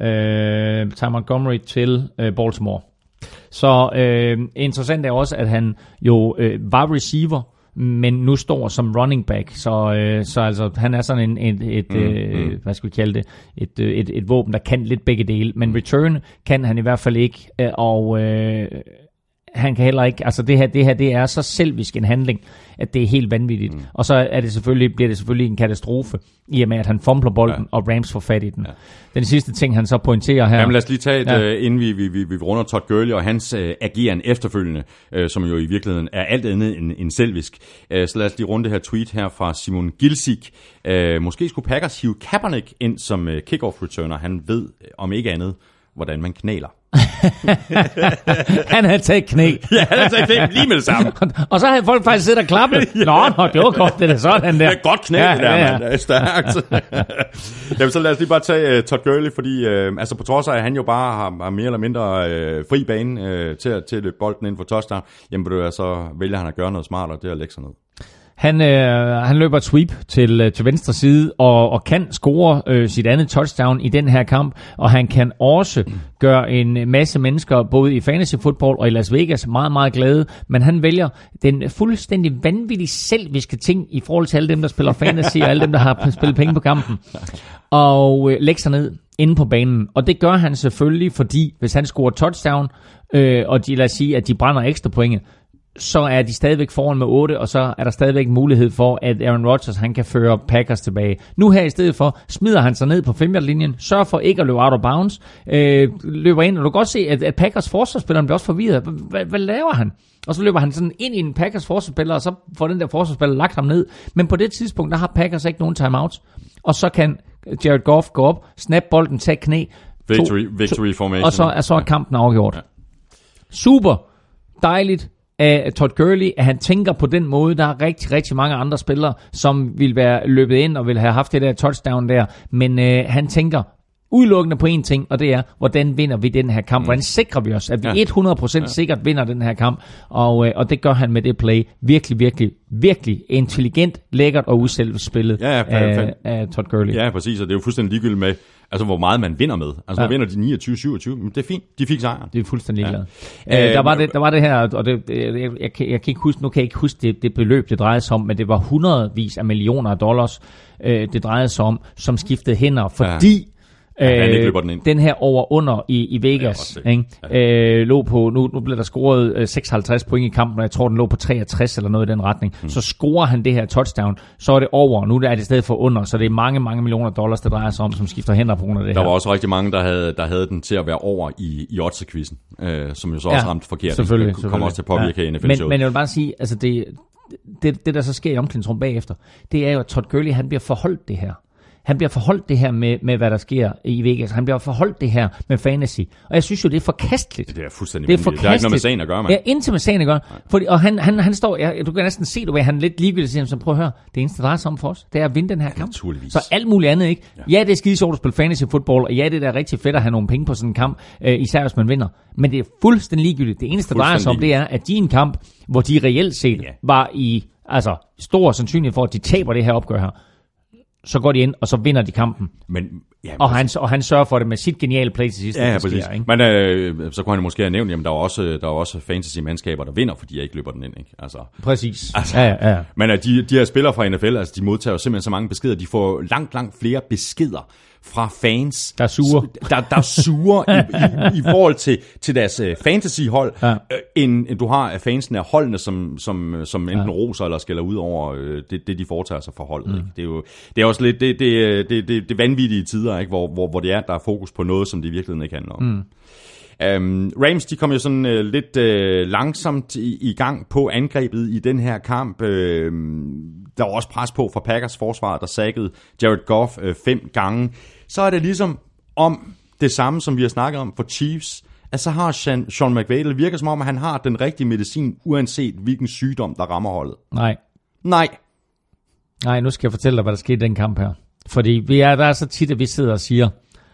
Øh, Ty Montgomery til øh, Baltimore. Så øh, interessant er også, at han jo øh, var receiver, men nu står som running back. Så, øh, så altså, han er sådan en, et, et, mm, øh, mm. hvad skal vi kalde det, et, et, et, et våben, der kan lidt begge dele. Men return kan han i hvert fald ikke, øh, og øh, han kan heller ikke, altså det her, det her, det er så selvisk en handling, at det er helt vanvittigt. Mm. Og så er det selvfølgelig, bliver det selvfølgelig en katastrofe, i og med, at han fumbler bolden, ja. Og Rams får fat i den. Ja. Den sidste ting, han så pointerer her. Jamen lad os lige tage et, ja. uh, inden vi, vi, vi, vi runder Todd Gurley og hans uh, ageren efterfølgende, uh, som jo i virkeligheden er alt andet end, end selvisk. Uh, så lad os lige runde det her tweet her fra Simon Gilsik. Uh, måske skulle Packers hive Kaepernick ind som uh, kickoff returner. Han ved, om ikke andet, hvordan man knæler Han havde taget knæ. Ja, han havde taget knæ lige med det samme. Og så havde folk faktisk siddet og klappet. ja. Nå, nå, det var godt, det er sådan der. Det er godt knæ, ja, det der, ja, ja. mand. Det er stærkt. Jamen, så lad os lige bare tage uh, Todd Gurley, fordi uh, altså på trods af, at han jo bare har, har mere eller mindre uh, fri bane uh, til, til at løbe bolden ind for touchdown, jamen du, så vælger han at gøre noget smartere, det er at lægge sig ned. Han, øh, han løber et sweep til, øh, til venstre side og, og kan score øh, sit andet touchdown i den her kamp, og han kan også gøre en masse mennesker både i fantasy football og i Las Vegas meget, meget glade, men han vælger den fuldstændig vanvittige selviske ting i forhold til alle dem, der spiller fantasy og alle dem, der har spillet penge på kampen, og øh, lægger sig ned inde på banen, og det gør han selvfølgelig, fordi hvis han scorer touchdown, øh, og de, lad os sige, at de brænder ekstra pointe, så er de stadigvæk foran med otte, og så er der stadigvæk mulighed for, at Aaron Rodgers han kan føre Packers tilbage. Nu her i stedet for, smider han sig ned på fem-yard-linjen, sørger for ikke at løbe out of bounds, øh, løber ind, og du kan godt se, at, at Packers forsvarsspilleren bliver også forvirret. Hvad, hvad laver han? Og så løber han sådan ind i en Packers forsvarsspiller, og så får den der forsvarsspiller lagt ham ned. Men på det tidspunkt, der har Packers ikke nogen timeouts, og så kan Jared Goff gå op, snap bolden, tage knæ, victory, to, victory formation, og så er så kampen afgjort. Ja. Super dejligt af Todd Gurley, at han tænker på den måde. Der er rigtig, rigtig mange andre spillere, som vil være løbet ind og vil have haft det der touchdown der, men øh, han tænker udelukkende på én ting, og det er, hvordan vinder vi den her kamp? Hvordan sikrer vi os, at vi hundrede procent ja. sikkert vinder den her kamp? Og, øh, og det gør han med det play. Virkelig, virkelig, virkelig intelligent, lækkert og uselvspillet ja, ja, af, af Todd Gurley. Ja, præcis, og det er jo fuldstændig ligegyldigt med, altså hvor meget man vinder med. Altså, ja. hvor vinder de niogtyve syvogtyve? Men det er fint, de fik sejren. Det er fuldstændig glad. Ja. Øh, der, var det, der var det her, og det, jeg, jeg, jeg, kan, jeg kan ikke huske, nu kan jeg ikke huske det, det beløb, det drejede sig om, men det var hundredvis af millioner af dollars, øh, det drejede sig om, som skiftede hænder, fordi ja. Ja, øh, den, den her over-under i, i Vegas ja, ikke? Ja. Øh, lå på, nu, nu blev der scoret øh, seksoghalvtreds point i kampen, og jeg tror den lå på treogtres eller noget i den retning. Mm. Så scorer han det her touchdown, så er det over, nu er det i stedet for under, så det er mange, mange millioner dollars, der drejer sig om, som skifter hænder på grund af det der her. Der var også rigtig mange, der havde, der havde den til at være over i, i odds-quizzen, øh, som jo så ja, også ramte forkert. Selvfølgelig, det kommer også til at påvirke ja. N F L-showet. Men, men jeg vil bare sige, altså det, det, det der så sker i omklædningsrummet bagefter, det er jo, at Todd Gurley, han bliver forholdt det her. Han bliver forholdt det her med, med, hvad der sker i Vegas. Han bliver forholdt det her med fantasy. Og jeg synes jo, det er forkasteligt. Det er fuldstændig det er forkasteligt. Det har ikke noget med sagen at gøre, man. Ja, intet med sagen at gøre. Fordi, og han, han, han står, ja, du kan næsten se, du ved, han er lidt ligegyldig, siger, så prøv at høre, det eneste, der drejer sig om for os, det er at vinde den her kamp. Naturligvis. Så alt muligt andet, ikke? Ja, ja det er skide sjovt at spille fantasy football, og ja, det er da rigtig fedt at have nogle penge på sådan en kamp, øh, især hvis man vinder. Men det er fuldstændig ligegyldigt. Det eneste, der drejer sig om, det er, at de i en kamp, hvor de reelt set ja. var i, altså, stor sandsynlighed for, at de taber det her opgør her, så går de ind, og så vinder de kampen. Men, ja, og, han, og han sørger for det med sit geniale play til sidst. Ja, ja, præcis. Sker, ikke? Men øh, så kunne han måske have nævnt, jamen der er også, der er også fantasy-mandskaber, der vinder, fordi jeg ikke løber den ind. Ikke? Altså, præcis. Altså, ja, ja, ja. Men uh, de, de her spillere fra N F L, altså, de modtager jo simpelthen så mange beskeder. De får langt, langt flere beskeder fra fans, der er sure, der, der er sure i, i, i forhold til, til deres uh, fantasy-hold, ja. øh, end, end du har af fansene af holdene, som, som, som enten ja. roser eller skælder ud over øh, det, det, de foretager sig for holdet. Mm. Ikke? Det er jo det er også lidt det, det, det, det, det vanvittige tider, ikke? Hvor, hvor, hvor det er, der er fokus på noget, som det i virkeligheden ikke handler om. Mm. Um, Rams, de kom jo sådan uh, lidt uh, langsomt i, i gang på angrebet i den her kamp. Uh, der var også pres på fra Packers forsvar, der saggede Jared Goff uh, fem gange. Så er det ligesom om det samme, som vi har snakket om for Chiefs, at så har Sean, Sean McVay, det virker som om, at han har den rigtige medicin, uanset hvilken sygdom, der rammer holdet. Nej. Nej. Nej, nu skal jeg fortælle dig, hvad der skete i den kamp her. Fordi vi er, der er så tit, at vi sidder og siger,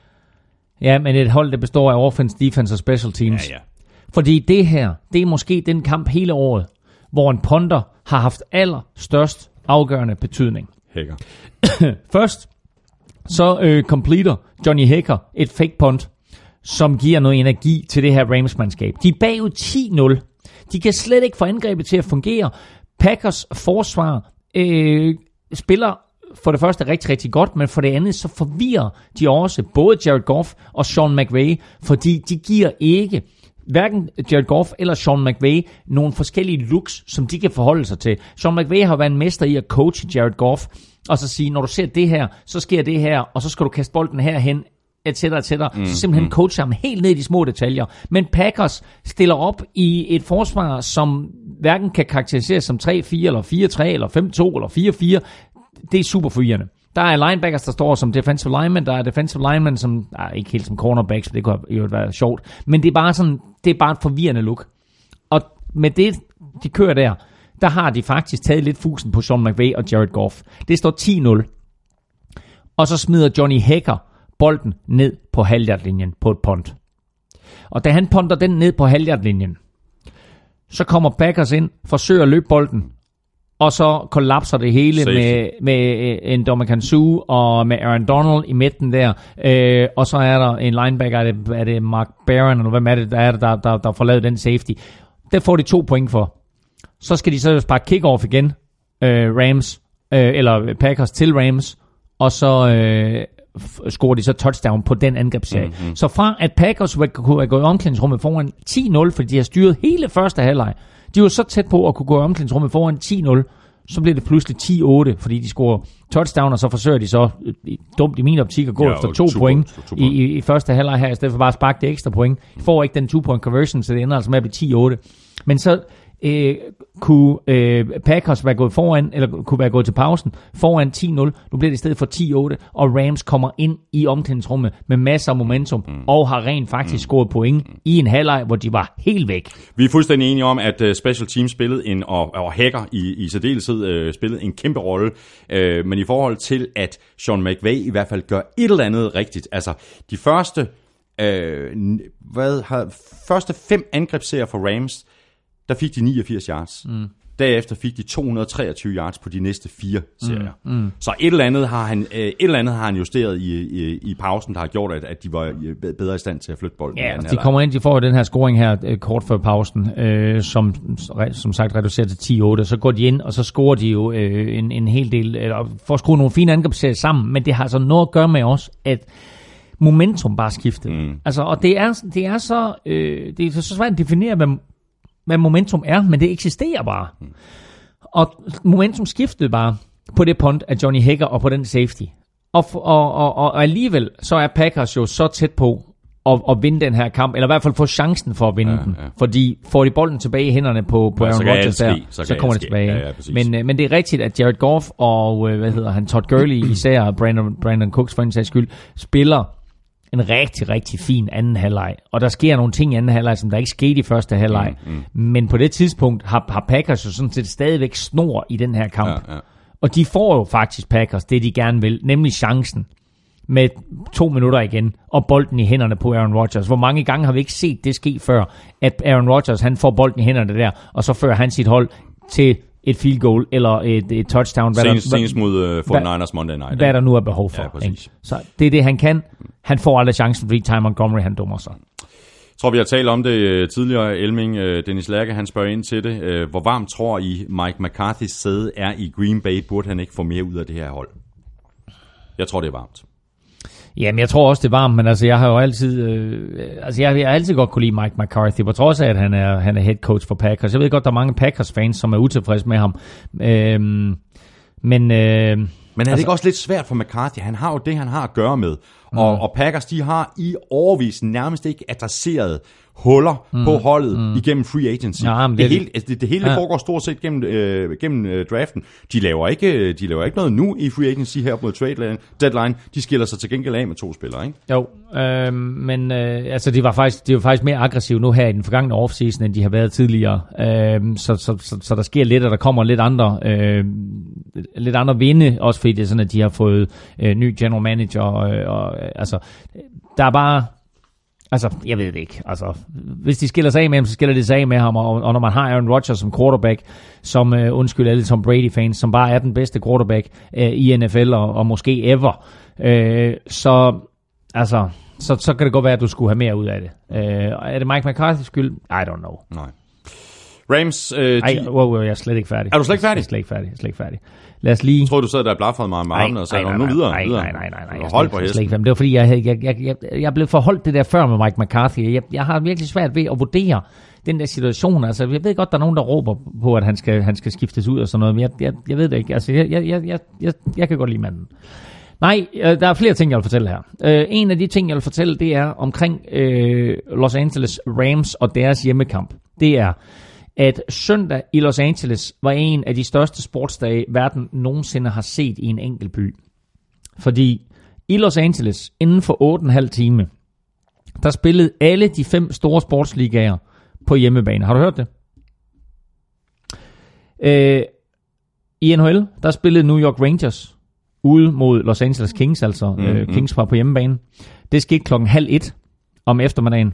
ja, men et hold, der består af offense, defense og special teams. Ja, ja. Fordi det her, det er måske den kamp hele året, hvor en punter har haft allerstørst afgørende betydning. Hækker. Først, så øh, completer Johnny Hekker et fake punt, som giver noget energi til det her Rams-mandskab. De er bagud ti nul. De kan slet ikke få angrebet til at fungere. Packers forsvar øh, spiller for det første rigtig, rigtig godt, men for det andet så forvirrer de også både Jared Goff og Sean McVay, fordi de giver ikke hverken Jared Goff eller Sean McVay nogle forskellige looks, som de kan forholde sig til. Sean McVay har været en mester i at coache Jared Goff, og så sige, når du ser det her, så sker det her, og så skal du kaste bolden herhen, et cetera, et cetera. Mm, så simpelthen mm. coache ham helt ned i de små detaljer. Men Packers stiller op i et forsvar, som hverken kan karakteriseres som tre fire, eller fire tre, eller fem to, eller fire fire. Det er super forvirrende. Der er linebackers, der står som defensive linemen. Der er defensive linemen, som er ikke helt som cornerbacks, for det kunne jo være sjovt. Men det er bare sådan, det er bare et forvirrende look. Og med det, de kører der, der har de faktisk taget lidt fusen på Sean McVay og Jared Goff. Det står ti nul. Og så smider Johnny Hekker bolden ned på halvhjertlinjen på et punt. Og da han punter den ned på halvhjertlinjen, så kommer Packers ind, forsøger at løbe bolden, og så kollapser det hele Safe. med, med en Ndamukong Suh og med Aaron Donald i midten der. Øh, og så er der en linebacker, er det, er det Mark Barron, eller hvem er det, der, er det, der, der, der får lavet den safety. Der får de to point for. Så skal de så bare kick-off igen, øh, Rams, øh, eller Packers til Rams, og så øh, scorer de så touchdown på den angrebsserie. Mm-hmm. Så fra at Packers kunne have gået i omklædningsrummet foran ti nul, fordi de har styret hele første halvleg, de var så tæt på at kunne gå i omklædningsrummet foran ti nul, så blev det pludselig ti otte, fordi de scorer touchdown, og så forsøger de så, dumt i min optik, at gå ja, efter to point to, to i, i, i første halvleg her, i stedet for bare at sparke det ekstra point. De får ikke den two-point conversion, så det ender altså med at blive ti otte. Men så øh, kunne øh, Packers være gået foran, eller kunne være gået til pausen, foran ti nul. Nu bliver det i stedet for ti otte, og Rams kommer ind i omklædningsrummet med masser af momentum, mm. og har rent faktisk mm. scoret point mm. i en halvleg, hvor de var helt væk. Vi er fuldstændig enige om, at uh, special teams spillede en, og, og Hacker i, i særdeleshed uh, spillede en kæmpe rolle, uh, men i forhold til, at Sean McVay i hvert fald gør et eller andet rigtigt. Altså, de første, uh, hvad har, første fem angrebsserier for Rams, der fik de niogfirs yards. Mm. Derefter fik de to hundrede og treogtyve yards på de næste fire serier. Mm. Mm. Så et eller andet har han, et eller andet har han justeret i, i, i pausen, der har gjort, at, at de var bedre i stand til at flytte bolden. Ja, de kommer ind, de får den her scoring her kort før pausen, øh, som som sagt reducerer til ti otte. Så går de ind, og så scorer de jo øh, en, en hel del, eller får skruet nogle fine angrebsserier sammen, men det har altså noget at gøre med os, at momentum bare skiftede. Mm. Altså, og det er, det er så øh, det er så svært at definere, hvad hvad momentum er, men det eksisterer bare. Mm. Og momentum skiftede bare på det punt af Johnny Hekker og på den safety. Og, og, og, og alligevel så er Packers jo så tæt på at, at vinde den her kamp, eller i hvert fald få chancen for at vinde ja, den. Ja. Fordi får de bolden tilbage i hænderne på, på ja, Aaron Rodgers der, så, så kommer det tilbage. Ja, ja, men, men det er rigtigt, at Jared Goff og hvad hedder han, Todd Gurley især, Brandon, Brandon Cooks for en sags skyld, spiller en rigtig, rigtig fin anden halvleg. Og der sker nogle ting i anden halvleg, som der ikke skete i første halvleg. Mm, mm. Men på det tidspunkt har, har Packers jo sådan set stadigvæk snor i den her kamp. Ja, ja. Og de får jo faktisk Packers det, de gerne vil, nemlig chancen med to minutter igen, og bolden i hænderne på Aaron Rodgers. Hvor mange gange har vi ikke set det ske før, at Aaron Rodgers, han får bolden i hænderne der, og så fører han sit hold til et field goal eller et, et touchdown. Senest, senest mod uh, forty-niners Monday Night. Hvad der nu er behov for. Ja, så det er det, han kan. Han får aldrig chancen, fordi Ty Montgomery, han dummer sig. Jeg tror, vi har talt om det tidligere, Elming. Dennis Lærke, han spørger ind til det. Hvor varmt tror I, Mike McCarthy's sæde er i Green Bay? Burde han ikke få mere ud af det her hold? Jeg tror, det er varmt. Jamen, jeg tror også, det er varmt, men altså, jeg har jo altid, øh, altså, jeg, jeg har altid godt kunne lide Mike McCarthy, på trods af, at han er, han er head coach for Packers. Jeg ved godt, der er mange Packers-fans, som er utilfredse med ham. Øhm, men... Øh, Men er det altså, ikke også lidt svært for McCarthy? Han har jo det, han har at gøre med. Mm. Og, og Packers, de har i årevis nærmest ikke adresseret huller mm. på holdet mm. igennem free agency. Ja, det, det, hele, det, det hele ja. foregår stort set gennem, øh, gennem øh, draften. De laver, ikke, de laver ikke noget nu i free agency her på trade deadline. De skiller sig til gengæld af med to spillere, ikke? Jo, øh, men øh, altså, de var faktisk, de var faktisk mere aggressive nu her i den forgangne offseason, end de har været tidligere. Øh, så, så, så, så der sker lidt, og der kommer lidt andre, øh, lidt andre vinde, også fordi det er sådan, at de har fået øh, ny general manager, og, og altså, der er bare... Altså, jeg ved det ikke. Altså, hvis de skiller sig af med ham, så skiller de sig af med ham. Og, og når man har Aaron Rodgers som quarterback, som uh, undskyld alle Tom Brady-fans, som bare er den bedste quarterback uh, i N F L og, og måske ever, uh, så, altså, så, så kan det godt være, at du skulle have mere ud af det. Uh, er det Mike McCarthy's skyld? I don't know. Nej. Rams... Øh, de... Ej, wow, wow, jeg er slet ikke færdig. Er du slet ikke færdig? Jeg er slet ikke færdig. Jeg er slet ikke færdig. Lad os lige... Jeg tror, du sad der og blafrede mig med armene og sagde, nu videre. Nej, nej, nej, nej, nej. Hold på hesten. Det var fordi, jeg, jeg, jeg, jeg, jeg blev forholdt det der før med Mike McCarthy. Jeg, jeg har virkelig svært ved at vurdere den der situation. Altså, jeg ved godt, der er nogen, der råber på, at han skal, han skal skiftes ud og sådan noget, men jeg, jeg, jeg ved det ikke. Altså, jeg, jeg, jeg, jeg, jeg kan godt lide manden. Nej, der er flere ting, jeg vil fortælle her. Uh, en af de ting, jeg vil fortælle, det er omkring uh, Los Angeles Rams og deres hjemmekamp. Det er... at søndag i Los Angeles var en af de største sportsdage, verden nogensinde har set i en enkelt by. Fordi i Los Angeles, inden for otte og en halv time, der spillede alle de fem store sportsligaer på hjemmebane. Har du hørt det? Øh, I N H L, der spillede New York Rangers ude mod Los Angeles Kings, altså mm, øh, Kings var på hjemmebane. Det skete klokken halv et om eftermiddagen.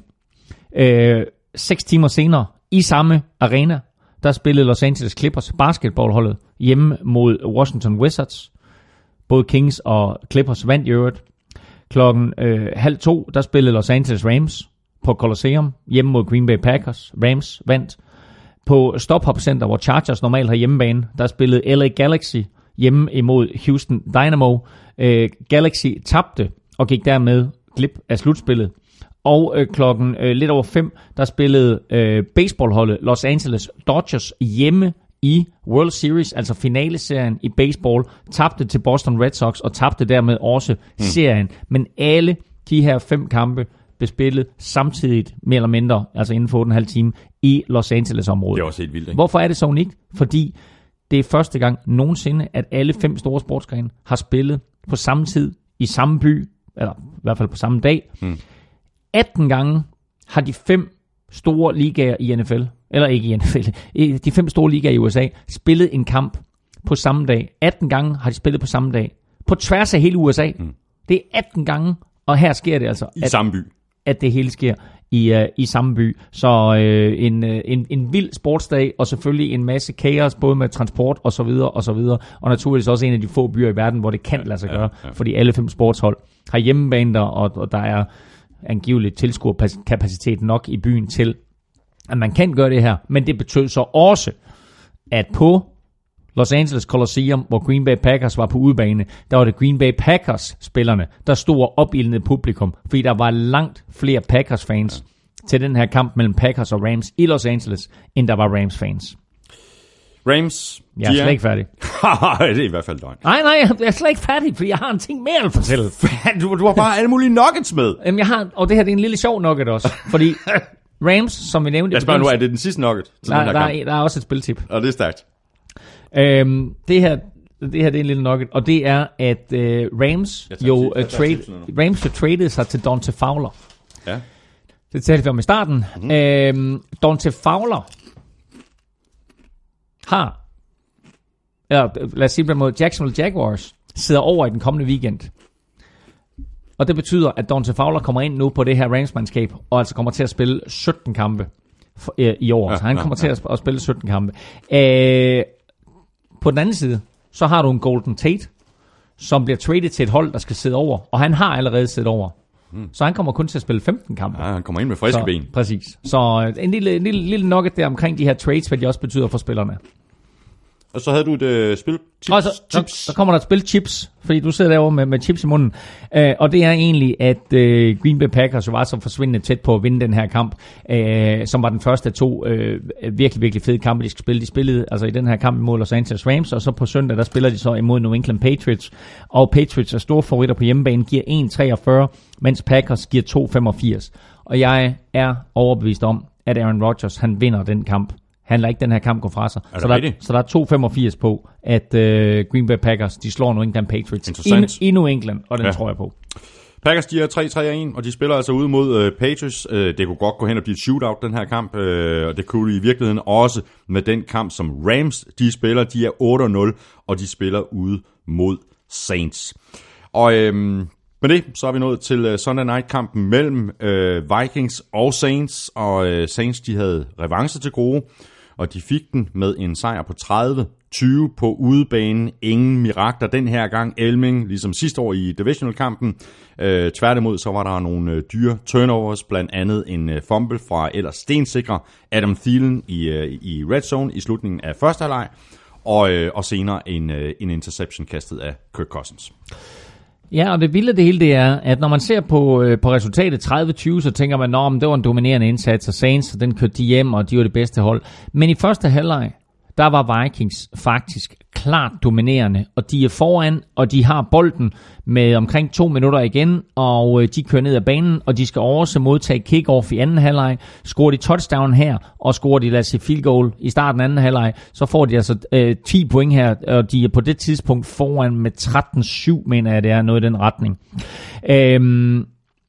Øh, seks timer senere, i samme arena, der spillede Los Angeles Clippers basketballholdet hjemme mod Washington Wizards. Både Kings og Clippers vandt i øvrigt. Klokken øh, halv to, der spillede Los Angeles Rams på Coliseum hjemme mod Green Bay Packers. Rams vandt. På StubHub Center, hvor Chargers normalt har hjemmebane, der spillede L A Galaxy hjemme imod Houston Dynamo. Øh, Galaxy tabte og gik dermed glip af slutspillet. Og øh, klokken øh, lidt over fem, der spillede øh, baseballholdet Los Angeles Dodgers hjemme i World Series, altså finaleserien i baseball, tabte til Boston Red Sox og tabte dermed også hmm. serien. Men alle de her fem kampe blev spillet samtidigt, mere eller mindre, altså inden for otte og en halv time, i Los Angeles-området. Det er også helt vildt, ikke? Hvorfor er det så unikt? Fordi det er første gang nogensinde, at alle fem store sportsgrene har spillet på samme tid, i samme by, eller i hvert fald på samme dag. Hmm. atten gange har de fem store ligaer i N F L, eller ikke i N F L, de fem store ligaer i U S A, spillet en kamp på samme dag. atten gange har de spillet på samme dag. På tværs af hele U S A. Mm. Det er atten gange, og her sker det altså. I at, samme by. At det hele sker i, uh, i samme by. Så uh, en, uh, en, en vild sportsdag, og selvfølgelig en masse kaos, både med transport og så videre, og så videre. Og naturligvis også en af de få byer i verden, hvor det kan lade sig gøre, ja, ja. Fordi alle fem sportshold har hjemmebane der, og, og der er angiveligt tilskuerkapacitet nok i byen til, at man kan gøre det her. Men det betød så også, at på Los Angeles Coliseum, hvor Green Bay Packers var på udebane, der var det Green Bay Packers-spillerne, der stod opildende publikum, fordi der var langt flere Packers-fans ja. til den her kamp mellem Packers og Rams i Los Angeles, end der var Rams-fans. Rams, jeg er slet ikke færdig. Det er i hvert fald løgn. Nej, nej, jeg er slet ikke færdig, fordi jeg har en ting mere at fortælle. du, du har bare alle mulige nuggets med. Jamen, jeg har, og det her det er en lille sjov nugget også, fordi Rams, som vi nævnte... Jeg spørger nu, er det den sidste nugget? Der, der, er, der er også et spiltip. Og det er stærkt. Øhm, det her, det her det er en lille nugget, og det er, at øh, Rams jo uh, trade, Rams jo traded sig til Dante Fowler. Ja. Det talte vi om i starten. Mm-hmm. Øhm, Dante Fowler har, eller lad os sige på den måde, Jacksonville Jaguars sidder over i den kommende weekend. Og det betyder, at Dante Fowler kommer ind nu på det her Rams-mandskab, og altså kommer til at spille sytten kampe for, øh, i år. Ja, så han ja, kommer ja. til at, at spille sytten kampe. Øh, på den anden side, så har du en Golden Tate, som bliver traded til et hold, der skal sidde over. Og han har allerede siddet over. Hmm. Så han kommer kun til at spille femten kampe. Ja, han kommer ind med friske så, ben. Præcis. Så en lille, en lille, lille nugget der omkring de her trades, hvad de også betyder for spillerne. Og så havde du et øh, spil chips. Og så, chips. Så, så kommer der et spil chips, fordi du sidder derovre med, med chips i munden. Uh, og det er egentlig, at uh, Green Bay Packers var så forsvindende tæt på at vinde den her kamp, uh, som var den første af to uh, virkelig, virkelig fede kampe, de skal spille. De spillede altså i den her kamp imod Los Angeles Rams, og så på søndag, der spiller de så imod New England Patriots. Og Patriots er store favoritter på hjemmebane, giver en komma treogfyrre, mens Packers giver to komma femogfirs. Og jeg er overbevist om, at Aaron Rodgers, han vinder den kamp. Han lader ikke den her kamp gå fra sig. Så der, så der er to komma femogfirs på, at uh, Green Bay Packers, de slår New England Patriots i, i New England, og den ja. tror jeg på. Packers, de er tre tre en, og de spiller altså ude mod uh, Patriots. Uh, det kunne godt gå hen og blive et shootout, den her kamp, uh, og det kunne i virkeligheden også med den kamp, som Rams, de spiller. De er otte nul, og de spiller ude mod Saints. Og øhm, med det, så er vi nået til uh, Sunday Night-kampen mellem uh, Vikings og Saints, og uh, Saints, de havde revanche til gode, og de fik den med en sejr på tredive tyve på udebanen. Ingen mirakler den her gang. Elming, ligesom sidste år i divisional-kampen. Øh, tværtimod, så var der nogle øh, dyre turnovers, blandt andet en øh, fumble fra ellers stensikre Adam Thielen i, øh, i red zone i slutningen af første halvleg, og, øh, og senere en, øh, en interception kastet af Kirk Cousins. Ja, og det vilde det hele, det er, at når man ser på, øh, på resultatet tredive tyve, så tænker man, at det var en dominerende indsats, og Saints, og den kørte de hjem, og de var det bedste hold. Men i første halvleg, der var Vikings faktisk klart dominerende, og de er foran, og de har bolden med omkring to minutter igen, og de kører ned ad banen, og de skal også modtage kick-off i anden halvleg. Scorer de touchdown her, og scorer de, lad os sige, field goal i starten af anden halvleg, så får de altså øh, ti point her, og de er på det tidspunkt foran med tretten syv, mener jeg, det er noget i den retning. Øhm,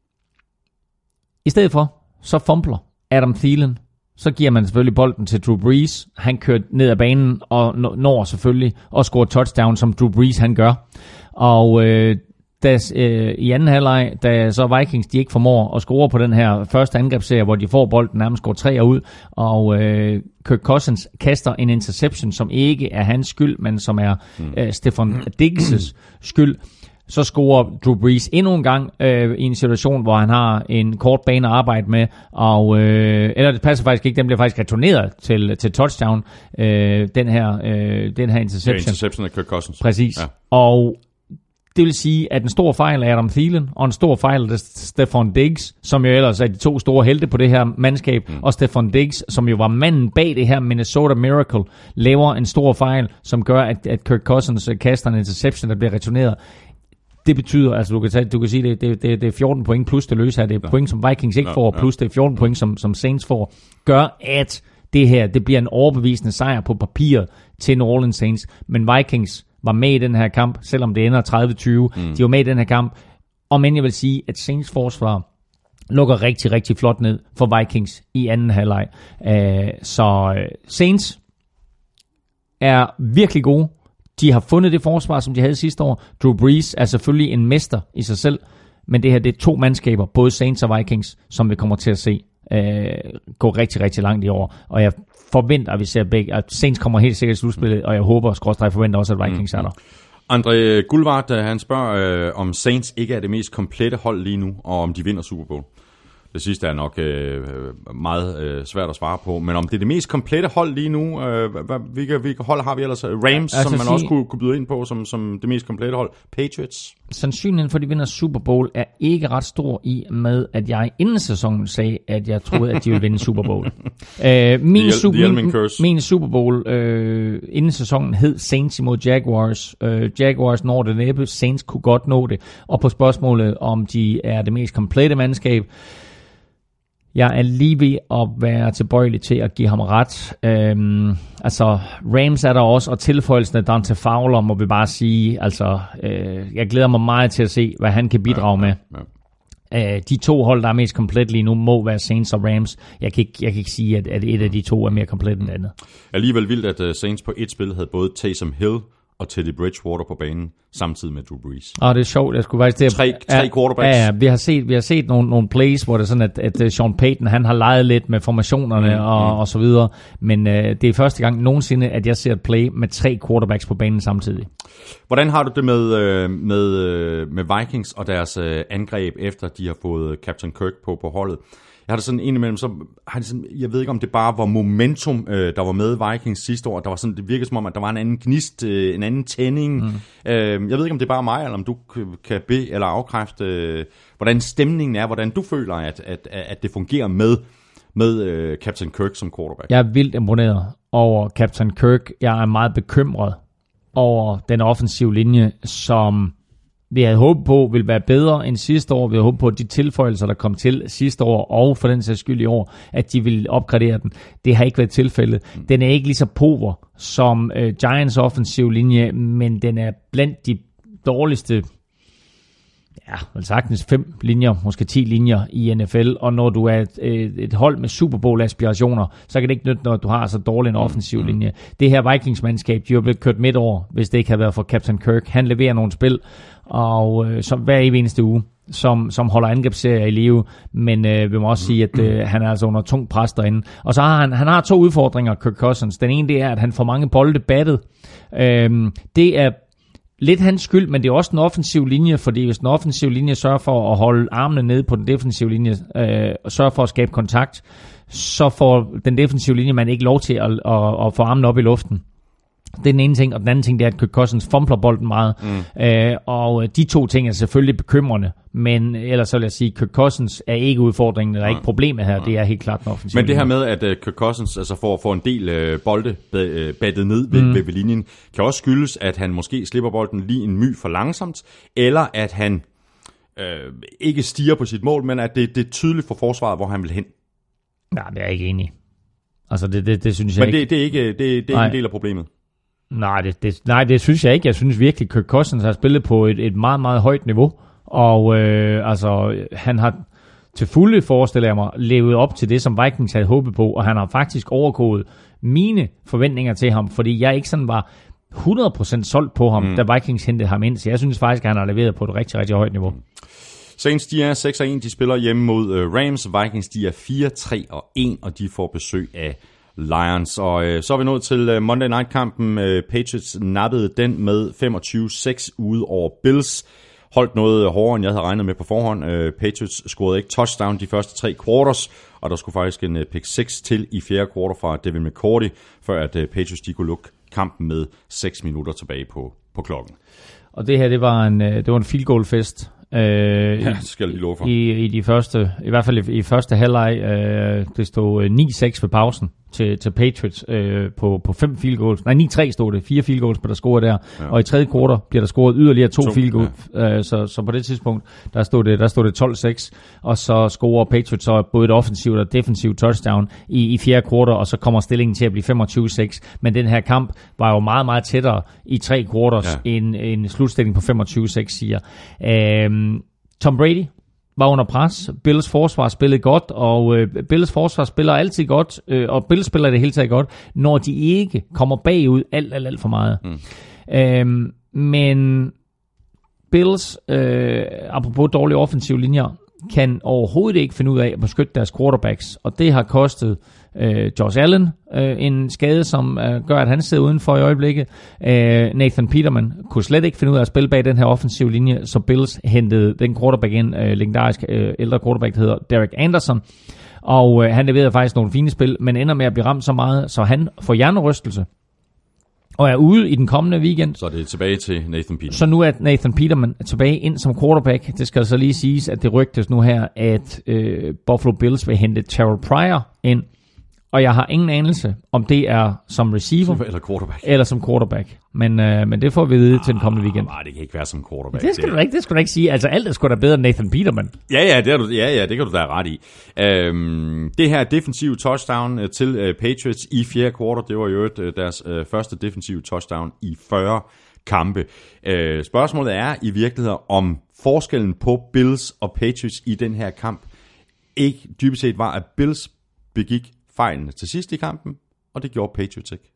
I stedet for, så fumbler Adam Thielen. Så giver man selvfølgelig bolden til Drew Brees. Han kører ned ad banen og når selvfølgelig og scorer touchdown, som Drew Brees han gør. Og øh, da, øh, i anden halvleg, da så Vikings de ikke formår at score på den her første angrebsserie, hvor de får bolden, nærmest går treer ud, og øh, Kirk Cousins kaster en interception, som ikke er hans skyld, men som er øh, Stefan Diggs' skyld. Så scorer Drew Brees endnu en gang øh, i en situation, hvor han har en kort bane at arbejde med, og, øh, eller det passer faktisk ikke, den bliver faktisk returneret til, til touchdown, øh, den, her, øh, den her interception. Ja, interception af Kirk Cousins. Præcis. Ja. Og det vil sige, at en stor fejl af Adam Thielen, og en stor fejl af Stefan Diggs, som jo ellers er de to store helte på det her mandskab, mm. og Stefan Diggs, som jo var manden bag det her Minnesota Miracle, laver en stor fejl, som gør, at, at Kirk Cousins kaster en interception, der bliver returneret. Det betyder, altså du kan, tage, du kan sige, det, det, det, det er fjorten point plus det løse her. Det er ja. point, som Vikings ikke ja, får, plus ja. det er fjorten point, som, som Saints får. Gør, at det her, det bliver en overbevisende sejr på papiret til New Orleans Saints. Men Vikings var med i den her kamp, selvom det ender tredive tyve. Mm. De var med i den her kamp. Og men jeg vil sige, at Saints forsvar lukker rigtig, rigtig flot ned for Vikings i anden halvleg. Uh, så uh, Saints er virkelig gode. De har fundet det forsvar, som de havde sidste år. Drew Brees er selvfølgelig en mester i sig selv, men det her, det er to mandskaber, både Saints og Vikings, som vi kommer til at se øh, gå rigtig, rigtig langt i år. Og jeg forventer, at vi ser begge, at Saints kommer helt sikkert i slutspillet, og jeg håber, skråstreg forventer også, at Vikings mm-hmm. er der. André Guldvart, han spørger, øh, om Saints ikke er det mest komplette hold lige nu, og om de vinder Super Bowl. Det sidste er nok øh, meget øh, svært at svare på, men om det er det mest komplette hold lige nu, øh, hvad, hvilke, hvilke hold har vi ellers? Rams, ja, altså som man sige, også kunne, kunne byde ind på som, som det mest komplette hold. Patriots? Sandsynligheden for, at de vinder Super Bowl er ikke ret stor i med, at jeg inden sæsonen sagde, at jeg troede, at de ville vinde Super Bowl. øh, min, the, super, the min, min Super Bowl øh, inden sæsonen hed Saints imod Jaguars. Øh, Jaguars når det næppe, Saints kunne godt nå det. Og på spørgsmålet, om de er det mest komplette mandskab, jeg er lige ved at være tilbøjelig til at give ham ret. Øhm, altså, Rams er der også, og tilføjelsen af Dante Fowler, må vi bare sige. Altså, øh, jeg glæder mig meget til at se, hvad han kan bidrage ja, ja, ja. med. Øh, de to hold, der er mest komplet lige nu, må være Saints og Rams. Jeg kan ikke, jeg kan ikke sige, at, at et af de to er mere komplet end andet. Alligevel vildt, at uh, Saints på et spil havde både Taysom Hill og Teddy Bridgewater på banen, samtidig med Drew Brees. Og det er sjovt, jeg skulle faktisk det. Tre, tre ja, quarterbacks. Ja, vi har set, vi har set nogle, nogle plays, hvor det er sådan, at, at Sean Payton, han har leget lidt med formationerne mm, og, mm. og så videre, men uh, det er første gang nogensinde, at jeg ser et play med tre quarterbacks på banen samtidig. Hvordan har du det med, med, med Vikings og deres angreb, efter de har fået Captain Kirk på, på holdet? Jeg har det sådan indimellem, så har det sådan, jeg ved ikke om det bare var momentum, øh, der var med Vikings sidste år. Der var sådan, det virkede som om, at der var en anden gnist, øh, en anden tænding. Mm. Øh, jeg ved ikke om det er bare mig, eller om du kan bede eller afkræfte, øh, hvordan stemningen er, hvordan du føler, at, at, at det fungerer med, med øh, Captain Kirk som quarterback. Jeg er vildt imponeret over Captain Kirk. Jeg er meget bekymret over den offensive linje, som vi havde håbet på ville være bedre end sidste år. Vi havde håbet på, at de tilføjelser, der kom til sidste år, og for den sags skyld i år, at de ville opgradere den. Det har ikke været tilfældet. Den er ikke lige så pover som øh, Giants offensive linje, men den er blandt de dårligste, ja, vel sagtens fem linjer, måske ti linjer i N F L, og når du er et, et hold med Super Bowl-aspirationer, så kan det ikke nytte, når du har så dårlig en offensiv linje. Det her Vikings-mandskab, de har blevet kørt midt over, hvis det ikke havde været for Captain Kirk. Han leverer nogle spil, og øh, som hver eneste uge, som, som holder angrebsserier i live, men øh, vi må også sige, at øh, han er altså under tung pres derinde. Og så har han, han har to udfordringer, Kirk Cousins. Den ene, det er, at han får mange bolde battet. Øhm, det er lidt hans skyld, men det er også den offensive linje, fordi hvis den offensive linje sørger for at holde armene nede på den defensive linje, øh, og sørger for at skabe kontakt, så får den defensive linje man ikke lov til at, at, at få armene op i luften. Det er den ene ting, og den anden ting, det er, at Kirk Cousins fumbler bolden meget. Mm. Øh, og de to ting er selvfølgelig bekymrende, men ellers så vil jeg sige, at Kirk Cousins er ikke udfordringen, eller er ikke problemet her, det er helt klart den offensive. Men det her med, at uh, Kirk Cousins altså får, får en del uh, bolde uh, battet ned ved, mm. ved, ved linjen, kan også skyldes, at han måske slipper bolden lige en my for langsomt, eller at han uh, ikke stiger på sit mål, men at det, det er tydeligt for forsvaret, hvor han vil hen. Nej, det er jeg ikke enig i. Altså, det, det, det synes jeg men det, ikke. det er ikke, det, det er ikke en del af problemet. Nej det, det, nej, det synes jeg ikke. Jeg synes virkelig, at Kirk Cousins har spillet på et, et meget, meget højt niveau. Og øh, altså, han har til fulde, forestiller jeg mig, levet op til det, som Vikings havde håbet på. Og han har faktisk overgået mine forventninger til ham, fordi jeg ikke sådan var hundrede procent solgt på ham, mm. da Vikings hentede ham ind. Så jeg synes faktisk, at han har leveret på et rigtig, rigtig højt niveau. Saints, de er seks og en, de spiller hjemme mod uh, Rams. Vikings, de er fire tre og en, og de får besøg af Lions. Og øh, så er vi nået til øh, Monday Night-kampen. Øh, Patriots nappede den med femogtyve seks ude over Bills. Holdt noget hårdere, end jeg havde regnet med på forhånd. Øh, Patriots scorede ikke touchdown de første tre quarters, og der skulle faktisk en øh, pick seks til i fjerde quarter fra Devin McCourty, før at øh, Patriots de kunne lukke kampen med seks minutter tilbage på, på klokken. Og det her, det var en, det var en field goal fest. Øh, ja, det skal jeg lige love for. I, i de første, i hvert fald i, i første halvleg, øh, det stod ni seks ved pausen til, til Patriots øh, på, på fem field goals. Nej, ni tre stod det. Fire field goals blev der scoret der. Ja. Og i tredje kvartal bliver der scoret yderligere to, to field goals. Ja. Øh, så, så på det tidspunkt, der stod det, der stod det tolv seks. Og så scorer Patriots så både et offensivt og defensivt touchdown i, i fjerde kvartal, og så kommer stillingen til at blive femogtyve seks. Men den her kamp var jo meget, meget tættere i tre kvartals, ja. end en slutstilling på femogtyve seks siger. Øh, Tom Brady var under pres. Bills forsvar spillede godt, og øh, Bills forsvar spiller altid godt, øh, og Bills spiller det hele taget godt, når de ikke kommer bagud alt, alt, alt for meget. Mm. Øhm, men Bills, øh, apropos dårlige offensive linjer, kan overhovedet ikke finde ud af at beskytte deres quarterbacks, og det har kostet øh, Josh Allen øh, en skade, som øh, gør, at han sidder udenfor i øjeblikket. Øh, Nathan Peterman kunne slet ikke finde ud af at spille bag den her offensive linje, så Bills hentede den quarterback ind, øh, legendarisk øh, ældre quarterback, der hedder Derek Anderson, og øh, han leverede faktisk nogle fine spil, men ender med at blive ramt så meget, så han får hjernerystelse og er ude i den kommende weekend. Så det er tilbage til Nathan Peterman. Så nu er Nathan Peterman tilbage ind som quarterback. Det skal så lige siges, at det rygtes nu her, at øh, Buffalo Bills vil hente Terrell Pryor ind. Og jeg har ingen anelse, om det er som receiver eller quarterback. Eller som quarterback. Men, øh, men det får vi vide ah, til den kommende weekend. Nej, det kan ikke være som quarterback. Det skal, det. Du, ikke, det skal du ikke sige. Altså alt er sgu da bedre end Nathan Peterman. Ja, ja, det, er du, ja, ja, det kan du da ret i. Øhm, det her defensive touchdown til øh, Patriots i fjerde kvartal, det var jo et, øh, deres øh, første defensive touchdown i fyrre kampe. Øh, spørgsmålet er i virkeligheden, om forskellen på Bills og Patriots i den her kamp ikke dybest set var, at Bills begik fejlene til sidst i kampen, og det gjorde Patriots ikke.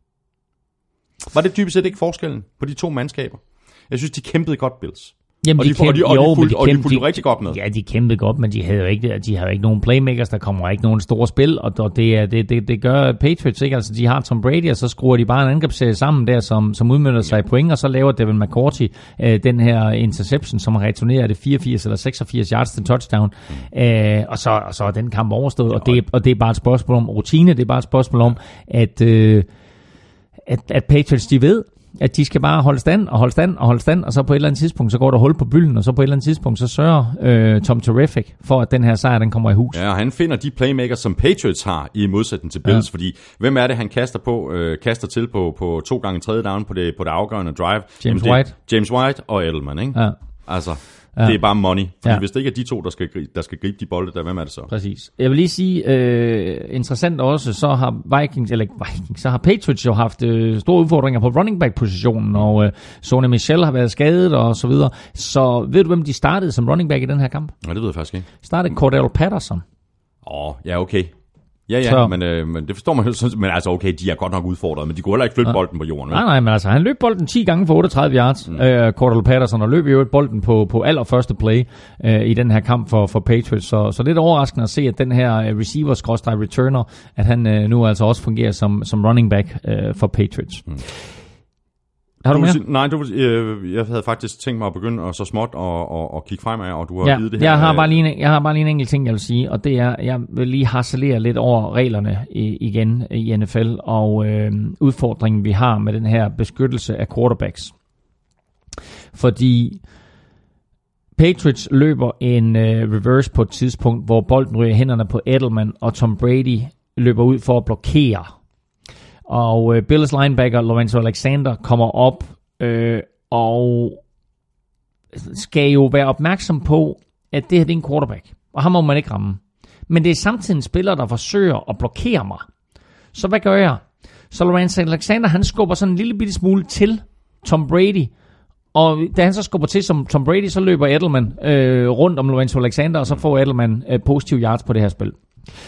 Var det dybest set ikke forskellen på de to mandskaber? Jeg synes, de kæmpede godt, Bills. Jamen, og de, de, kæmpede, og de, jo, og de, fulgte, de, kæmpede, og de fulgte rigtig godt med. Ja, de kæmpede godt, men de havde jo ikke, de har jo ikke nogen playmakers, der kommer ikke nogen store spil, og, og det, det, det, det gør Patriots ikke. Altså, de har Tom Brady, og så skruer de bare en angrebsserie sammen der, som, som udmønter sig i point, og så laver Devin McCourty øh, den her interception, som returnerer det fireogfirs eller seksogfirs yards til touchdown, mm. øh, og, så, og så er den kamp overstået, ja, og, det, og det er bare et spørgsmål om rutine, det er bare et spørgsmål om, at, øh, at, at Patriots, de ved, at de skal bare holde stand og holde stand og holde stand, og så på et eller andet tidspunkt, så går der hul på bylden, og så på et eller andet tidspunkt, så sørger øh, Tom Terrific for, at den her sejr, den kommer i hus. Ja, og han finder de playmakers, som Patriots har, i modsætning til Bills, ja. Fordi hvem er det, han kaster på, øh, kaster til på, på to gange tredje down på det, på det afgørende drive? James Jamen, White. James White og Edelman, ikke? Ja. Altså, ja. Det er bare money. Fordi ja. Hvis det ikke er de to, der skal, der skal gribe de bolde, der, hvem er det så? Præcis. Jeg vil lige sige, øh, interessant også, så har Vikings, eller Vikings, så har Patriots jo haft øh, store udfordringer på running back-positionen, og øh, Sony Michel har været skadet og så videre. Så ved du, hvem de startede som running back i den her kamp? Nej, det ved jeg faktisk ikke. Startede Cordell Patterson. Åh, oh, ja, okay. Ja, ja, men, øh, men det forstår man jo. Men altså, okay, de er godt nok udfordret, men de kunne heller ikke flytte ja. bolden på jorden. Nej, nej, men altså, han løb bolden ti gange for otteogtredive yards, mm. øh, Cordell Patterson, og løb jo bolden på, på allerførste play øh, i den her kamp for, for Patriots. Så, så lidt overraskende at se, at den her receiver-returner, at han øh, nu altså også fungerer som, som running back øh, for Patriots. Mm. Har du, du mere? Sige, nej, du, øh, jeg havde faktisk tænkt mig at begynde at så småt og, og, og kigge fremad, og du har ja, givet det her. Jeg har, bare lige en, jeg har bare lige en enkelt ting, jeg vil sige, og det er, jeg vil lige harcelere lidt over reglerne i, igen i N F L, og øh, udfordringen, vi har med den her beskyttelse af quarterbacks. Fordi Patriots løber en øh, reverse på et tidspunkt, hvor bolden ryger hænderne på Edelman, og Tom Brady løber ud for at blokere. Og øh, Bills linebacker Lorenzo Alexander kommer op øh, og skal jo være opmærksom på, at det her det er en quarterback, og ham må man ikke ramme. Men det er samtidig en spiller, der forsøger at blokere mig. Så hvad gør jeg? Så Lorenzo Alexander, han skubber sådan en lille bitte smule til Tom Brady, og da han så skubber til som Tom Brady, så løber Edelman øh, rundt om Lorenzo Alexander, og så får Edelman øh, positive yards på det her spil.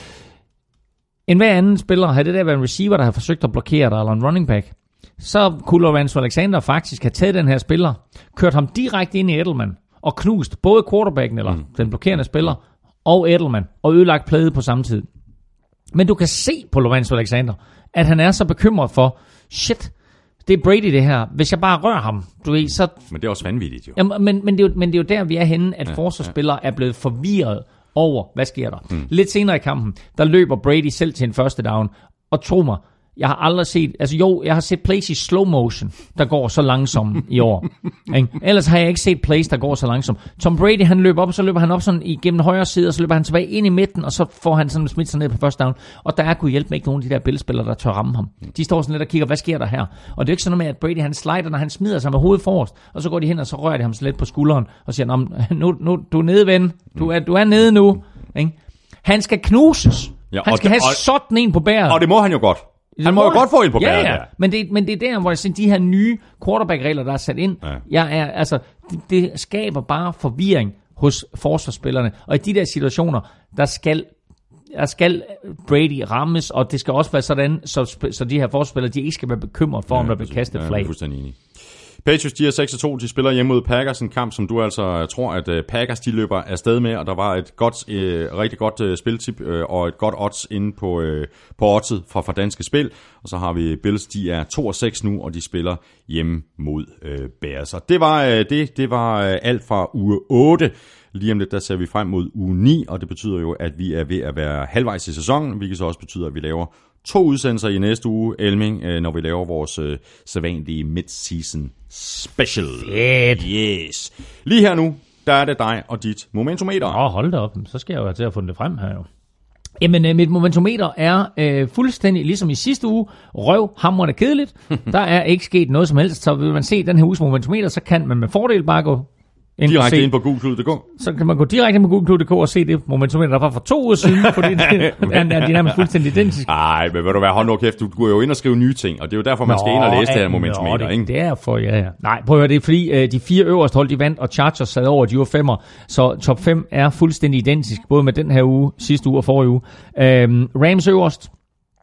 En hver anden spiller, havde det der været en receiver, der har forsøgt at blokere dig, eller en running back, så kunne Lorenzo Alexander faktisk have taget den her spiller, kørt ham direkte ind i Edelman, og knust både quarterbacken, eller mm. den blokerende spiller, og Edelman, og ødelagt playet på samme tid. Men du kan se på Lorenzo Alexander, at han er så bekymret for, shit, det er Brady det her. Hvis jeg bare rører ham, du ved, så... Men det er også vanvittigt, jo. Jamen, men, men, det er jo, men det er jo der, vi er henne, at ja, forsvarsspillere ja. er blevet forvirret over, hvad sker der. Mm. Lidt senere i kampen, der løber Brady selv til en første down, og tro mig, jeg har aldrig set, altså jo, jeg har set plays i slow motion, der går så langsomt i år. Ellers har jeg ikke set plays, der går så langsomt. Tom Brady, han løber op, og så løber han op sådan igennem højre side, og så løber han tilbage ind i midten, og så får han sådan smidt sig ned på første down. Og der er kunne hjælpe med ikke nogen af de der billedspillere, der tør ramme ham. De står sådan lidt og kigger, hvad sker der her? Og det er ikke sådan noget med, at Brady han slider, når han smider sig med hovedet forrest, og så går de hen, og så rører de ham sådan lidt på skulderen, og siger, nu, nu du er nede, ven. Du er, du er nede nu. Ikke? Han skal knuses. Ja, han skal det, have og, sådan en på bæret. Og det må han jo godt. Han må jo godt få en på bæret. Ja, ja. Men det, men det er der, hvor jeg siger, de her nye quarterback-regler, der er sat ind, ja. jeg er, altså, det, det skaber bare forvirring hos forsvarsspillerne. Og i de der situationer, der skal, der skal Brady rammes, og det skal også være sådan, så, så de her forsvarsspillere, de ikke skal være bekymret for, ja, om der bliver kastet flag. Ja, Patriots, de er seks og to, de spiller hjemme mod Packers, en kamp, som du altså tror, at Packers, de løber afsted med, og der var et godt, øh, rigtig godt øh, spiltip øh, og et godt odds inde på, øh, på oddset fra, fra Danske Spil, og så har vi Bills, de er to og seks nu, og de spiller hjemme mod øh, Bears. Og det var, øh, det, det var øh, alt fra uge otte. Lige om lidt, der ser vi frem mod uge ni, og det betyder jo, at vi er ved at være halvvejs i sæsonen, hvilket så også betyder, at vi laver to udsendelser i næste uge, Elming, når vi laver vores øh, sædvanlige mid-season special. Fedt. Yes. Lige her nu, der er det dig og dit momentometer. Åh, oh, hold da op. Så skal jeg jo have til at få det frem her jo. Jamen, øh, mit momentometer er øh, fuldstændig ligesom i sidste uge. Røv, hamrende kedeligt. Der er ikke sket noget som helst. Så vil man se den her uges momentometer, så kan man med fordel bare gå ind direkte se, ind på Google punktum d k. Så kan man gå direkte ind på Google punktum d k og se det momentometer, der var for to uger siden, fordi det er, er de nærmest fuldstændig identisk. Nej, men vil du være, hold nu kæft, du går jo ind og skriver nye ting, og det er jo derfor, man nå, skal ind og læse det her momentometer, nå, det, ikke? Det er for, ja, ja. Nej, prøv at høre, det er fordi, uh, de fire øverste hold, de vandt, og Chargers sad over, de var femmer, så top fem er fuldstændig identisk, både med den her uge, sidste uge og forrige uge. Um, Rams øverst.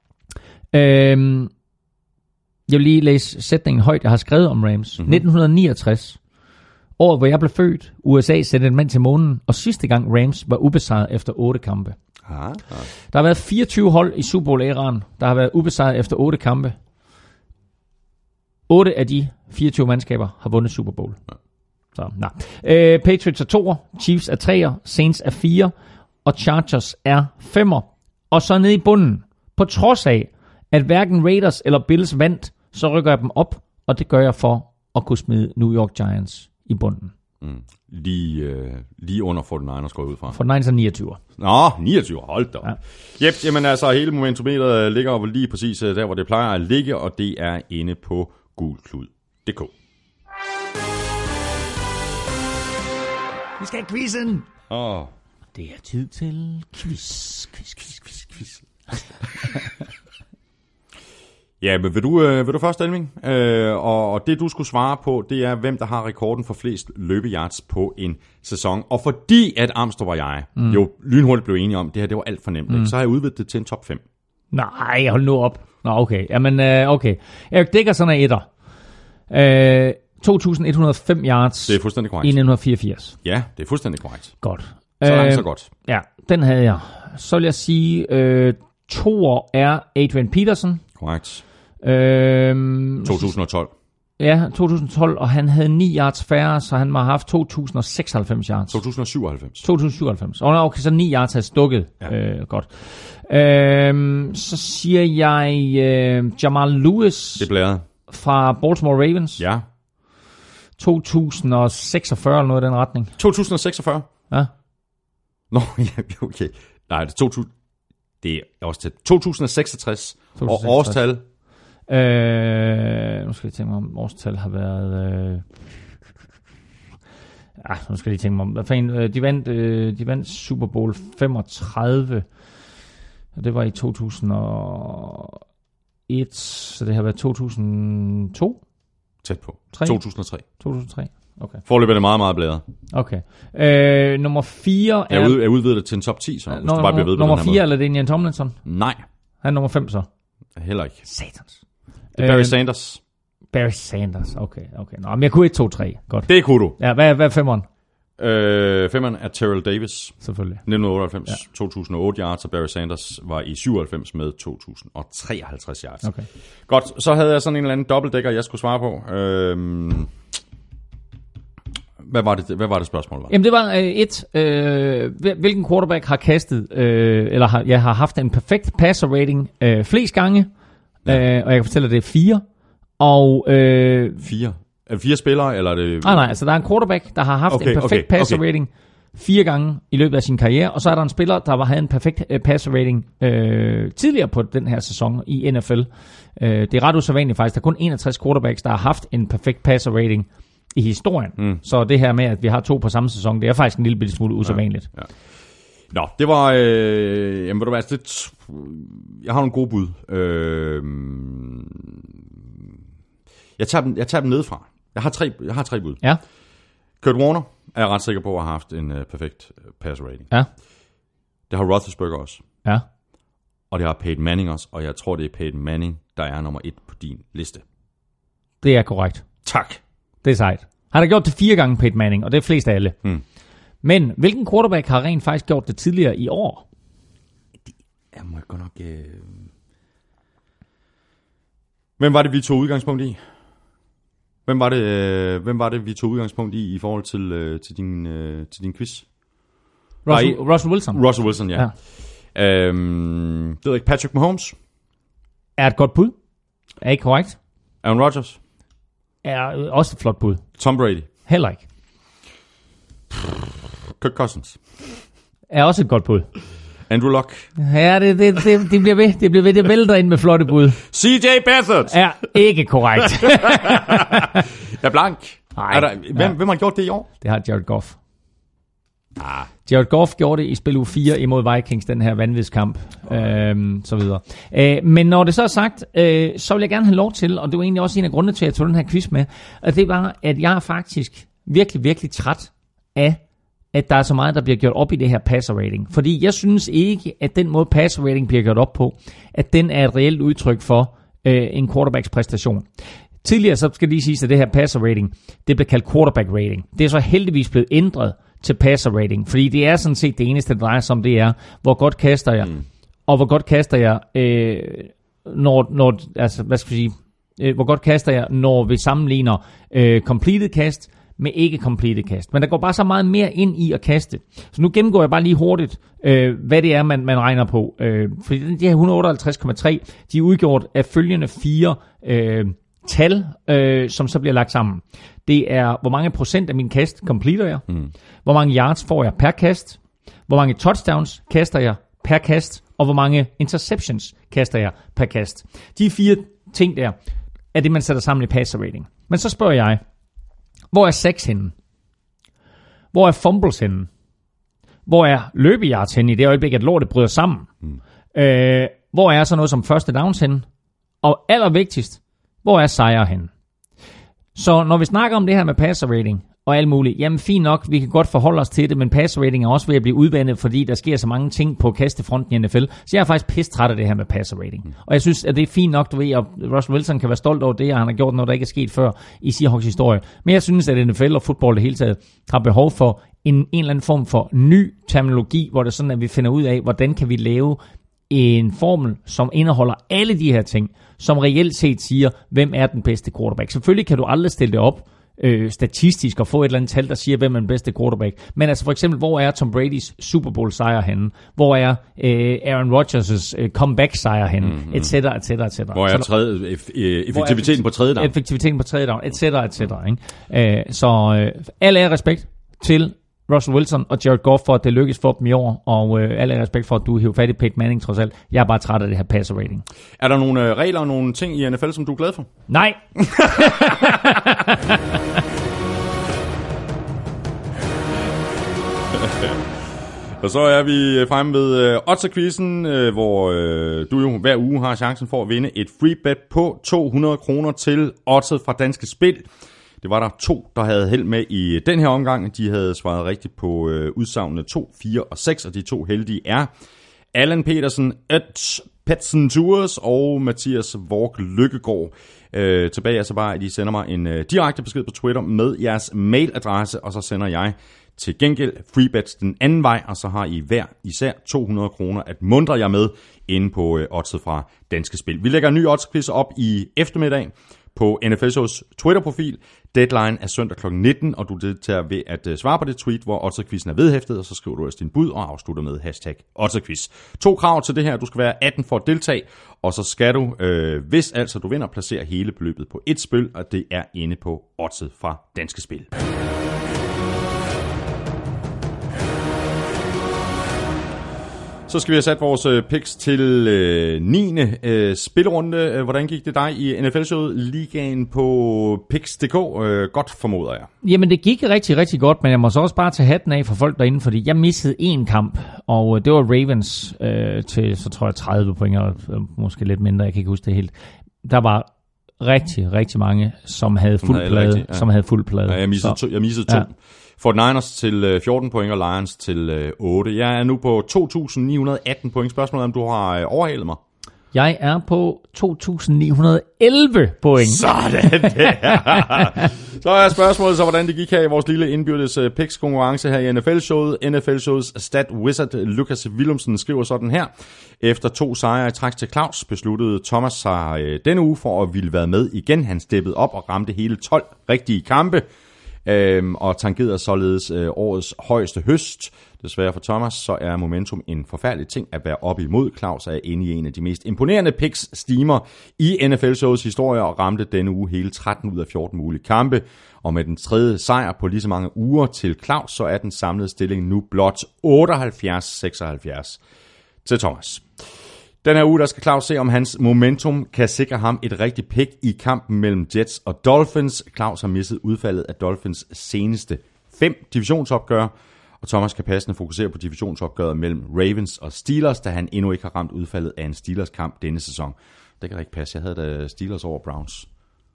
Um, jeg vil lige læse sætningen højt, jeg har skrevet om Rams. Mm-hmm. nitten niogtres. Året, hvor jeg blev født, U S A sendte en mand til månen, og sidste gang Rams var ubesejret efter otte kampe. Ah, ah. Der har været fireogtyve hold i Super Bowl-æraen, der har været ubesejret efter otte kampe. otte af de fireogtyve mandskaber har vundet Super Bowl. Ja. Så, nej. Øh, Patriots er toer, Chiefs er treer, Saints er fire, og Chargers er femmer. Og så nede i bunden, på trods af, at hverken Raiders eller Bills vandt, så rykker jeg dem op, og det gør jeg for at kunne smide New York Giants i bunden. Mm. Lige, øh, lige under forty-niners går ud fra. forty-niners er niogtyve. Nå, niogtyve, hold da. Ja. Yep, jamen altså, hele momentometeret ligger jo lige præcis der, hvor det plejer at ligge, og det er inde på gulklud punktum d k. Vi skal have quizzen! Åh. Oh. Det er tid til quiz, quiz, quiz, quiz, quiz. Ja, men vil du, øh, vil du først, Elming? Øh, og, og det, du skulle svare på, det er, hvem der har rekorden for flest løbeyards på en sæson. Og fordi at Amstrup og jeg mm. jo lynhurtigt blev enige om, det her det var alt for nemt, mm. så har jeg udvidet det til en top fem. Nej, hold nu op. Nå, okay. Jamen, øh, okay. Erik Dickerson er etter. Øh, to tusind et hundrede og fem yards. Det er fuldstændig korrekt. I nitten fireogfirs. Ja, det er fuldstændig korrekt. Godt. Så langt, så godt. Ja, den havde jeg. Så vil jeg sige, øh, toer er Adrian Peterson. Korrekt. Øhm, to tusind og tolv. Ja, to tusind og tolv, og han havde ni yards færre, så han må have haft to tusind og seksoghalvfems yards. to tusind og syvoghalvfems. to tusind og syvoghalvfems. Og okay, så ni yards har stukket. Ja. Øh, godt. Øhm, så siger jeg øh, Jamal Lewis. Det blæret. Fra Baltimore Ravens. Ja. to tusind og seksogfyrre eller noget i den retning. to tusind og seksogfyrre? Ja. Nå, ja, okay. Nej, det er to tusind. Det er årstal. to tusind og seksogtres. Og årstal? Øh, nu skal jeg tænke mig om, årstal har været... Øh, ah, nu skal jeg tænke mig om... Hvad fanden, de, vandt, øh, de vandt Super Bowl femogtredive. Og det var i to tusind og et, så det har været to tusind og to? Tæt på. tre? to tusind og tre. to tusind og tre, okay. Forløbet er det meget, meget blæret. Okay. Øh, nummer fire er... Jeg er, ud, er udvidet til en top ti, så hvis Nå, du bare bliver ved på nummer den her fire, måde. eller det er Ian Tomlinson? Nej. Han er nummer fem så? Heller ikke. Satans. Det er Barry øh, Sanders. Barry Sanders, okay. okay. Nå, men jeg kunne et, to, tre. Godt. Det kunne du. Ja, hvad, hvad er femmeren? Øh, femmeren er Terrell Davis. Selvfølgelig. nitten otteoghalvfems, ja. to tusind og otte yards, og Barry Sanders var i syvoghalvfems med to tusind og treoghalvtreds yards. Okay. Godt, så havde jeg sådan en eller anden dobbeltdækker, jeg skulle svare på. Øhm, hvad, var det, hvad var det spørgsmål? Var? Jamen det var øh, et, øh, hvilken quarterback har kastet, øh, eller har, jeg har haft en perfekt passer rating øh, flest gange, ja. øh, og jeg kan fortælle, at det er fire. Og, øh, fire? Er det fire spillere, eller er det... Nej, nej, altså der er en quarterback, der har haft okay, en perfekt okay, passer okay. rating fire gange i løbet af sin karriere, og så er der en spiller, der havde en perfekt uh, passer rating øh, tidligere på den her sæson i N F L. Øh, det er ret usædvanligt faktisk. Der er kun enogtres quarterbacks, der har haft en perfekt passer rating i historien. Mm. Så det her med, at vi har to på samme sæson, det er faktisk en lille bitte smule usædvanligt. Ja, ja. Nå, det var... Øh, jamen, ved du hvad, altså, det, jeg har nogle gode bud. Øh, jeg, tager dem, jeg tager dem nedefra. Jeg har tre, jeg har tre bud. Ja. Kurt Warner er jeg ret sikker på at have haft en uh, perfekt uh, passer rating. Ja. Det har Roethlisberger også. Ja. Og det har Peyton Manning også, og jeg tror, det er Peyton Manning, der er nummer et på din liste. Det er korrekt. Tak. Det er sejt. Han har gjort det fire gange, Peyton Manning, og det er flest af alle. Hmm. Men hvilken quarterback har rent faktisk gjort det tidligere i år? Jeg må godt nok... Øh... Hvem var det, vi tog udgangspunkt i? Hvem var det, øh, hvem var det vi tog udgangspunkt i i forhold til, øh, til, din, øh, til din quiz? Russell, I, Russell Wilson. Russell Wilson, ja. ja. Øhm, det ved ikke, Patrick Mahomes? Er et godt bud. Er ikke korrekt. Aaron Rodgers? Er også et flot bud. Tom Brady? Heller ikke. Kirk Cousins? Er også et godt bud. Andrew Luck? Ja, det, det, det, det bliver ved. Det bliver ved. Det vælter ind med flotte bud. C J Beathard? Er ikke korrekt. Jeg er blank. Nej. Er der, hvem, ja. hvem har gjort det i år? Det har Jared Goff. Ah. Jared Goff gjorde det i spil uge fire imod Vikings, den her vanvidskamp, okay. øhm, så videre. Øh, men når det så er sagt, øh, så vil jeg gerne have lov til, og det var egentlig også en af grundene til, at jeg tog den her quiz med, og det var, at jeg er faktisk virkelig, virkelig træt af, at der er så meget, der bliver gjort op i det her passer rating. Fordi jeg synes ikke, at den måde passer rating bliver gjort op på, at den er et reelt udtryk for øh, en quarterbacks præstation. Tidligere så skal lige sige, at det her passer rating, det blev kaldt quarterback rating. Det er så heldigvis blevet ændret til passer rating, fordi det er sådan set det eneste, der drejer sig om, det er, hvor godt kaster jeg, mm. og hvor godt kaster jeg, øh, når, når, altså, hvad skal vi sige, øh, hvor godt kaster jeg, når vi sammenligner øh, completed kast med ikke completed kast. Men der går bare så meget mere ind i at kaste. Så nu gennemgår jeg bare lige hurtigt, øh, hvad det er, man, man regner på. Øh, fordi de her et hundrede otteoghalvtreds komma tre, de er udgjort af følgende fire øh, tal, øh, som så bliver lagt sammen. Det er, hvor mange procent af min kast completer jeg, mm. hvor mange yards får jeg per kast, hvor mange touchdowns kaster jeg per kast, og hvor mange interceptions kaster jeg per kast. De fire ting der, er det, man sætter sammen i passer rating. Men så spørger jeg, hvor er sacks henne? Hvor er fumbles henne? Hvor er løbeyards henne i det øjeblik, at lortet bryder sammen? Mm. Øh, hvor er så noget som første downs henne? Og allervigtigst, hvor er sejre henne? Så når vi snakker om det her med passer rating og alt muligt, jamen fint nok, vi kan godt forholde os til det, men passer rating er også ved at blive udvandet, fordi der sker så mange ting på kastefronten i N F L. Så jeg er faktisk pisse træt af det her med passer rating. Mm. Og jeg synes, at det er fint nok, du ved, og Russell Wilson kan være stolt over det, og han har gjort noget, der ikke er sket før i Seahawks historie. Men jeg synes, at N F L og fodbold det hele taget har behov for en, en eller anden form for ny terminologi, hvor det er sådan, at vi finder ud af, hvordan kan vi lave en formel, som indeholder alle de her ting, som reelt set siger, hvem er den bedste quarterback. Selvfølgelig kan du aldrig stille det op øh, statistisk og få et eller andet tal, der siger, hvem er den bedste quarterback. Men altså for eksempel, hvor er Tom Brady's Super Bowl sejr henne? Hvor er øh, Aaron Rodgers' øh, comeback sejr henne? Mm-hmm. Et cetera, et cetera, et cetera. Hvor er tredje, eff, effektiviteten på tredje down? Effektiviteten på tredje down, et cetera, et cetera. Ikke? Øh, så øh, al ære respekt til Russell Wilson og Jared Goff for, at det lykkes for dem i år, og øh, al respekt for, at du hiver fat i Peyton Manning trods alt. Jeg er bare træt af det her passer rating. Er der nogle øh, regler og nogle ting i N F L, som du er glad for? Nej! Og så er vi fremme ved øh, Odds-quizzen, øh, hvor øh, du jo hver uge har chancen for at vinde et free bet på to hundrede kroner til Oddset fra Danske Spil. Det var der to, der havde held med i den her omgang. De havde svaret rigtigt på øh, udsagnene to, fire og seks, og de to heldige er Allan Petersen, Ed Petsen Tours og Mathias Vork Lykkegaard. Øh, tilbage er så bare, at I sender mig en øh, direkte besked på Twitter med jeres mailadresse, og så sender jeg til gengæld freebets den anden vej, og så har I hver især to hundrede kroner at mundre jer med inde på øh, Oddset fra Danske Spil. Vi lægger en ny odds-quiz op i eftermiddag på N F L Shows Twitter-profil. Deadline er søndag klokken nitten, og du deltager ved at uh, svare på det tweet, hvor Odds-quizzen er vedhæftet, og så skriver du også din bud og afslutter med hashtag Odds-quiz. To krav til det her. Du skal være atten for at deltage, og så skal du, øh, hvis altså du vinder, placere hele beløbet på et spil, og det er inde på Oddset fra Danske Spil. Så skal vi have sat vores øh, picks til øh, niende Øh, spilrunde. Hvordan gik det dig i N F L-showet ligaen på picks punktum d k? Øh, godt formoder jeg. Jamen det gik rigtig, rigtig godt, men jeg må så også bare tage hatten af for folk derinde, fordi jeg missede én kamp, og det var Ravens øh, til, så tror jeg, tredive point, eller måske lidt mindre, jeg kan ikke huske det helt. Der var rigtig, rigtig mange, som havde fuld plade. Rigtig, ja. Som havde fuld plade. Ja, jeg missede to. Jeg missede to. Ja. forty-niners til fjorten point og Lions til otte. Jeg er nu på to tusind ni hundrede atten point. Spørgsmålet er, om du har overhalet mig? Jeg er på to tusind ni hundrede elleve point. Sådan der. Så er spørgsmålet så, hvordan det gik her i vores lille indbyrdes picks konkurrence her i N F L-showet. N F L-showets stat wizard Lukas Willumsen skriver sådan her. Efter to sejre i træk til Claus, besluttede Thomas sig denne uge for at ville være med igen. Han steppede op og ramte hele tolv rigtige kampe. Øhm, og tangerede således øh, årets højeste høst. Desværre for Thomas, så er momentum en forfærdelig ting at være op imod. Claus er inde i en af de mest imponerende picks-stimer i N F L-showets historie og ramte denne uge hele tretten ud af fjorten mulige kampe. Og med den tredje sejr på lige så mange uger til Claus, så er den samlede stilling nu blot otteoghalvfjerds seksoghalvfjerds til Thomas. Den her uge, der skal Claus se, om hans momentum kan sikre ham et rigtigt pick i kampen mellem Jets og Dolphins. Claus har misset udfaldet af Dolphins seneste fem divisionsopgør, og Thomas kan passende fokusere på divisionsopgøret mellem Ravens og Steelers, da han endnu ikke har ramt udfaldet af en Steelers-kamp denne sæson. Det kan da ikke passe. Jeg havde da Steelers over Browns.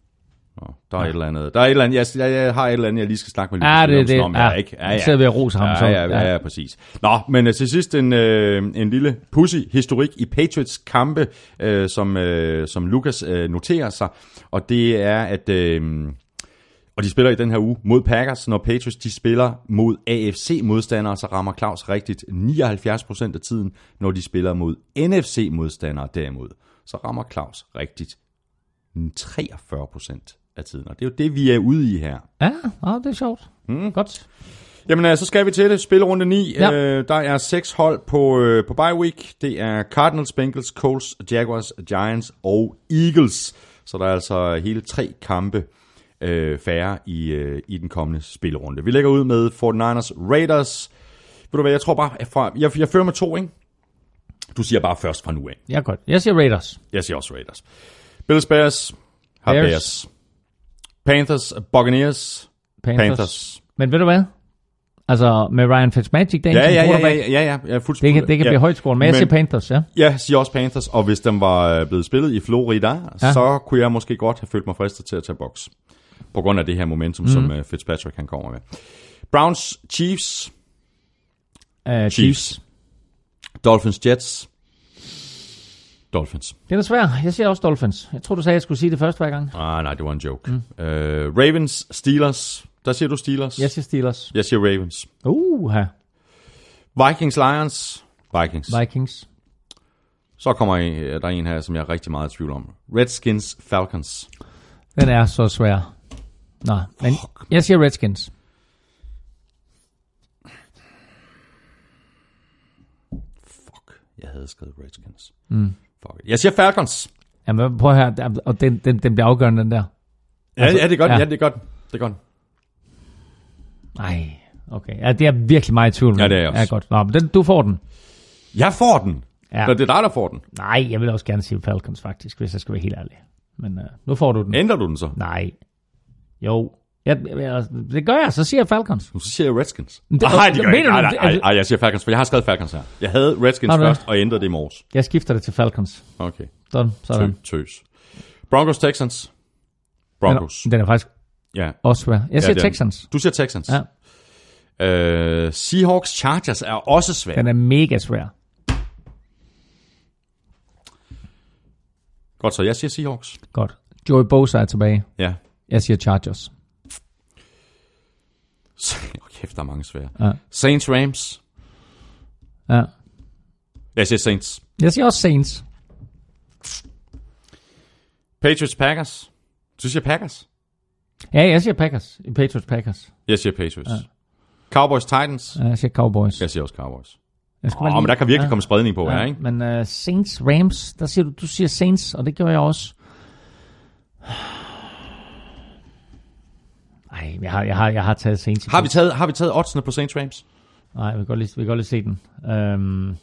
Nå, der er ja. et eller andet. Der er et eller andet. Jeg, jeg, jeg har et eller andet, jeg lige skal snakke med lige ja, det, det, om. Ja, jeg ikke. Ja, ja. Så vil jeg rose ham. Ja, så. Ja, ja, ja, ja, præcis. Nå, men uh, til sidst en, uh, en lille pussy historik i Patriots kampe, uh, som, uh, som Lukas uh, noterer sig. Og det er, at uh, og de spiller i den her uge mod Packers. Når Patriots de spiller mod A F C-modstandere, så rammer Claus rigtigt nioghalvfjerds procent af tiden. Når de spiller mod N F C-modstandere derimod, så rammer Claus rigtigt treogfyrre procent af tiden. Og det er jo det, vi er ude i her. Ja, ja det er sjovt. Mm. Godt. Jamen, så skal vi til det. Spilrunde ni. Ja. Øh, der er seks hold på, øh, på bye week. Det er Cardinals, Bengals, Colts, Jaguars, Giants og Eagles. Så der er altså hele tre kampe øh, færre i, øh, i den kommende spilrunde. Vi lægger ud med forty-niners, Raiders. Ved du hvad, jeg tror bare, fra, jeg, jeg fører med to, ikke? Du siger bare først fra nu af. Ja, godt. Jeg siger Raiders. Jeg siger også Raiders. Bills, Bears, har Bears. Bears. Panthers, Buccaneers, Panthers. Panthers. Men ved du hvad? Altså med Ryan Fitzmagic, den ja, ja, ja, ja, ja, ja, ja, det kan, det kan ja. blive højt scoret, men jeg siger Panthers, ja. Jeg siger også Panthers, og hvis den var blevet spillet i Florida, ja. så kunne jeg måske godt have følt mig fristet til at tage boks. På grund af det her momentum, mm. som uh, Fitzpatrick han kommer med. Browns, Chiefs. Uh, Chiefs. Chiefs. Dolphins, Jets. Dolphins. Det er svært. Jeg siger også Dolphins. Jeg tror du sagde, at jeg skulle sige det første hver gang. Ah, nej, det var en joke. Mm. Uh, Ravens, Steelers. Der siger du Steelers. Jeg siger Steelers. Jeg siger Ravens. Uh, her. Vikings, Lions. Vikings. Vikings. Så kommer en, der er en her, som jeg er rigtig meget i tvivl om. Redskins Falcons. Den er så svær. Nå, men jeg siger Redskins. Fuck, jeg havde skrevet Redskins. Mm. Fuck. Jeg siger Falcons. Jamen, prøv her, og den, den, den bliver afgørende, den der. Ja, altså, ja, det er godt, ja. ja, det er godt. Det er godt. Nej, okay. Ja, det er virkelig meget i tvivl. Ja, det er jeg også. Ja, godt. Nå, men den, du får den. Jeg får den? Ja. Nå, det er dig, der får den? Nej, jeg vil også gerne sige Falcons, faktisk, hvis jeg skal være helt ærlig. Men uh, nu får du den. Ændrer du den så? Nej. Jo. Ja, det gør jeg, så siger jeg Falcons. Så siger jeg Redskins. Det, nej, det gør jeg ikke. Nej, nej, nej, nej, jeg siger Falcons, for jeg har skrevet Falcons her. Jeg havde Redskins først, og ændrede det i morges. Jeg skifter det til Falcons. Okay. Sådan, sådan. Tø, tøs. Broncos, Texans. Broncos. Den er, den er faktisk ja. også svær. Jeg siger ja, Texans. Du siger Texans. Ja. Uh, Seahawks, Chargers er også svær. Den er mega svær. Godt, så jeg siger Seahawks. Godt. Joey Bosa er tilbage. Ja. Jeg siger Chargers. Åh, kæft, der er mange svære. Ja. Saints, Rams. Ja. Jeg siger Saints. Jeg siger også Saints. Patriots, Packers. Du siger Packers? Ja, jeg siger Packers. Patriots, Packers. Jeg siger Patriots. Ja. Cowboys, Titans. Ja, jeg siger Cowboys. Jeg siger også Cowboys. Åh, oh, men der kan virkelig ja. komme spredning på, ja, ja, ikke? Men uh, Saints, Rams, der siger du, du siger Saints, og det gør jeg også. Ej, jeg har, jeg har, jeg har taget Saints. Har vi taget, har vi taget oddsene på Saints, Rams? Nej, vi kan godt lige, vi kan godt lige se den. Um...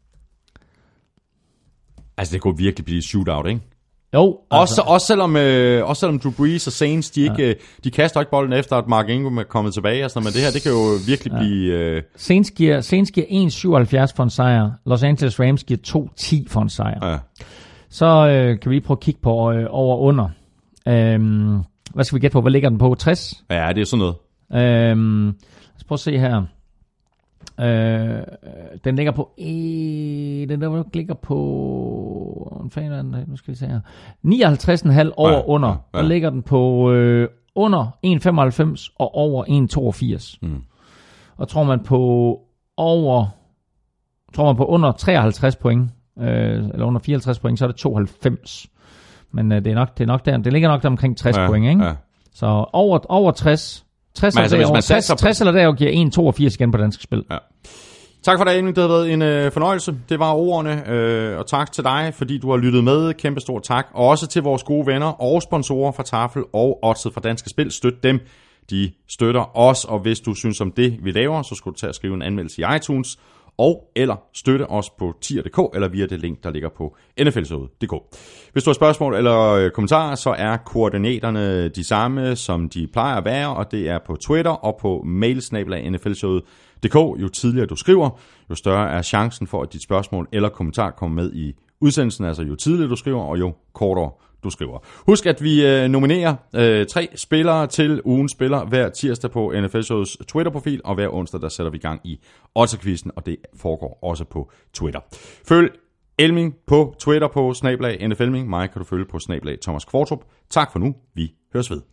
Altså, det kunne virkelig blive et shootout, ikke? Jo. Altså. Også, også, selvom, øh, også selvom Drew Brees og Saints, de, ikke, ja. de kaster ikke bolden efter, at Mark Ingram er kommet tilbage og sådan noget, men det her, det kan jo virkelig ja. blive... Øh... Saints giver, Saints giver en komma syvoghalvfjerds for en sejr. Los Angeles Rams giver to komma ti for en sejr. Ja. Så øh, kan vi lige prøve at kigge på øh, over under. Øhm, hvad skal vi gætte på? Hvad ligger den på? tres? Ja, det er sådan noget. Øhm, lad os prøve at se her. Øh, den ligger på e, den der ligger på nu skal vi se her nioghalvtreds komma fem over ja, under. Ja, ja. Der ligger den på øh, under en komma femoghalvfems og over en komma toogfirs. Mm. Og tror man på over tror man på under treoghalvtreds point øh, eller under fireoghalvtreds point, så er det tooghalvfems. Men øh, det er nok det er nok der. Det ligger nok der omkring tres ja, point, ikke? Ja. Så over over tres. tres, altså, der, hvis man tres, tres eller der giver en komma toogfirs igen på dansk spil. Ja. Tak for dagen, det har været en øh, fornøjelse. Det var ordene, øh, og tak til dig, fordi du har lyttet med. Kæmpe stor tak. Og også til vores gode venner og sponsorer fra Tafel og Oddset fra Danske Spil. Støt dem. De støtter os, og hvis du synes om det, vi laver, så skal du tage og skrive en anmeldelse i iTunes, og eller støtte os på tier punktum d k eller via det link, der ligger på n f l showet punktum d k. Hvis du har spørgsmål eller kommentarer, så er koordinaterne de samme, som de plejer at være, og det er på Twitter og på mailsnabel-a n f l showet punktum d k. Jo tidligere du skriver, jo større er chancen for, at dit spørgsmål eller kommentar kommer med i udsendelsen, altså jo tidligere du skriver, og jo kortere du skriver. Husk, at vi øh, nominerer øh, tre spillere til ugens spiller hver tirsdag på N F L Shows Twitter-profil, og hver onsdag, der sætter vi gang i Odds-quizzen, og det foregår også på Twitter. Følg Elming på Twitter på snabel-a N F L Elming. Mig kan du følge på snabel-a Thomas Kvartrup. Tak for nu. Vi høres ved.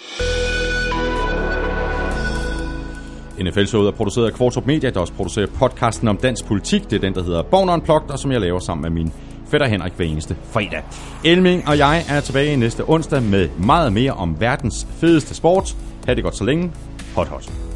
N F L-showet er produceret af Kvartrup Media, der også producerer podcasten om dansk politik. Det er den, der hedder Born Unplugged, og som jeg laver sammen med min fætter Henrik hver eneste fredag. Elming og jeg er tilbage næste onsdag med meget mere om verdens fedeste sport. Ha' det godt så længe. Hot hot.